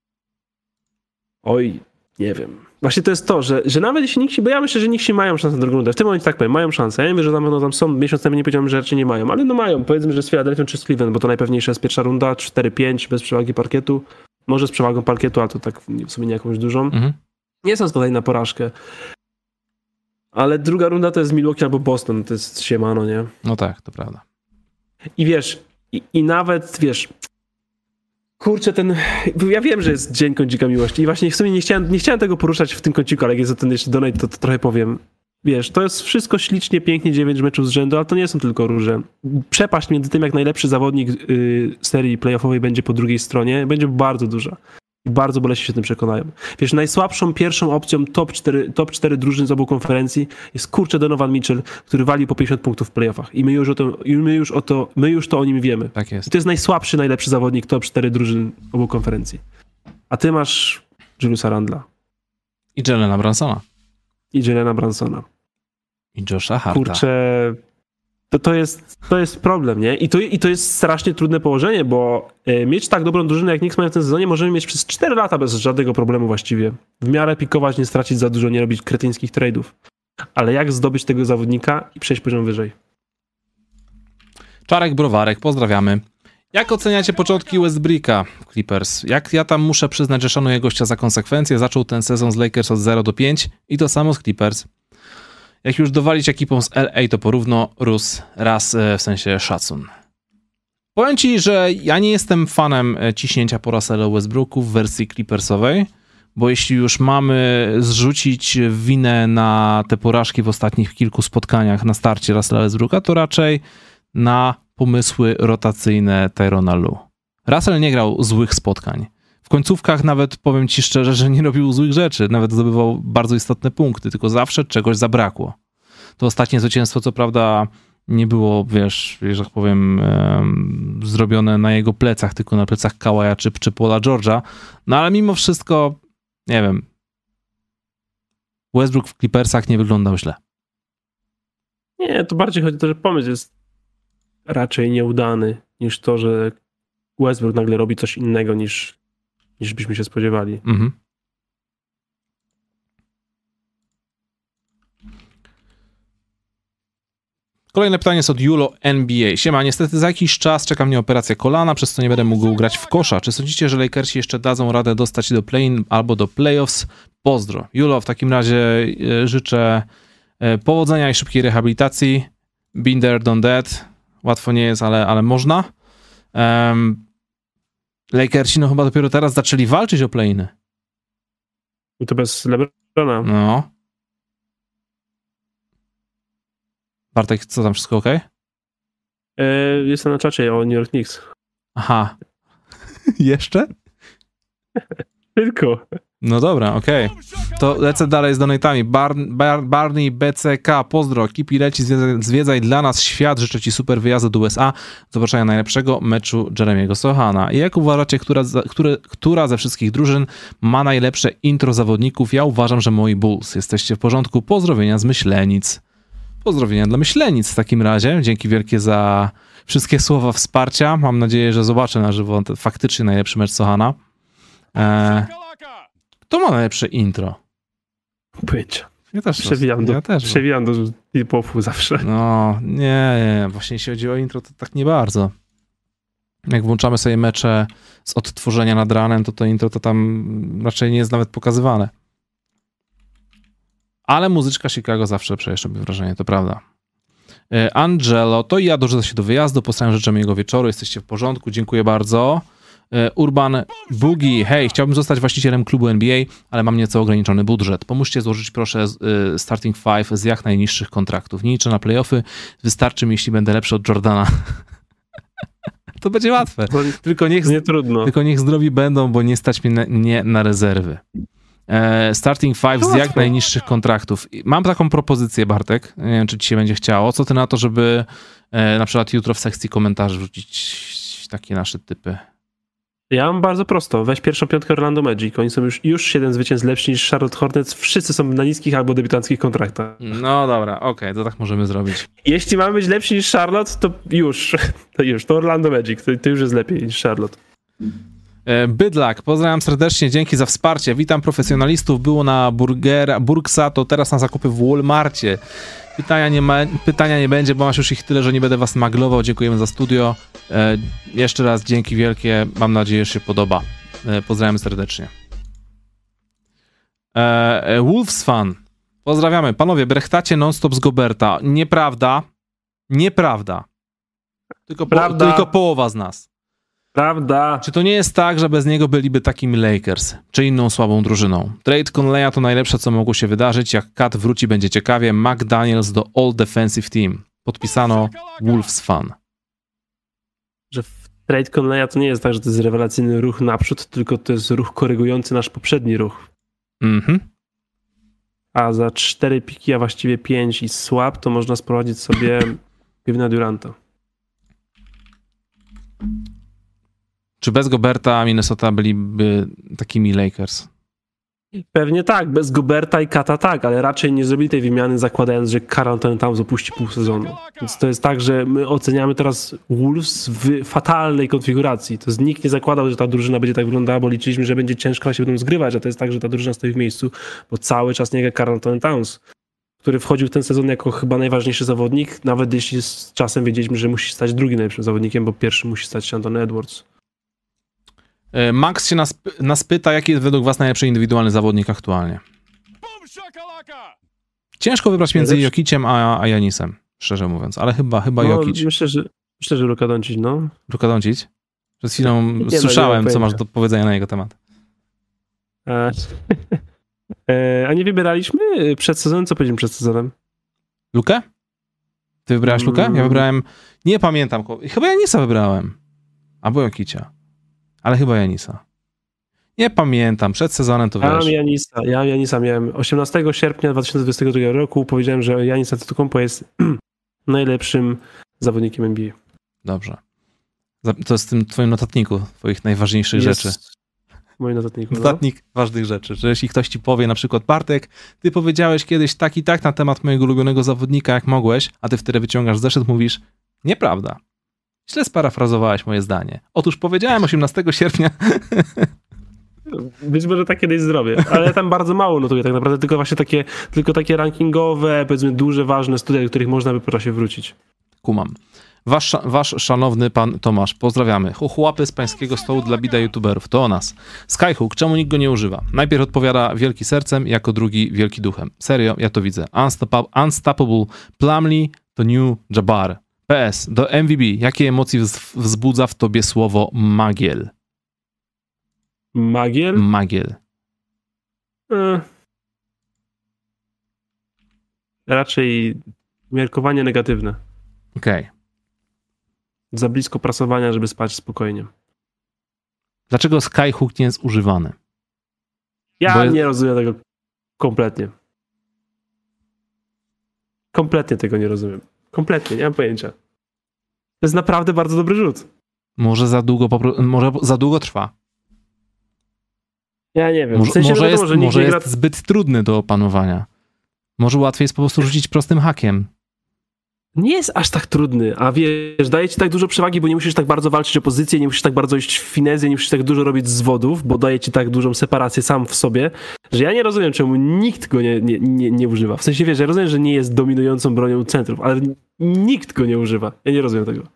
Oj, nie wiem. Właśnie to jest to, że, że nawet jeśli nikt się, bo ja myślę, że nikt się mają szansę na drugą rundę. W tym momencie tak powiem, mają szansę. Ja nie wiem, że tam, no, tam są, miesiąc temu nie powiedziałem, że raczej nie mają, ale no mają. Powiedzmy, że z Philadelphia czy z Cleveland, bo to najpewniejsza jest pierwsza runda, cztery pięć bez przewagi parkietu. Może z przewagą parkietu, ale to tak w sumie nie jakąś dużą. Mhm. Nie są składani na porażkę. Ale druga runda to jest Milwaukee albo Boston, to jest siemano, nie? No tak, to prawda. I wiesz, i, i nawet, wiesz, kurczę, ten, ja wiem, że jest Dzień Kącika Miłości i właśnie w sumie nie chciałem, nie chciałem tego poruszać w tym kąciku, ale jak jest za ten jeszcze donate, to, to trochę powiem. Wiesz, to jest wszystko ślicznie, pięknie, dziewięć meczów z rzędu, ale to nie są tylko róże. Przepaść między tym, jak najlepszy zawodnik yy, serii playoffowej będzie po drugiej stronie, będzie bardzo duża. I bardzo boleśnie się tym przekonają. Wiesz, najsłabszą pierwszą opcją top cztery, top cztery drużyn z obu konferencji jest kurczę Donovan Mitchell, który wali po pięćdziesiąt punktów w playoffach. I my już o to, my już o to, my już to o nim wiemy. Tak jest. I to jest najsłabszy, najlepszy zawodnik top cztery drużyn obu konferencji. A ty masz Juliusa Randla. I Jalena Bransona. I Jalena Bransona. I Josha Harta. Kurczę, to, to, jest, to jest problem, nie? I to, I to jest strasznie trudne położenie, bo y, mieć tak dobrą drużynę, jak Knicks mają w tym sezonie, możemy mieć przez cztery lata bez żadnego problemu właściwie. W miarę pikować, nie stracić za dużo, nie robić kretyńskich trade'ów. Ale jak zdobyć tego zawodnika i przejść poziom wyżej? Czarek Browarek, pozdrawiamy. Jak oceniacie początki Westbrooka w Clippers? Jak ja tam muszę przyznać, że szanuję gościa za konsekwencje. Zaczął ten sezon z Lakers od zero do pięciu i to samo z Clippers. Jak już dowalić ekipą z L A, to porówno rósł raz, w sensie szacun. Powiem ci, że ja nie jestem fanem ciśnięcia po Russellu Westbrooku w wersji Clippersowej, bo jeśli już mamy zrzucić winę na te porażki w ostatnich kilku spotkaniach na starcie Russella Westbrooka, to raczej na pomysły rotacyjne Tyrona Lue. Russell nie grał złych spotkań. W końcówkach nawet, powiem ci szczerze, że nie robił złych rzeczy, nawet zdobywał bardzo istotne punkty, tylko zawsze czegoś zabrakło. To ostatnie zwycięstwo, co prawda, nie było, wiesz, że tak powiem, um, zrobione na jego plecach, tylko na plecach Kawaja czy, czy Paula George'a, no ale mimo wszystko, nie wiem, Westbrook w Clippersach nie wyglądał źle. Nie, to bardziej chodzi o to, że pomysł jest raczej nieudany, niż to, że Westbrook nagle robi coś innego niż, niż byśmy się spodziewali. Mhm. Kolejne pytanie jest od Julo N B A. Siema, niestety za jakiś czas czeka mnie operacja kolana, przez co nie będę mógł grać w kosza. Czy sądzicie, że Lakersi jeszcze dadzą radę dostać do play-in albo do playoffs? Pozdro. Julo, w takim razie życzę powodzenia i szybkiej rehabilitacji. Been there, done that. Łatwo nie jest, ale, ale można. Um, Lakersi no chyba dopiero teraz zaczęli walczyć o play-iny. I to bez LeBrona. No. Bartek, co tam, wszystko ok? Yy, jestem na czacie o New York Knicks. Aha. Jeszcze? Tylko. No dobra, okej. Okay. To lecę dalej z donatami. Bar, Bar, Barney B C K, pozdro. Kipi leci, zwiedzaj, zwiedzaj dla nas świat. Życzę ci super wyjazdu do U S A. Zobaczenia najlepszego meczu Jeremiego Sochana. I jak uważacie, która, które, która ze wszystkich drużyn ma najlepsze intro zawodników? Ja uważam, że moi Bulls. Jesteście w porządku. Pozdrowienia z Myślenic. Pozdrowienia dla Myślenic w takim razie. Dzięki wielkie za wszystkie słowa wsparcia. Mam nadzieję, że zobaczę na żywo faktycznie najlepszy mecz Sochana. Eee, kto ma najlepsze intro? Pojęcia. Ja też. Przewijam do, ja też przewijam do hip-hopu zawsze. No, nie, nie, właśnie jeśli chodzi o intro, to tak nie bardzo. Jak włączamy sobie mecze z odtworzenia nad ranem, to to intro to tam raczej nie jest nawet pokazywane. Ale muzyczka Chicago zawsze lepsze robi wrażenie, to prawda. Angelo, to i ja dorzucę się do wyjazdu, postarałem życzę miłego wieczoru, jesteście w porządku, dziękuję bardzo. Urban Boogie, hej, chciałbym zostać właścicielem klubu N B A, ale mam nieco ograniczony budżet. Pomóżcie złożyć proszę starting five z jak najniższych kontraktów. Nie liczę na playoffy, wystarczy mi, jeśli będę lepszy od Jordana. To będzie łatwe. Tylko niech, nie trudno. Tylko niech zdrowi będą, bo nie stać mnie na, nie na rezerwy. E, starting five z jak najniższych kontraktów. Mam taką propozycję, Bartek, nie wiem, czy ci się będzie chciało. Co ty na to, żeby e, na przykład jutro w sekcji komentarzy wrzucić takie nasze typy? Ja mam bardzo prosto. Weź pierwszą piątkę Orlando Magic. Oni są już, już siedem zwycięstw lepsi niż Charlotte Hornets. Wszyscy są na niskich albo debiutanckich kontraktach. No dobra, okej, okay, to tak możemy zrobić. Jeśli mamy być lepsi niż Charlotte, to już, to już, to Orlando Magic, to, to już jest lepiej niż Charlotte. Bydlak, pozdrawiam serdecznie, dzięki za wsparcie. Witam profesjonalistów, było na burgera, Burgsa, to teraz na zakupy w Walmarcie. Pytania nie, ma, pytania nie będzie, bo masz już ich tyle, że nie będę was maglował. Dziękujemy za studio. E, jeszcze raz dzięki wielkie, mam nadzieję, że się podoba. E, pozdrawiam serdecznie. E, Wolves fan, pozdrawiamy. Panowie, brechtacie non-stop z Goberta. Nieprawda, nieprawda. Tylko, po, tylko połowa z nas. Prawda. Czy to nie jest tak, że bez niego byliby takimi Lakers, czy inną słabą drużyną? Trade Conleya to najlepsze, co mogło się wydarzyć. Jak Kat wróci, będzie ciekawie. McDaniels do All Defensive Team. Podpisano Wolves fan. Że w trade Conleya to nie jest tak, że to jest rewelacyjny ruch naprzód, tylko to jest ruch korygujący nasz poprzedni ruch. Mhm. A za cztery piki, a właściwie pięć i swap, to można sprowadzić sobie Kevina Duranta. Czy bez Goberta Minnesota byliby takimi Lakers? Pewnie tak, bez Goberta i Kata tak, ale raczej nie zrobili tej wymiany zakładając, że Karl Anthony Towns opuści pół sezonu. Więc to jest tak, że my oceniamy teraz Wolves w fatalnej konfiguracji. To jest, nikt nie zakładał, że ta drużyna będzie tak wyglądała, bo liczyliśmy, że będzie ciężko, a się będą zgrywać, a to jest tak, że ta drużyna stoi w miejscu, bo cały czas nie gra Karl Anthony Towns, który wchodził w ten sezon jako chyba najważniejszy zawodnik, nawet jeśli z czasem wiedzieliśmy, że musi stać drugim najlepszym zawodnikiem, bo pierwszy musi stać się Anthony Edwards. Max się nas, nas pyta, jaki jest według was najlepszy indywidualny zawodnik aktualnie. Ciężko wybrać między Jokiciem a, a Janisem, szczerze mówiąc, ale chyba, chyba no, Jokic. Myślę, że, myślę, że Luka Doncic, no. Luka Doncic? Przed chwilą nie, słyszałem, no, co masz do powiedzenia na jego temat. A, a nie wybieraliśmy przed sezonem? Co powiedzieliśmy przed sezonem? Lukę? Ty wybrałeś mm. Lukę? Ja wybrałem, nie pamiętam, chyba Janisa wybrałem. Albo Jokicia. Ale chyba Janisa. Nie pamiętam, przed sezonem to wiesz. Ja mam Janisa, ja mam Janisa miałem osiemnastego sierpnia dwa tysiące dwudziestego drugiego roku. Powiedziałem, że Janis Antetokounmpo jest najlepszym zawodnikiem N B A. Dobrze. To jest w tym twoim notatniku, twoich najważniejszych jest rzeczy. W moim notatniku, Notatnik no. ważnych rzeczy. Że jeśli ktoś ci powie na przykład, Bartek, ty powiedziałeś kiedyś tak i tak na temat mojego ulubionego zawodnika, jak mogłeś, a ty wtedy wyciągasz zeszyt, mówisz, nieprawda. Źle sparafrazowałeś moje zdanie. Otóż powiedziałem osiemnastego sierpnia. Być może tak kiedyś zrobię, ale ja tam bardzo mało notuję tak naprawdę, tylko właśnie takie, tylko takie rankingowe, powiedzmy duże, ważne studia, do których można by po czasie wrócić. Kumam. Wasz, wasz szanowny pan Tomasz, pozdrawiamy. Chuchłapy z pańskiego stołu dla bida youtuberów, to o nas. Skyhook, czemu nikt go nie używa? Najpierw odpowiada wielki sercem, jako drugi wielki duchem. Serio, ja to widzę. Unstoppable, Unstoppable Plumlee to New Jabbar. P S. Do M V B. Jakie emocje wzbudza w tobie słowo magiel? Magiel? Magiel. E... Raczej umiarkowanie negatywne. Okej. Okay. Za blisko prasowania, żeby spać spokojnie. Dlaczego Skyhook nie jest używany? Ja Bo... nie rozumiem tego kompletnie. Kompletnie tego nie rozumiem. Kompletnie, nie mam pojęcia. To jest naprawdę bardzo dobry rzut. Może za długo, popro... może za długo trwa. Ja nie wiem. Może, w sensie może, wiadomo, jest, że może nie jest gra... zbyt trudny do opanowania. Może łatwiej jest po prostu rzucić prostym hakiem. Nie jest aż tak trudny, a wiesz, daje ci tak dużo przewagi, bo nie musisz tak bardzo walczyć o pozycję, nie musisz tak bardzo iść w finezję, nie musisz tak dużo robić zwodów, bo daje ci tak dużą separację sam w sobie, że ja nie rozumiem, czemu nikt go nie, nie, nie, nie używa. W sensie, wiesz, ja rozumiem, że nie jest dominującą bronią centrów, ale nikt go nie używa. Ja nie rozumiem tego.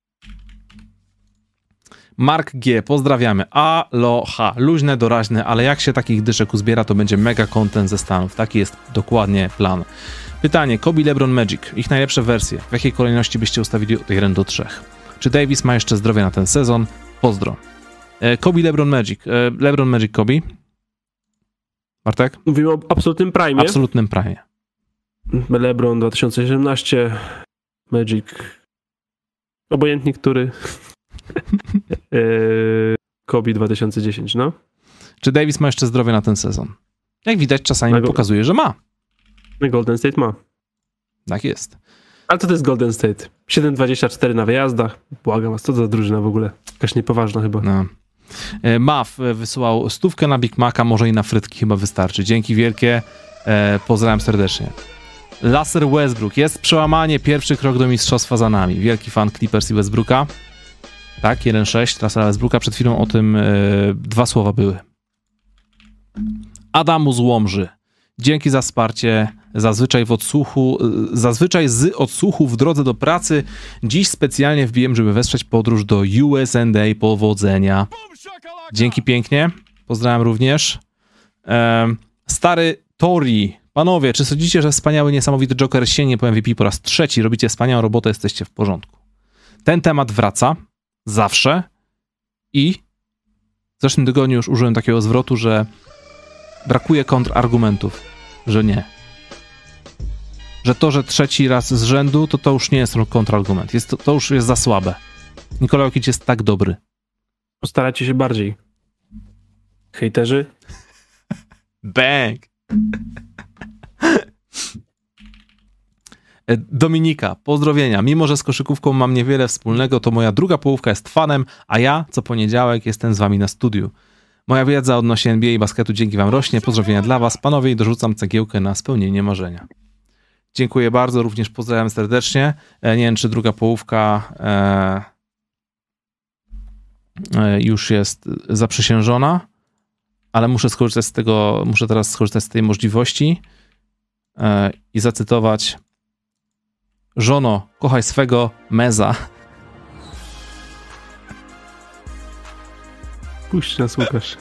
Mark G, pozdrawiamy. Aloha, luźne, doraźne, ale jak się takich dyszek uzbiera, to będzie mega content ze Stanów. Taki jest dokładnie plan. Pytanie, Kobe, LeBron, Magic. Ich najlepsze wersje. W jakiej kolejności byście ustawili od jeden do trzech? Czy Davis ma jeszcze zdrowie na ten sezon? Pozdro. E, Kobe, LeBron, Magic. E, LeBron, Magic, Kobe. Bartek? Mówimy o absolutnym prime. Absolutnym prime. LeBron dwa tysiące siedemnaście, Magic obojętnie który. e, Kobe dwa tysiące dziesięć, no. Czy Davis ma jeszcze zdrowie na ten sezon? Jak widać, czasami Na go- pokazuje, że ma. Golden State ma. Tak jest. Ale co to jest Golden State? siedem dwadzieścia cztery na wyjazdach. Błagam was, co to za drużyna w ogóle? Jakaś niepoważna chyba. No. E, Maf wysłał stówkę na Big Maca, może i na frytki chyba wystarczy. Dzięki wielkie. E, pozdrawiam serdecznie. Laser Westbrook. Jest przełamanie. Pierwszy krok do mistrzostwa za nami. Wielki fan Clippers i Westbrooka. Tak, jeden sześć. Lasera Westbrooka. Przed chwilą o tym e, dwa słowa były. Adamu z Łomży. Dzięki za wsparcie. Zazwyczaj w odsłuchu, zazwyczaj z odsłuchu w drodze do pracy. Dziś specjalnie wbiłem, żeby wesprzeć podróż do U S A. Powodzenia. Dzięki pięknie. Pozdrawiam również. Um, stary Tori. Panowie, czy sądzicie, że wspaniały, niesamowity Joker sięgnie po M V P po raz trzeci? Robicie wspaniałą robotę, jesteście w porządku. Ten temat wraca. Zawsze. I w zeszłym tygodniu już użyłem takiego zwrotu, że brakuje kontrargumentów, że nie. Że to, że trzeci raz z rzędu, to to już nie jest kontrargument. Jest to, to już jest za słabe. Nikola Jokic jest tak dobry. Postarajcie się bardziej. Hejterzy. Bang! Dominika, pozdrowienia. Mimo, że z koszykówką mam niewiele wspólnego, to moja druga połówka jest fanem, a ja co poniedziałek jestem z wami na studiu. Moja wiedza odnośnie N B A i basketu dzięki wam rośnie. Pozdrowienia dla was, panowie, i dorzucam cegiełkę na spełnienie marzenia. Dziękuję bardzo, również pozdrawiam serdecznie. E, nie wiem, czy druga połówka e, e, już jest zaprzysiężona, ale muszę skorzystać z tego, muszę teraz skorzystać z tej możliwości e, i zacytować: żono, kochaj swego meza. Puść nas, Łukasz.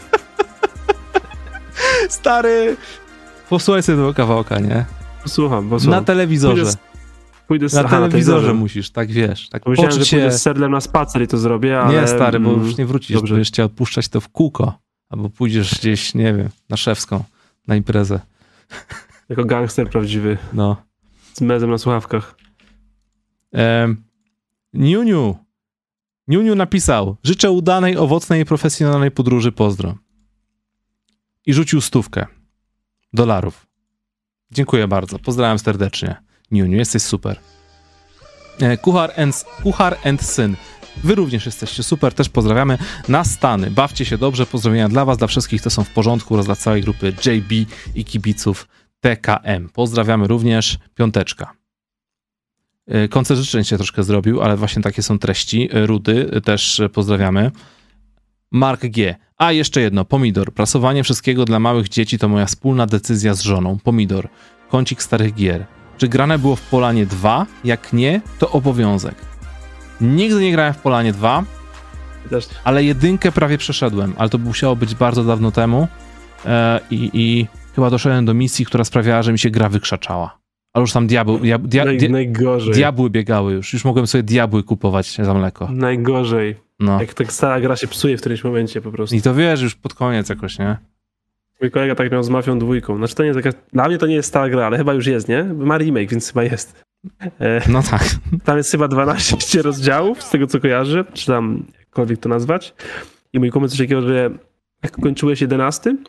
Stary! Posłuchaj sobie tego kawałka, nie? Posłucham, posłucham. Na telewizorze. Pójdę z, pójdę z, na aha, telewizorze na telewizorze musisz, tak wiesz. Tak Myślałem, że się... pójdę z Serdlem na spacer i to zrobię, ale... Nie, stary, bo już nie wrócisz. Dobrze. Będziesz chciał odpuszczać to w kółko. Albo pójdziesz gdzieś, nie wiem, na Szewską, na imprezę. Jako gangster prawdziwy. No. Z mezem na słuchawkach. Um, Niuniu. Niuniu napisał: życzę udanej, owocnej i profesjonalnej podróży, pozdro. I rzucił stówkę dolarów. Dziękuję bardzo. Pozdrawiam serdecznie. Niuniu, jesteś super. E, Kuchar and, Kuchar and Syn. Wy również jesteście super, też pozdrawiamy. Na Stany. Bawcie się dobrze. Pozdrowienia dla was, dla wszystkich, to są w porządku oraz dla całej grupy J B i kibiców T K M. Pozdrawiamy również. Piąteczka. Koncert życzeń się troszkę zrobił, ale właśnie takie są treści. Rudy też pozdrawiamy. Mark G. A jeszcze jedno, pomidor. Prasowanie wszystkiego dla małych dzieci to moja wspólna decyzja z żoną. Pomidor. Kącik starych gier. Czy grane było w Polanie dwa? Jak nie, to obowiązek. Nigdy nie grałem w Polanie dwa, Też. ale jedynkę prawie przeszedłem, ale to musiało być bardzo dawno temu e, i, i chyba doszedłem do misji, która sprawiała, że mi się gra wykrzaczała. Ale już tam diabły, dia, dia, Naj, dia, najgorzej. diabły biegały już. Już mogłem sobie diabły kupować za mleko. Najgorzej. No. Jak tak stara gra się psuje w którymś momencie po prostu. I to wiesz, już pod koniec jakoś, nie? Mój kolega tak miał z Mafią dwójką. Znaczy to nie jest taka... Dla mnie to nie jest stara gra, ale chyba już jest, nie? Ma remake, więc chyba jest. E, No tak. tam jest chyba dwanaście rozdziałów, z tego co kojarzę, czy tam jakkolwiek to nazwać. I mój koment coś takiego, że jak kończyłeś jedenasty,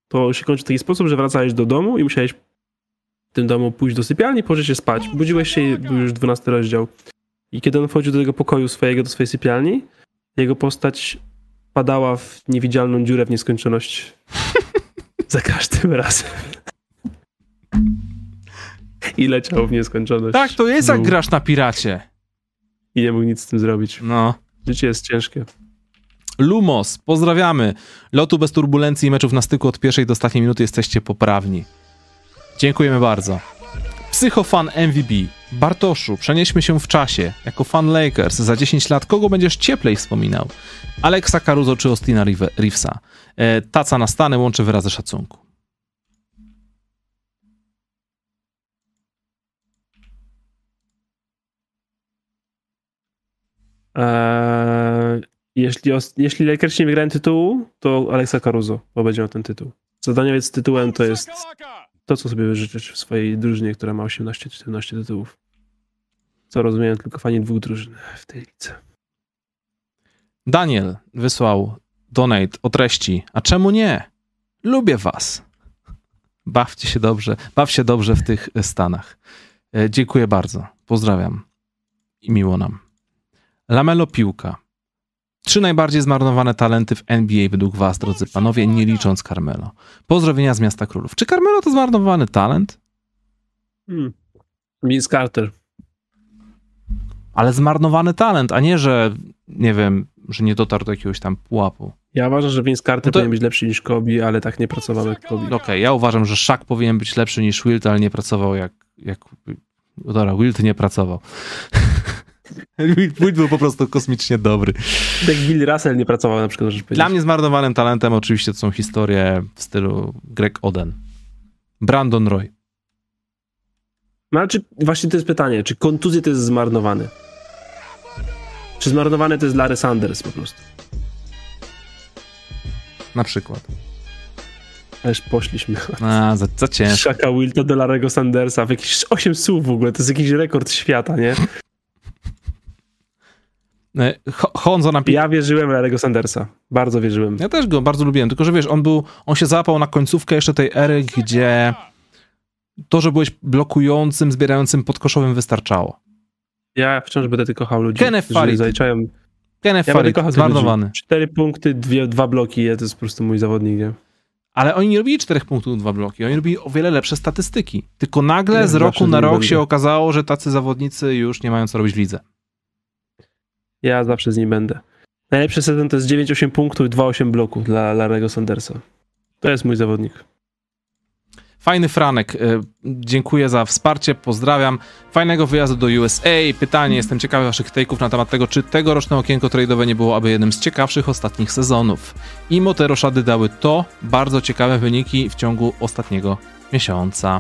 to się kończy w taki sposób, że wracałeś do domu i musiałeś w tym domu pójść do sypialni, położyć się spać. Budziłeś się, był już dwunasty rozdział. I kiedy on wchodził do tego pokoju swojego, do swojej sypialni, jego postać padała w niewidzialną dziurę w nieskończoność. Za każdym razem. I leciał w nieskończoność. Tak, to jest jak grasz na piracie. I nie mógł nic z tym zrobić. No. Życie jest ciężkie. Lumos, pozdrawiamy. Lotu bez turbulencji i meczów na styku od pierwszej do ostatniej minuty jesteście poprawni. Dziękujemy bardzo. Psychofan M V B. Bartoszu, przenieśmy się w czasie. Jako fan Lakers za dziesięć lat kogo będziesz cieplej wspominał? Alexa Caruso czy Austina Reevesa? E, taca na stany łączy wyrazy szacunku. Eee, jeśli, jeśli Lakers nie wygrają tytułu, to Alexa Caruso, bo będzie miał ten tytuł. Zadaniowiec z tytułem to jest to, co sobie życzysz w swojej drużynie, która ma osiemnaście czy siedemnaście tytułów. Co rozumieją tylko fani dwóch drużyn w tej lidze. Daniel wysłał donate o treści. A czemu nie? Lubię was. Bawcie się dobrze. Baw się dobrze w tych Stanach. E, dziękuję bardzo. Pozdrawiam. I miło nam. Lamelo Piłka. Trzy najbardziej zmarnowane talenty w N B A według was, drodzy panowie, nie licząc Carmelo. Pozdrowienia z Miasta Królów. Czy Carmelo to zmarnowany talent? Hmm. Vince Carter. Ale zmarnowany talent, a nie, że nie wiem, że nie dotarł do jakiegoś tam pułapu. Ja uważam, że Vince Carter no to... powinien być lepszy niż Kobe, ale tak nie pracował jak Kobe. Okej, okay, ja uważam, że Shaq powinien być lepszy niż Wilt, ale nie pracował jak... jak... Dobra, Wilt nie pracował. Wilt był po prostu kosmicznie dobry. Jak Bill Russell nie pracował na przykład. Dla mnie zmarnowanym talentem oczywiście to są historie w stylu Greg Oden. Brandon Roy. No ale czy, właśnie to jest pytanie, czy kontuzje to jest zmarnowany? Czy zmarnowany to jest Larry Sanders po prostu? Na przykład. Ależ poszliśmy. A, za, za ciężko. Shaka Wilta do Larry'ego Sandersa w jakieś osiem słów w ogóle. To jest jakiś rekord świata, nie? Honzo nam... Ja wierzyłem w Larry'ego Sandersa. Bardzo wierzyłem. Ja też go bardzo lubiłem, tylko że wiesz, on był, on się załapał na końcówkę jeszcze tej ery, gdzie to, że byłeś blokującym, zbierającym podkoszowym wystarczało. Ja wciąż będę tylko kochał ludzi, Kenneth Farid. zaliczają... Kenneth ja Farid, zmarnowany. Cztery punkty, dwie, dwa bloki, to jest po prostu mój zawodnik, nie? Ale oni nie robili czterech punktów, dwa bloki. Oni robili o wiele lepsze statystyki. Tylko nagle ja z roku na rok będę. się okazało, że tacy zawodnicy już nie mają co robić w lidze. Ja zawsze z nim będę. Najlepszy sezon to jest dziewięć osiem punktów i dwa osiem bloków dla Larry'ego Sandersa. To jest mój zawodnik. Fajny Franek, dziękuję za wsparcie, pozdrawiam. Fajnego wyjazdu do U S A. Pytanie, jestem ciekawy waszych take'ów na temat tego, czy tegoroczne okienko trade'owe nie było aby jednym z ciekawszych ostatnich sezonów. Imo te roszady dały to bardzo ciekawe wyniki w ciągu ostatniego miesiąca.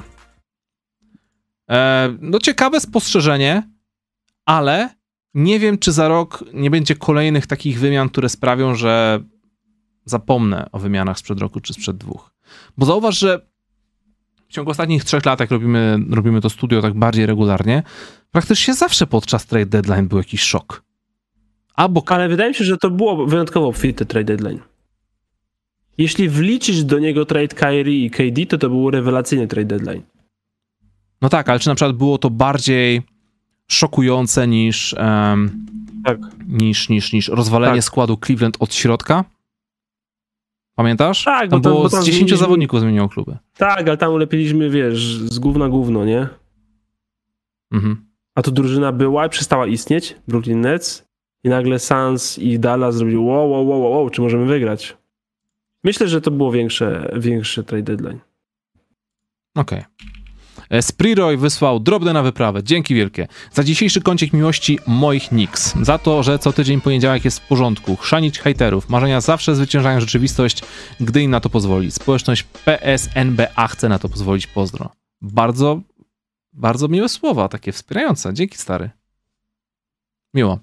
E, no ciekawe spostrzeżenie, ale nie wiem, czy za rok nie będzie kolejnych takich wymian, które sprawią, że zapomnę o wymianach sprzed roku czy sprzed dwóch. Bo zauważ, że w ciągu ostatnich trzech lat, jak robimy, robimy to studio tak bardziej regularnie, praktycznie zawsze podczas trade deadline był jakiś szok. Albo... Ale wydaje mi się, że to było wyjątkowo obfity trade deadline. Jeśli wliczysz do niego trade Kyrie i K D, to to był rewelacyjny trade deadline. No tak, ale czy na przykład było to bardziej szokujące niż, um, tak. niż, niż, niż rozwalenie tak. składu Cleveland od środka? Pamiętasz? Tak, tam bo było tam, bo tam z dziesięciu zmieniliśmy... zawodników zmieniło kluby. Tak, ale tam ulepiliśmy, wiesz, z gówna gówno, nie? Mhm. A tu drużyna była i przestała istnieć, Brooklyn Nets, i nagle Suns i Dallas zrobili wow, wow, wow, wow, czy możemy wygrać? Myślę, że to było większe, większe trade deadline. Okej. Okay. Spriroy wysłał drobne na wyprawę. Dzięki wielkie. Za dzisiejszy kącik miłości moich Knicks. Za to, że co tydzień poniedziałek jest w porządku. Chrzanić hejterów. Marzenia zawsze zwyciężają rzeczywistość, gdy im na to pozwoli. Społeczność P S N B A chce na to pozwolić. Pozdro. Bardzo, bardzo miłe słowa, takie wspierające. Dzięki, stary. Miło.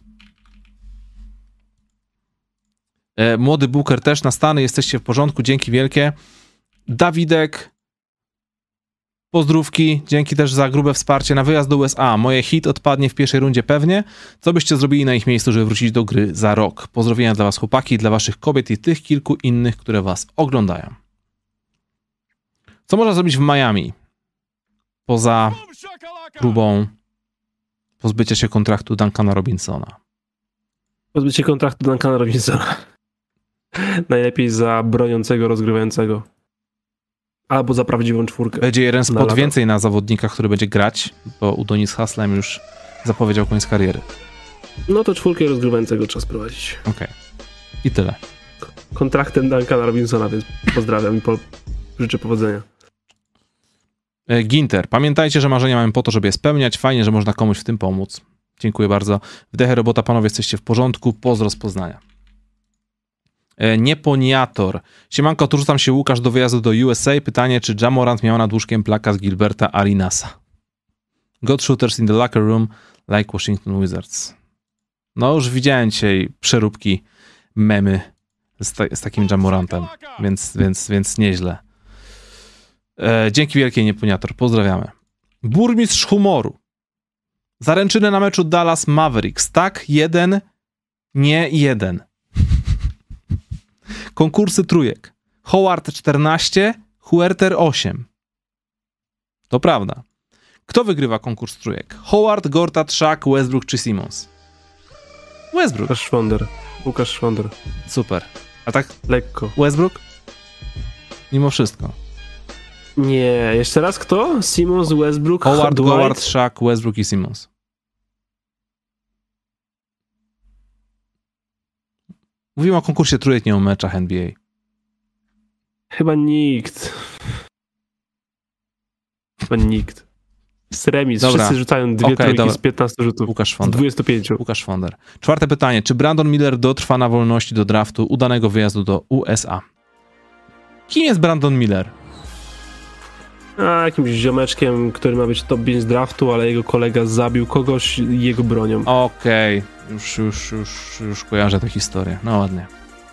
E, młody Booker też na Stany. Jesteście w porządku. Dzięki wielkie. Dawidek. Pozdrówki, dzięki też za grube wsparcie na wyjazd do U S A. Moje hit odpadnie w pierwszej rundzie pewnie. Co byście zrobili na ich miejscu, żeby wrócić do gry za rok? Pozdrowienia dla was chłopaki, dla waszych kobiet i tych kilku innych, które was oglądają. Co można zrobić w Miami? Poza próbą pozbycia się kontraktu Duncana Robinsona. Pozbycie kontraktu Duncana Robinsona. Najlepiej za broniącego, rozgrywającego. Albo za prawdziwą czwórkę. Będzie jeden spot na więcej na zawodnika, który będzie grać, bo Udonis Haslem już zapowiedział koniec kariery. No to czwórkę rozgrywającego trzeba sprowadzić. Okej. Okay. I tyle. Kontraktem Duncana Robinsona, więc pozdrawiam i po... życzę powodzenia. Ginter. Pamiętajcie, że marzenia mamy po to, żeby je spełniać. Fajnie, że można komuś w tym pomóc. Dziękuję bardzo. Wdechy robota, panowie, jesteście w porządku. Pozdro z Poznania. Nieponiator. Siemanko, tu rzucam się Łukasz do wyjazdu do U S A. Pytanie, czy Ja Morant miał nad łóżkiem plakat Gilberta Arenasa? God shooters in the locker room like Washington Wizards. No już widziałem dzisiaj przeróbki, memy z, ta z takim Ja Morantem, więc, więc, więc nieźle. E, dzięki wielkie, Nieponiator. Pozdrawiamy. Burmistrz humoru. Zaręczyny na meczu Dallas Mavericks. Tak, jeden, nie jeden. Konkursy trójek. Howard czternaście, Huerter osiem. To prawda. Kto wygrywa konkurs trójek? Howard, Gortat, Shaq, Westbrook czy Simmons? Westbrook. Łukasz Szwonder. Łukasz Szwonder. Super. A tak lekko. Westbrook? Mimo wszystko. Nie, jeszcze raz kto? Simmons, Westbrook, Howard, Dwight? Howard, Shaq, Westbrook i Simmons. Mówimy o konkursie trójek, nie o meczach N B A. Chyba nikt. Chyba nikt. Z remis. Dobra. Wszyscy rzucają dwie okay, trójki dobra. z piętnastu rzutów. Łukasz Szwonder. Z dwudziestu pięciu. Łukasz Szwonder. Czwarte pytanie. Czy Brandon Miller dotrwa na wolności do draftu udanego wyjazdu do U S A? Kim jest Brandon Miller? A, jakimś ziomeczkiem, który ma być top pięć z draftu, ale jego kolega zabił kogoś jego bronią. Okej. Okay. Już, już, już, już kojarzę tę historię. No ładnie.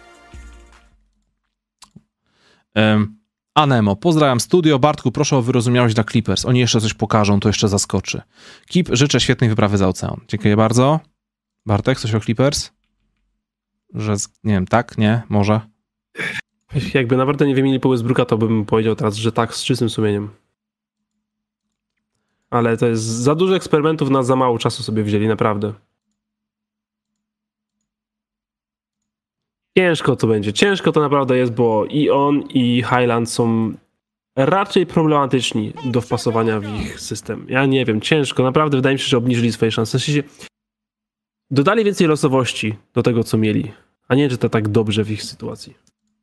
Um, Anemo. Pozdrawiam studio. Bartku, proszę o wyrozumiałość dla Clippers. Oni jeszcze coś pokażą, to jeszcze zaskoczy. Kip, życzę świetnej wyprawy za ocean. Dziękuję bardzo. Bartek, coś o Clippers? Że, nie wiem, tak? Nie? Może? Jakby naprawdę nie wymienili po Westbrooka, to bym powiedział teraz, że tak, z czystym sumieniem. Ale to jest za dużo eksperymentów na za mało czasu sobie wzięli, naprawdę. Ciężko to będzie. Ciężko to naprawdę jest, bo i on, i Highland są raczej problematyczni do wpasowania w ich system. Ja nie wiem, ciężko. Naprawdę wydaje mi się, że obniżyli swoje szanse. W sensie dodali więcej losowości do tego, co mieli, a nie, że to tak dobrze w ich sytuacji.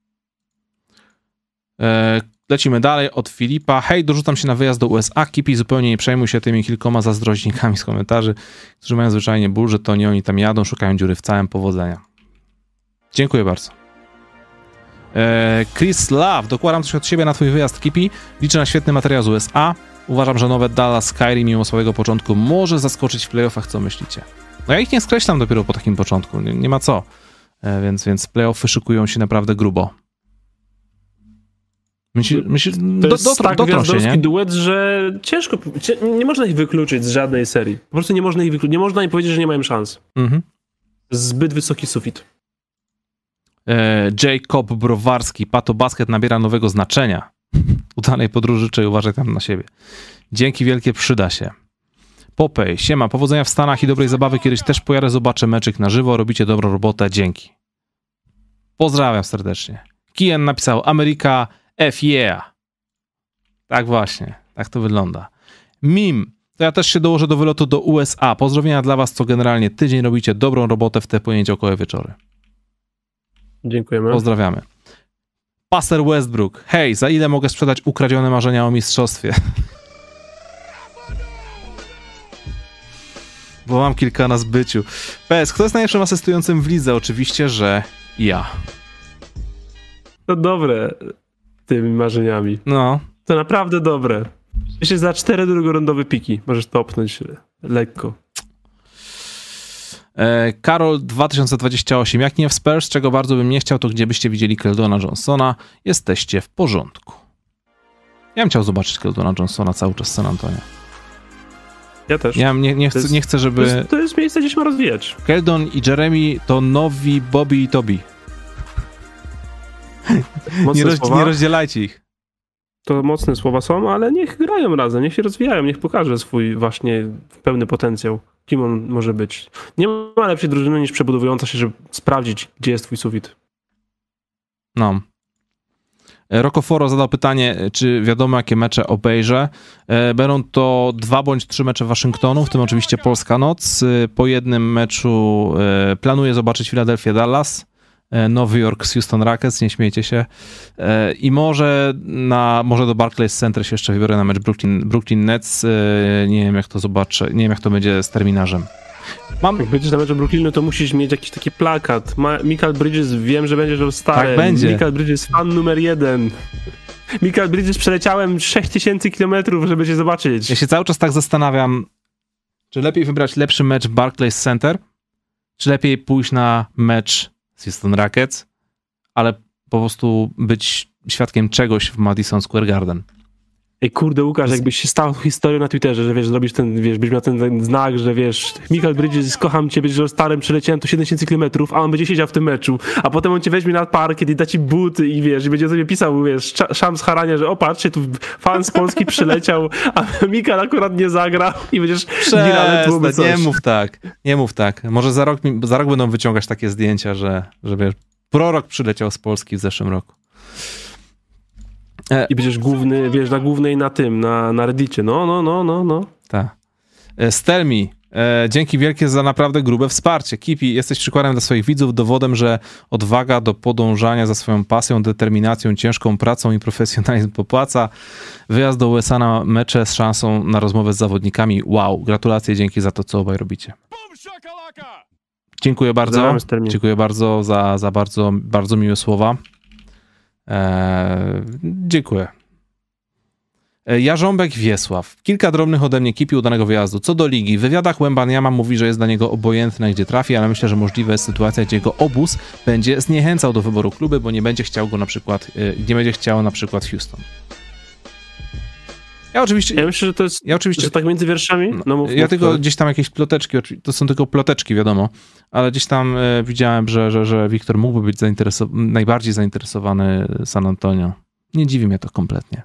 E, lecimy dalej od Filipa. Hej, dorzucam się na wyjazd do U S A. Kipi, zupełnie nie przejmuj się tymi kilkoma zazdrośnikami z komentarzy, którzy mają zwyczajnie ból, że to nie oni tam jadą, szukają dziury w całym. Powodzenia. Dziękuję bardzo. E, Chris Love, dokładam coś od siebie na twój wyjazd, Kipi. Liczę na świetny materiał z U S A. Uważam, że nowe Dallas Kyrie mimo swojego początku może zaskoczyć w playoffach. Co myślicie? No ja ich nie skreślam dopiero po takim początku. Nie, nie ma co. E, więc, więc playoffy szykują się naprawdę grubo. Myśl, myśl, to jest do, do, tak gwiazdorski nie? duet, że ciężko, nie można ich wykluczyć z żadnej serii. Po prostu nie można ich wykluczyć. Nie można im powiedzieć, że nie mają szans. Mhm. Zbyt wysoki sufit. E, Jacob Browarski. Pato Basket nabiera nowego znaczenia. Udanej podróży, czy uważaj tam na siebie. Dzięki wielkie, przyda się. Popej, siema, powodzenia w Stanach i dobrej zabawy. Kiedyś też pojadę, zobaczę meczyk na żywo. Robicie dobrą robotę, dzięki. Pozdrawiam serdecznie. Kian napisał Ameryka F yeah. Tak właśnie, tak to wygląda. Mim, to ja też się dołożę do wylotu do U S A. Pozdrowienia dla was, co generalnie tydzień robicie dobrą robotę w te poniedziałkowe wieczory. Dziękujemy. Pozdrawiamy. Pastor Westbrook. Hej, za ile mogę sprzedać ukradzione marzenia o mistrzostwie? Bo mam kilka na zbyciu. P S, kto jest najlepszym asystującym w lidze? Oczywiście, że ja. To dobre tymi marzeniami. No. To naprawdę dobre. Myślę, za cztery drugorundowe piki możesz topnąć lekko. E, Karol dwa tysiące dwadzieścia osiem. Jak nie w Spurs, czego bardzo bym nie chciał, to gdzie byście widzieli Keldona Johnsona? Jesteście w porządku. Ja bym chciał zobaczyć Keldona Johnsona cały czas w San Antonio. Ja też. Ja nie, nie, chcę, jest, nie chcę, żeby... To jest, to jest miejsce, gdzie się ma rozwijać. Keldon i Jeremy to nowi Bobby i Toby. Nie, roz, nie rozdzielajcie ich. to mocne słowa są, ale niech grają razem, niech się rozwijają, niech pokaże swój właśnie pełny potencjał, kim on może być. Nie ma lepszej drużyny niż przebudowująca się, żeby sprawdzić, gdzie jest twój sufit. No. Rocoforo zadał pytanie, czy wiadomo, jakie mecze obejrzę. Będą to dwa bądź trzy mecze Waszyngtonu, w tym oczywiście Polska Noc. Po jednym meczu planuję zobaczyć Philadelphia Dallas, Nowy Jork z Houston Rockets, nie śmiejcie się. I może na, może do Barclays Center się jeszcze wybiorę na mecz Brooklyn, Brooklyn Nets. Nie wiem, jak to zobaczę, nie wiem, jak to będzie z terminarzem. Mam... Jak będziesz na meczu Brooklynu, to musisz mieć jakiś taki plakat. Ma... Michael Bridges, wiem, że będziesz All-Starem. Tak będzie. Michael Bridges, fan numer jeden. Michael Bridges, przeleciałem sześć tysięcy kilometrów, żeby cię zobaczyć. Ja się cały czas tak zastanawiam, czy lepiej wybrać lepszy mecz w Barclays Center, czy lepiej pójść na mecz z Houston Rockets, ale po prostu być świadkiem czegoś w Madison Square Garden. Ej, kurde, Łukasz, jakbyś się stał historią na Twitterze, że wiesz, zrobisz ten, wiesz, byś miał ten, ten znak, że wiesz, Michael Bridges, kocham cię, będziesz starym, przeleciałem tu siedem tysięcy kilometrów, a on będzie siedział w tym meczu, a potem on cię weźmie na parkiet i da ci buty i wiesz, i będzie sobie pisał, wiesz, Szams Harania, że o, patrzcie, tu fan z Polski przyleciał, a Michael akurat nie zagra i będziesz Przestań, nie mów tak, nie mów tak. Może za rok, za rok będą wyciągać takie zdjęcia, że, że wiesz, prorok przyleciał z Polski w zeszłym roku. I będziesz główny, wiesz, na głównej na tym, na, na Reddicie. No, no, no, no, no. Tak. Stelmi, e, dzięki wielkie za naprawdę grube wsparcie. Kipi, jesteś przykładem dla swoich widzów, dowodem, że odwaga do podążania za swoją pasją, determinacją, ciężką pracą i profesjonalizm popłaca. Wyjazd do U S A na mecze z szansą na rozmowę z zawodnikami. Wow, gratulacje, dzięki za to, co obaj robicie. Dziękuję bardzo. Dziękuję bardzo za, za bardzo, bardzo miłe słowa. Eee, dziękuję. Eee, Jarząbek Wiesław. Kilka drobnych ode mnie, Kipi, udanego wyjazdu. Co do ligi. W wywiadach Wembanyama mówi, że jest dla niego obojętne, gdzie trafi, ale myślę, że możliwa jest sytuacja, gdzie jego obóz będzie zniechęcał do wyboru klubu, bo nie będzie chciał go na przykład, yy, nie będzie chciał na przykład Houston. Ja oczywiście... Ja myślę, że to jest, ja oczywiście, że tak między wierszami... No, mów, ja mów, tylko to... gdzieś tam jakieś ploteczki, to są tylko ploteczki, wiadomo, ale gdzieś tam e, widziałem, że, że, że Wiktor mógłby być zainteresow- najbardziej zainteresowany San Antonio. Nie dziwi mnie to kompletnie.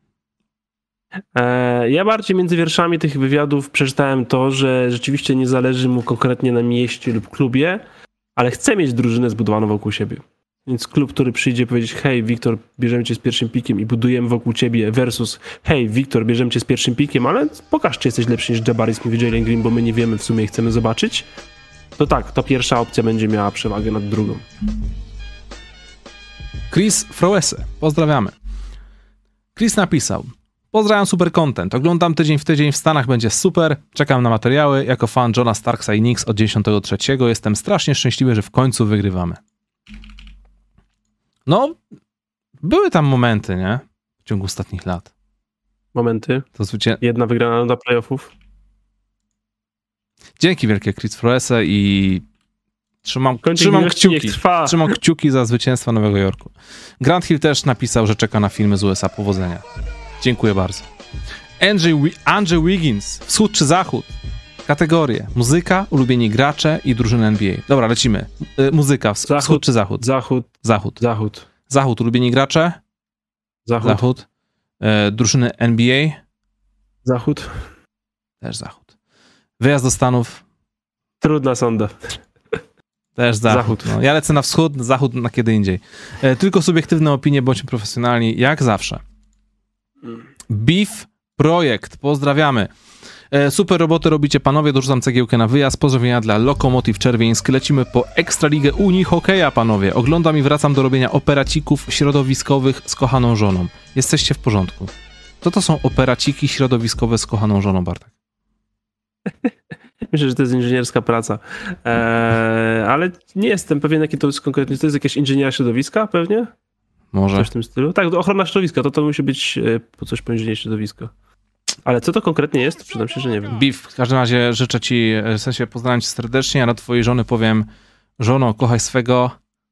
E, ja bardziej między wierszami tych wywiadów przeczytałem to, że rzeczywiście nie zależy mu konkretnie na mieście lub klubie, ale chce mieć drużynę zbudowaną wokół siebie. Więc klub, który przyjdzie powiedzieć, hej, Wiktor, bierzemy cię z pierwszym pikiem i budujemy wokół ciebie versus, hej, Wiktor, bierzemy cię z pierwszym pikiem, ale pokaż, czy jesteś lepszy niż Jabari Smith i Jalen Green, bo my nie wiemy w sumie i chcemy zobaczyć. To tak, ta pierwsza opcja będzie miała przewagę nad drugą. Chris Froese, pozdrawiamy. Chris napisał, pozdrawiam, super content, oglądam tydzień w tydzień, w Stanach będzie super, czekam na materiały, jako fan Johna Starksa i Knicks od dziewięćdziesiątego trzeciego jestem strasznie szczęśliwy, że w końcu wygrywamy. No, były tam momenty, nie? W ciągu ostatnich lat. Momenty. To zwycię... Jedna wygrana do playoffów. Dzięki wielkie, Chris Froese, i trzymam, trzymam kciuki. Trzymam kciuki za zwycięstwo Nowego Jorku. Grant Hill też napisał, że czeka na filmy z U S A. Powodzenia. Dziękuję bardzo. Andrew, Andrew Wiggins. Wschód czy zachód? Kategorie. Muzyka, ulubieni gracze i drużyny N B A. Dobra, lecimy. Y, muzyka. Wschód, wschód czy zachód? Zachód. Zachód. Zachód. Zachód. Ulubieni gracze? Zachód. Zachód. Y, drużyny N B A? Zachód. Też zachód. Wyjazd do Stanów? Trudna sonda. Też zachód. zachód. No, ja lecę na wschód, zachód na kiedy indziej. Y, tylko subiektywne opinie, bądźmy profesjonalni, jak zawsze. Beef Projekt. Pozdrawiamy. Super roboty robicie, panowie, dorzucam cegiełkę na wyjazd. Pozdrowienia dla Lokomotiv Czerwińsk. Lecimy po Ekstraligę Unii Hokeja, panowie. Oglądam i wracam do robienia operacików środowiskowych z kochaną żoną. Jesteście w porządku. Co to są operaciki środowiskowe z kochaną żoną, Bartek? Myślę, że to jest inżynierska praca. Eee, ale nie jestem pewien, jaki to jest konkretnie. To jest jakaś inżynieria środowiska pewnie? Może. Coś w tym stylu. Tak, ochrona środowiska. To to musi być po coś po inżynierii środowiska. Ale co to konkretnie jest? Przyznam się, że nie wiem. Beef, w każdym razie życzę ci, w sensie pozdrawiam cię serdecznie, a na twojej żony powiem, żono, kochaj swego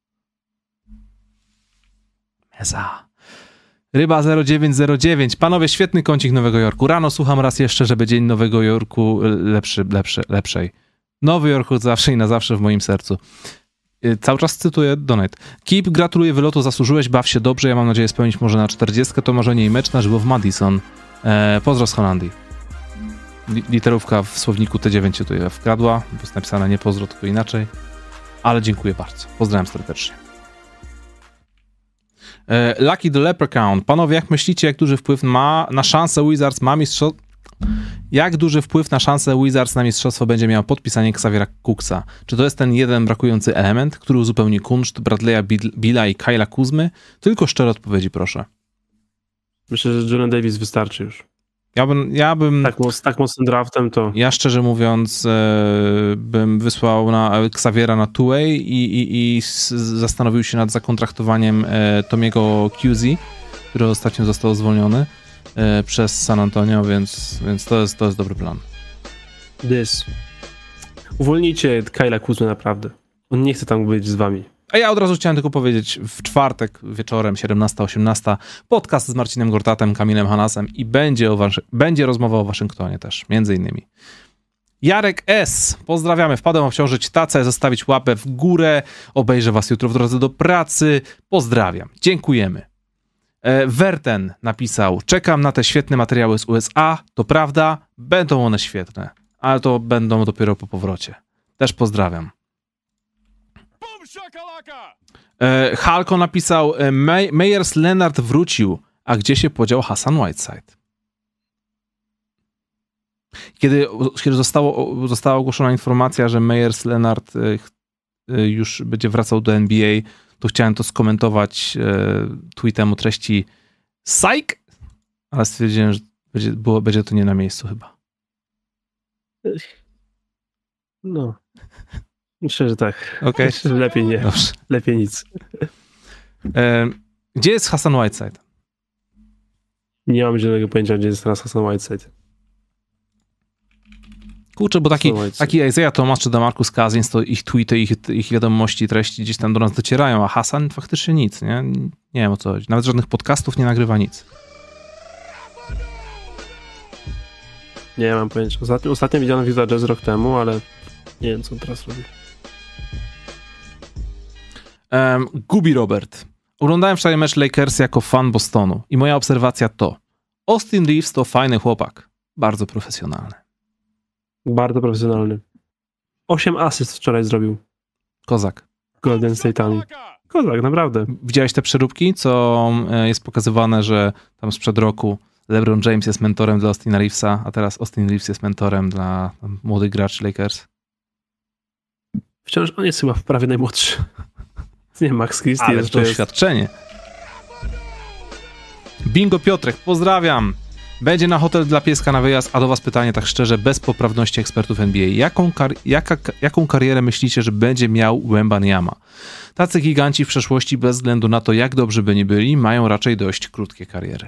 Meza. Ryba zero dziewięć zero dziewięć. Panowie, świetny kącik Nowego Jorku. Rano słucham raz jeszcze, żeby dzień Nowego Jorku lepszy, lepszy, lepszej. Nowy Jork zawsze i na zawsze w moim sercu. Cały czas cytuję Donate. Kip, gratuluję wylotu, zasłużyłeś, baw się dobrze, ja mam nadzieję spełnić może na czterdziestkę to marzenie i mecz na żywo w Madison. E, pozdro z Holandii. Literówka w słowniku T dziewięć się tutaj wkradła, bo jest napisane nie pozdro, tylko inaczej. Ale dziękuję bardzo. Pozdrawiam serdecznie. E, Lucky the Leprechaun. Panowie, jak myślicie, jak duży wpływ ma na szansę Wizards ma mistrzostwo... Jak duży wpływ na szansę Wizards na mistrzostwo będzie miało podpisanie Xaviera Cooksa? Czy to jest ten jeden brakujący element, który uzupełni kunszt Bradley'a, Billa i Kyla Kuzmy? Tylko szczere odpowiedzi, proszę. Myślę, że Jordan Davis wystarczy już. Ja bym... Ja bym tak, z tak mocnym draftem to... Ja szczerze mówiąc e, bym wysłał na Xaviera na two-way i, i, i zastanowił się nad zakontraktowaniem e, Tomiego Cusey, który ostatnio został zwolniony e, przez San Antonio, więc, więc to, jest, to jest dobry plan. This. Uwolnijcie Kyla Kuzmy naprawdę. On nie chce tam być z wami. A ja od razu chciałem tylko powiedzieć, w czwartek wieczorem, siedemnasta osiemnasta, podcast z Marcinem Gortatem, Kamilem Hanasem i będzie, o Waszy- będzie rozmowa o Waszyngtonie też, między innymi. Jarek S. Pozdrawiamy. Wpadłem obciążyć tacę, zostawić łapę w górę. Obejrzę was jutro w drodze do pracy. Pozdrawiam. Dziękujemy. E, Werten napisał, czekam na te świetne materiały z U S A. To prawda, będą one świetne, ale to będą dopiero po powrocie. Też pozdrawiam. E, Halko napisał, May- Meyers Leonard wrócił, a gdzie się podział Hassan Whiteside? Kiedy, kiedy zostało, została ogłoszona informacja, że Meyers Leonard już będzie wracał do N B A, to chciałem to skomentować tweetem o treści psych, ale stwierdziłem, że będzie, było, będzie to nie na miejscu chyba. No. Myślę, że tak. Okay. Myślę, że lepiej nie. Dobrze. Lepiej nic. E, gdzie jest Hassan Whiteside? Nie mam żadnego pojęcia, gdzie jest teraz Hassan Whiteside. Kurczę, bo taki, taki Isaiah Thomas czy DeMarcus Cousins, to ich tweety, ich, ich wiadomości, treści gdzieś tam do nas docierają, a Hassan faktycznie nic, nie? Nie wiem o co chodzi. Nawet żadnych podcastów nie nagrywa nic. Nie mam pojęcia. Ostatnio, ostatnio widziałem Utah Jazz rok temu, ale nie wiem, co on teraz robi. Um, Gubi Robert. Oglądałem wczoraj mecz Lakers jako fan Bostonu i moja obserwacja to Austin Reeves to fajny chłopak. Bardzo profesjonalny. Bardzo profesjonalny. Osiem asyst wczoraj zrobił. Kozak. Golden State'ami. Kozak, naprawdę. Widziałeś te przeróbki, co jest pokazywane, że tam sprzed roku LeBron James jest mentorem dla Austina Reevesa, a teraz Austin Reeves jest mentorem dla młodych graczy Lakers? Wciąż on jest chyba prawie najmłodszy. Nie, Max Christie. Ale to doświadczenie. Bingo Piotrek, pozdrawiam. Będzie na hotel dla pieska na wyjazd, a do was pytanie tak szczerze, bez poprawności ekspertów N B A. Jaką, kar- jaka, jaką karierę myślicie, że będzie miał Wembanyama? Tacy giganci w przeszłości, bez względu na to, jak dobrzy by nie byli, mają raczej dość krótkie kariery.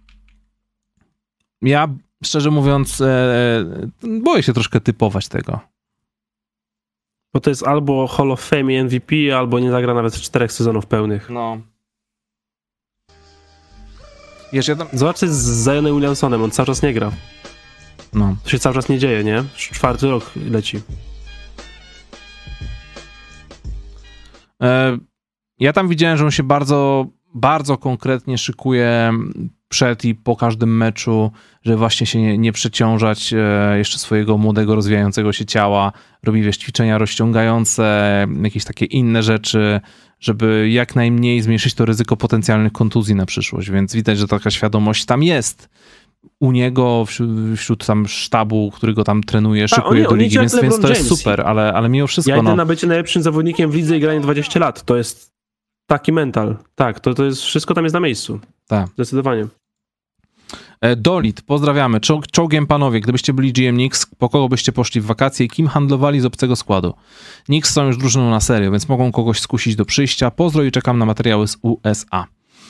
Ja, szczerze mówiąc, e, boję się troszkę typować tego. Bo to jest albo Hall of Fame i M V P, albo nie zagra nawet czterech sezonów pełnych. No. Jeszcze tam... Zobaczcie z Zionem Williamsonem, on cały czas nie gra. No. To się cały czas nie dzieje, nie? Czwarty rok leci. E, ja tam widziałem, że on się bardzo, bardzo konkretnie szykuje przed i po każdym meczu, żeby właśnie się nie, nie przeciążać e, jeszcze swojego młodego, rozwijającego się ciała. Robi, wiesz, ćwiczenia rozciągające, jakieś takie inne rzeczy, żeby jak najmniej zmniejszyć to ryzyko potencjalnych kontuzji na przyszłość, więc widać, że taka świadomość tam jest u niego, wśród, wśród tam sztabu, który go tam trenuje, Ta, szykuje on, do on ligi, więc, więc to jest James. super, ale, ale mimo wszystko... Ja idę no... na bycie najlepszym zawodnikiem w lidze i granie dwadzieścia lat. To jest taki mental. Tak, to, to jest, wszystko tam jest na miejscu. Tak. Zdecydowanie. Dolit, pozdrawiamy. Czoł, czołgiem panowie, gdybyście byli G M Knicks, po kogo byście poszli w wakacje i kim handlowali z obcego składu? Knicks są już drużyną na serio, więc mogą kogoś skusić do przyjścia. Pozdro i czekam na materiały z U S A.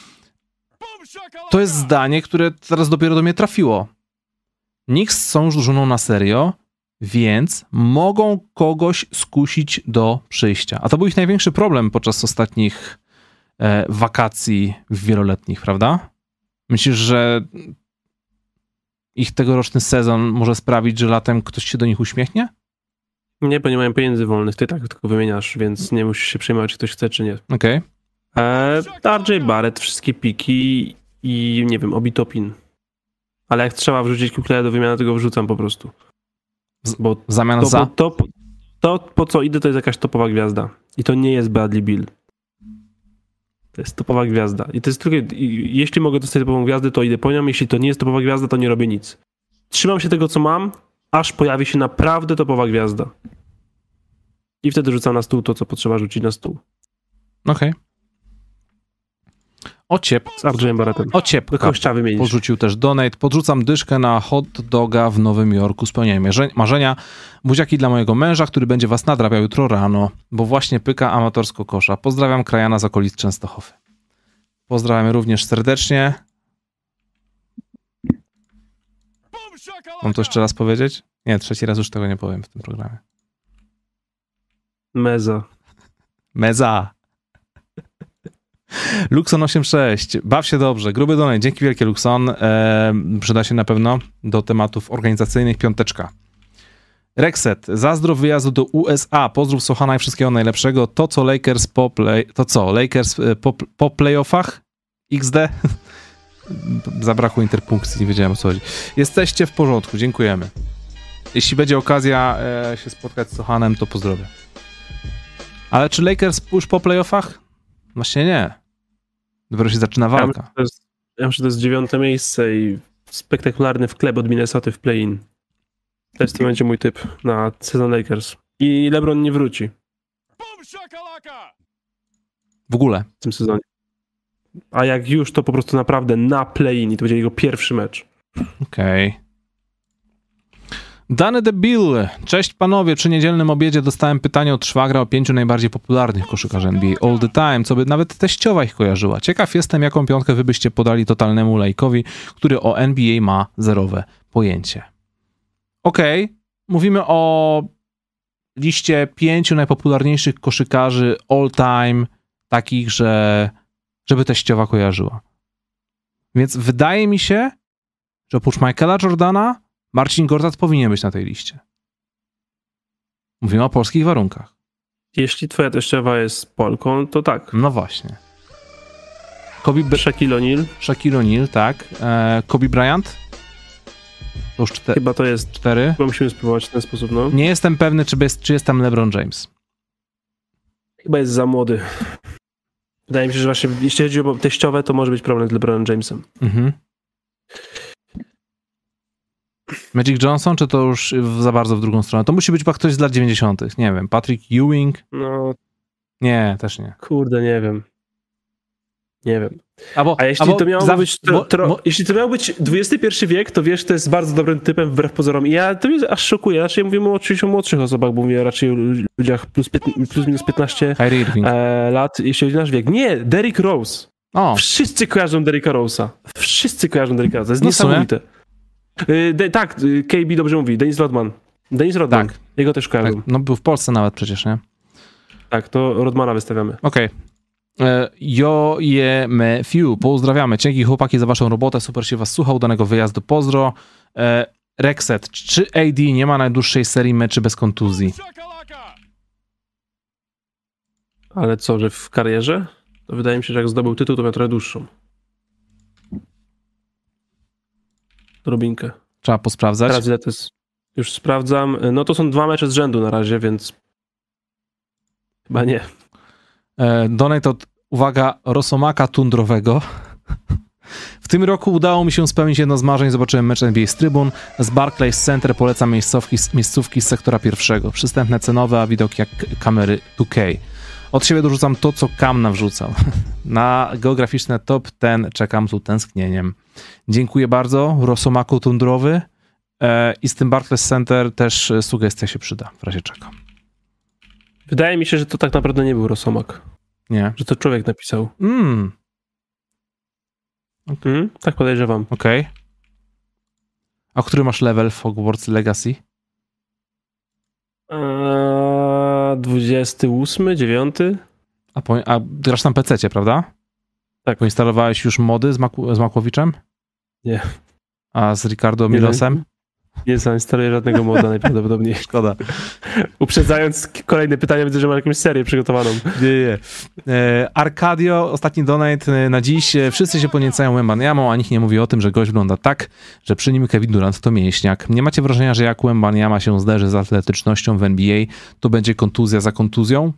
To jest zdanie, które teraz dopiero do mnie trafiło. Knicks są już drużyną na serio, więc mogą kogoś skusić do przyjścia. A to był ich największy problem podczas ostatnich e, wakacji wieloletnich, prawda? Myślisz, że ich tegoroczny sezon może sprawić, że latem ktoś się do nich uśmiechnie? Nie, bo nie mają pieniędzy wolnych, ty tak tylko wymieniasz, więc nie musisz się przejmować, czy ktoś chce, czy nie. Okej. Okay. R J Barrett, wszystkie piki i nie wiem, Obi-Toppin. Ale jak trzeba wrzucić Kuklera do wymiany, to go wrzucam po prostu. Bo w zamian to, za? To, to, to, po co idę, to jest jakaś topowa gwiazda. I to nie jest Bradley Beal. To jest topowa gwiazda. I to jest tylko, jeśli mogę dostać topową gwiazdę, to idę po nią. Jeśli to nie jest topowa gwiazda, to nie robię nic. Trzymam się tego, co mam, aż pojawi się naprawdę topowa gwiazda. I wtedy rzucam na stół to, co potrzeba rzucić na stół. Okej. Okay. Ociep. Z R J Barrettem. Ociep. Do kościa wymienić. Podrzucił też donate. Podrzucam dyszkę na hot doga w Nowym Jorku. Spełniaj marzenia. Buziaki dla mojego męża, który będzie was nadrabiał jutro rano, bo właśnie pyka amatorsko kosza. Pozdrawiam krajana z okolic Częstochowy. Pozdrawiam również serdecznie. Mam to jeszcze raz powiedzieć? Nie, trzeci raz już tego nie powiem w tym programie. Meza. Meza. Luxon osiemdziesiąt sześć. Baw się dobrze. Gruby donate. Dzięki wielkie, Luxon. E, przyda się na pewno do tematów organizacyjnych. Piąteczka. Rexet. Zazdro wyjazdu do U S A. Pozdrów Sochana i wszystkiego najlepszego. To co Lakers po play... To co? Lakers po, po playoffach? X D? Zabrakło interpunkcji. Nie wiedziałem, o co chodzi. Jesteście w porządku. Dziękujemy. Jeśli będzie okazja e, się spotkać z Sochanem, to pozdrowię. Ale czy Lakers już po playoffach? Właśnie nie. Dopiero się zaczyna walka. Ja myślę, to jest, ja myślę, że to jest dziewiąte miejsce i spektakularny wklep od Minnesoty w play-in. To jest w tym momencie mój typ na sezon Lakers. I LeBron nie wróci. W ogóle. W tym sezonie. A jak już, to po prostu naprawdę na play-in i to będzie jego pierwszy mecz. Okej. Okay. Dany debil. Cześć panowie, przy niedzielnym obiedzie dostałem pytanie od szwagra o pięciu najbardziej popularnych koszykarzy N B A all the time, co by nawet teściowa ich kojarzyła. Ciekaw jestem, jaką piątkę wy byście podali totalnemu lajkowi, który o N B A ma zerowe pojęcie. Okej, okay. Mówimy o liście pięciu najpopularniejszych koszykarzy all time, takich, że żeby teściowa kojarzyła. Więc wydaje mi się, że oprócz Michaela Jordana Marcin Gortat powinien być na tej liście. Mówimy o polskich warunkach. Jeśli twoja teściowa jest Polką, to tak. No właśnie. Kobe Br- Shaquille O'Neal. Shaquille O'Neal, tak. E, Kobe Bryant. To już cztery. Chyba to jest cztery. Chyba musimy spróbować w ten sposób, no. Nie jestem pewny, czy jest, czy jest tam LeBron James. Chyba jest za młody. Wydaje mi się, że właśnie jeśli chodzi o teściowe, to może być problem z LeBronem Jamesem. Mhm. Magic Johnson, czy to już za bardzo w drugą stronę? To musi być chyba ktoś z lat dziewięćdziesiątych. Nie wiem. Patrick Ewing? No. Nie, też nie. Kurde, nie wiem. Nie wiem. Albo, A jeśli albo to miało za, być tro, bo, tro, bo, jeśli to miał być dwudziesty pierwszy wiek, to wiesz, to jest bardzo dobrym typem wbrew pozorom. I ja to mnie aż szokuje. Raczej mówimy oczywiście o młodszych osobach, bo mówię raczej o ludziach plus, plus minus piętnaście e, lat, jeśli chodzi o nasz wiek. Nie, Derrick Rose. O. Wszyscy kojarzą Derricka Rose'a. Wszyscy kojarzą Derricka Rose'a. To jest no niesamowite. Y, de, tak, K B dobrze mówi. Dennis Rodman. Dennis Rodman. Tak. Jego też kojarzą. Tak. No był w Polsce nawet przecież, nie? Tak, to Rodmana wystawiamy. Okej. Okay. Jo je me fiu. Pozdrawiamy. Dzięki chłopaki za waszą robotę. Super się was słuchał. Danego wyjazdu pozdro. E, Rexet. Czy A D nie ma najdłuższej serii meczy bez kontuzji? Ale co, że w karierze? To wydaje mi się, że jak zdobył tytuł, to miał trochę dłuższą. Drobinkę. Trzeba posprawdzać. Teraz ile to jest? Już sprawdzam. No to są dwa mecze z rzędu na razie, więc chyba nie. E, donate od, uwaga, Rosomaka Tundrowego. W tym roku udało mi się spełnić jedno z marzeń. Zobaczyłem mecz N B A z trybun. Z Barclays Center polecam miejscówki, miejscówki z sektora pierwszego. Przystępne cenowe, a widok jak kamery dwa K. Od siebie dorzucam to, co Cam nawrzucał. Na geograficzne top ten czekam z utęsknieniem. Dziękuję bardzo, Rosomaku Tundrowy. E, I z tym Barclays Center też sugestia się przyda, w razie czego. Wydaje mi się, że to tak naprawdę nie był Rosomak. Nie. Że to człowiek napisał. Mm. Okay. Mm, tak podejrzewam. Okej. Okay. A który masz level w Hogwarts Legacy? Eee, dwudziesty ósmy, dziewiąty. A, po, a grasz na pececie, prawda? Tak. Poinstalowałeś już mody z, Maku, z Makłowiczem? Nie. A z Ricardo Milosem? Nie zainstaluję żadnego moda najprawdopodobniej. Szkoda. Uprzedzając kolejne pytania, widzę, że ma jakąś serię przygotowaną. Nie, nie. E, Arcadio, ostatni donate na dziś. Wszyscy się podniecają Wembanyamą, a nikt nie mówi o tym, że gość wygląda tak, że przy nim Kevin Durant to mięśniak. Nie macie wrażenia, że jak Wembanyama się zderzy z atletycznością w N B A, to będzie kontuzja za kontuzją?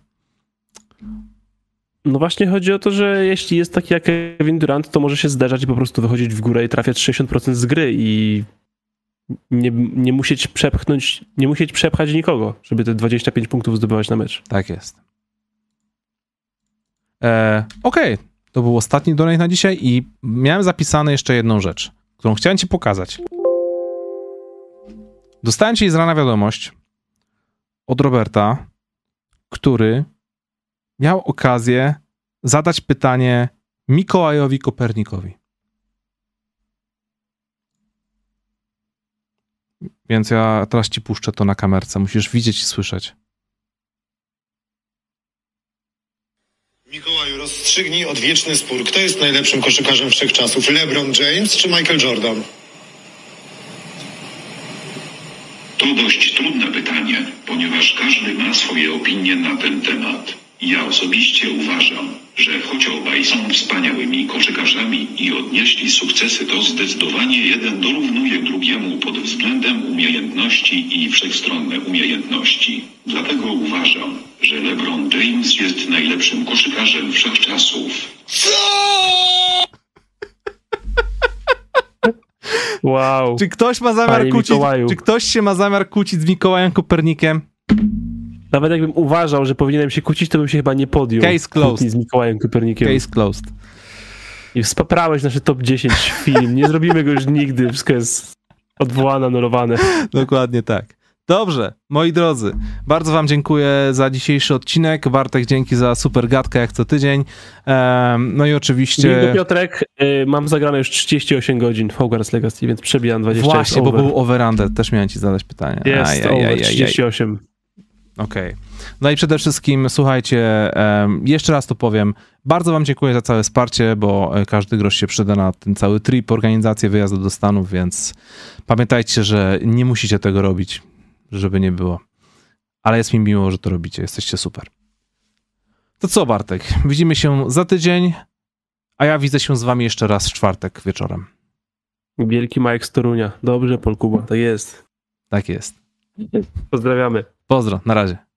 No właśnie chodzi o to, że jeśli jest taki jak Kevin Durant, to może się zderzać i po prostu wychodzić w górę i trafiać sześćdziesiąt procent z gry i nie, nie musieć przepchnąć, nie musieć przepchać nikogo, żeby te dwadzieścia pięć punktów zdobywać na mecz. Tak jest. E, Okej, okay. To był ostatni donate na dzisiaj i miałem zapisane jeszcze jedną rzecz, którą chciałem ci pokazać. Dostałem ci z rana wiadomość od Roberta, który miał okazję zadać pytanie Mikołajowi Kopernikowi. Więc ja teraz ci puszczę to na kamerce. Musisz widzieć i słyszeć. Mikołaju, rozstrzygnij odwieczny spór. Kto jest najlepszym koszykarzem wszechczasów? LeBron James czy Michael Jordan? To dość trudne pytanie, ponieważ każdy ma swoje opinie na ten temat. Ja osobiście uważam, że choć obaj są wspaniałymi koszykarzami i odnieśli sukcesy, to zdecydowanie jeden dorównuje drugiemu pod względem umiejętności i wszechstronne umiejętności. Dlatego uważam, że LeBron James jest najlepszym koszykarzem wszechczasów. Wow. Czy ktoś ma zamiar Panie kłócić, Mikołaju. czy ktoś się ma zamiar kłócić z Mikołajem Kopernikiem? Nawet jakbym uważał, że powinienem się kłócić, to bym się chyba nie podjął. Case closed. Kłótni z Mikołajem Kopernikiem. Case closed. I spaprałeś nasze top dziesięć film. Nie zrobimy go już nigdy. Wszystko jest odwołane, anulowane. Dokładnie tak. Dobrze, moi drodzy, bardzo wam dziękuję za dzisiejszy odcinek. Bartek, dzięki za super gadkę jak co tydzień. Um, no i oczywiście... Dziękuję, Piotrek. Y, mam zagrane już trzydzieści osiem godzin w Hogwarts Legacy, więc przebijam dwadzieścia. Właśnie, bo over. był over-under. Też miałem ci zadać pytanie. Jest aj, aj, over, aj, aj, trzydzieści osiem. Okej. Okay. No i przede wszystkim, słuchajcie, um, jeszcze raz to powiem, bardzo wam dziękuję za całe wsparcie, bo każdy grosz się przyda na ten cały trip, organizację wyjazdu do Stanów, więc pamiętajcie, że nie musicie tego robić, żeby nie było. Ale jest mi miło, że to robicie, jesteście super. To co, Bartek? Widzimy się za tydzień, a ja widzę się z wami jeszcze raz w czwartek wieczorem. Wielki Mike z Torunia. Dobrze, Paul Kuba, tak jest. Tak jest. Pozdrawiamy. Pozdro, na razie.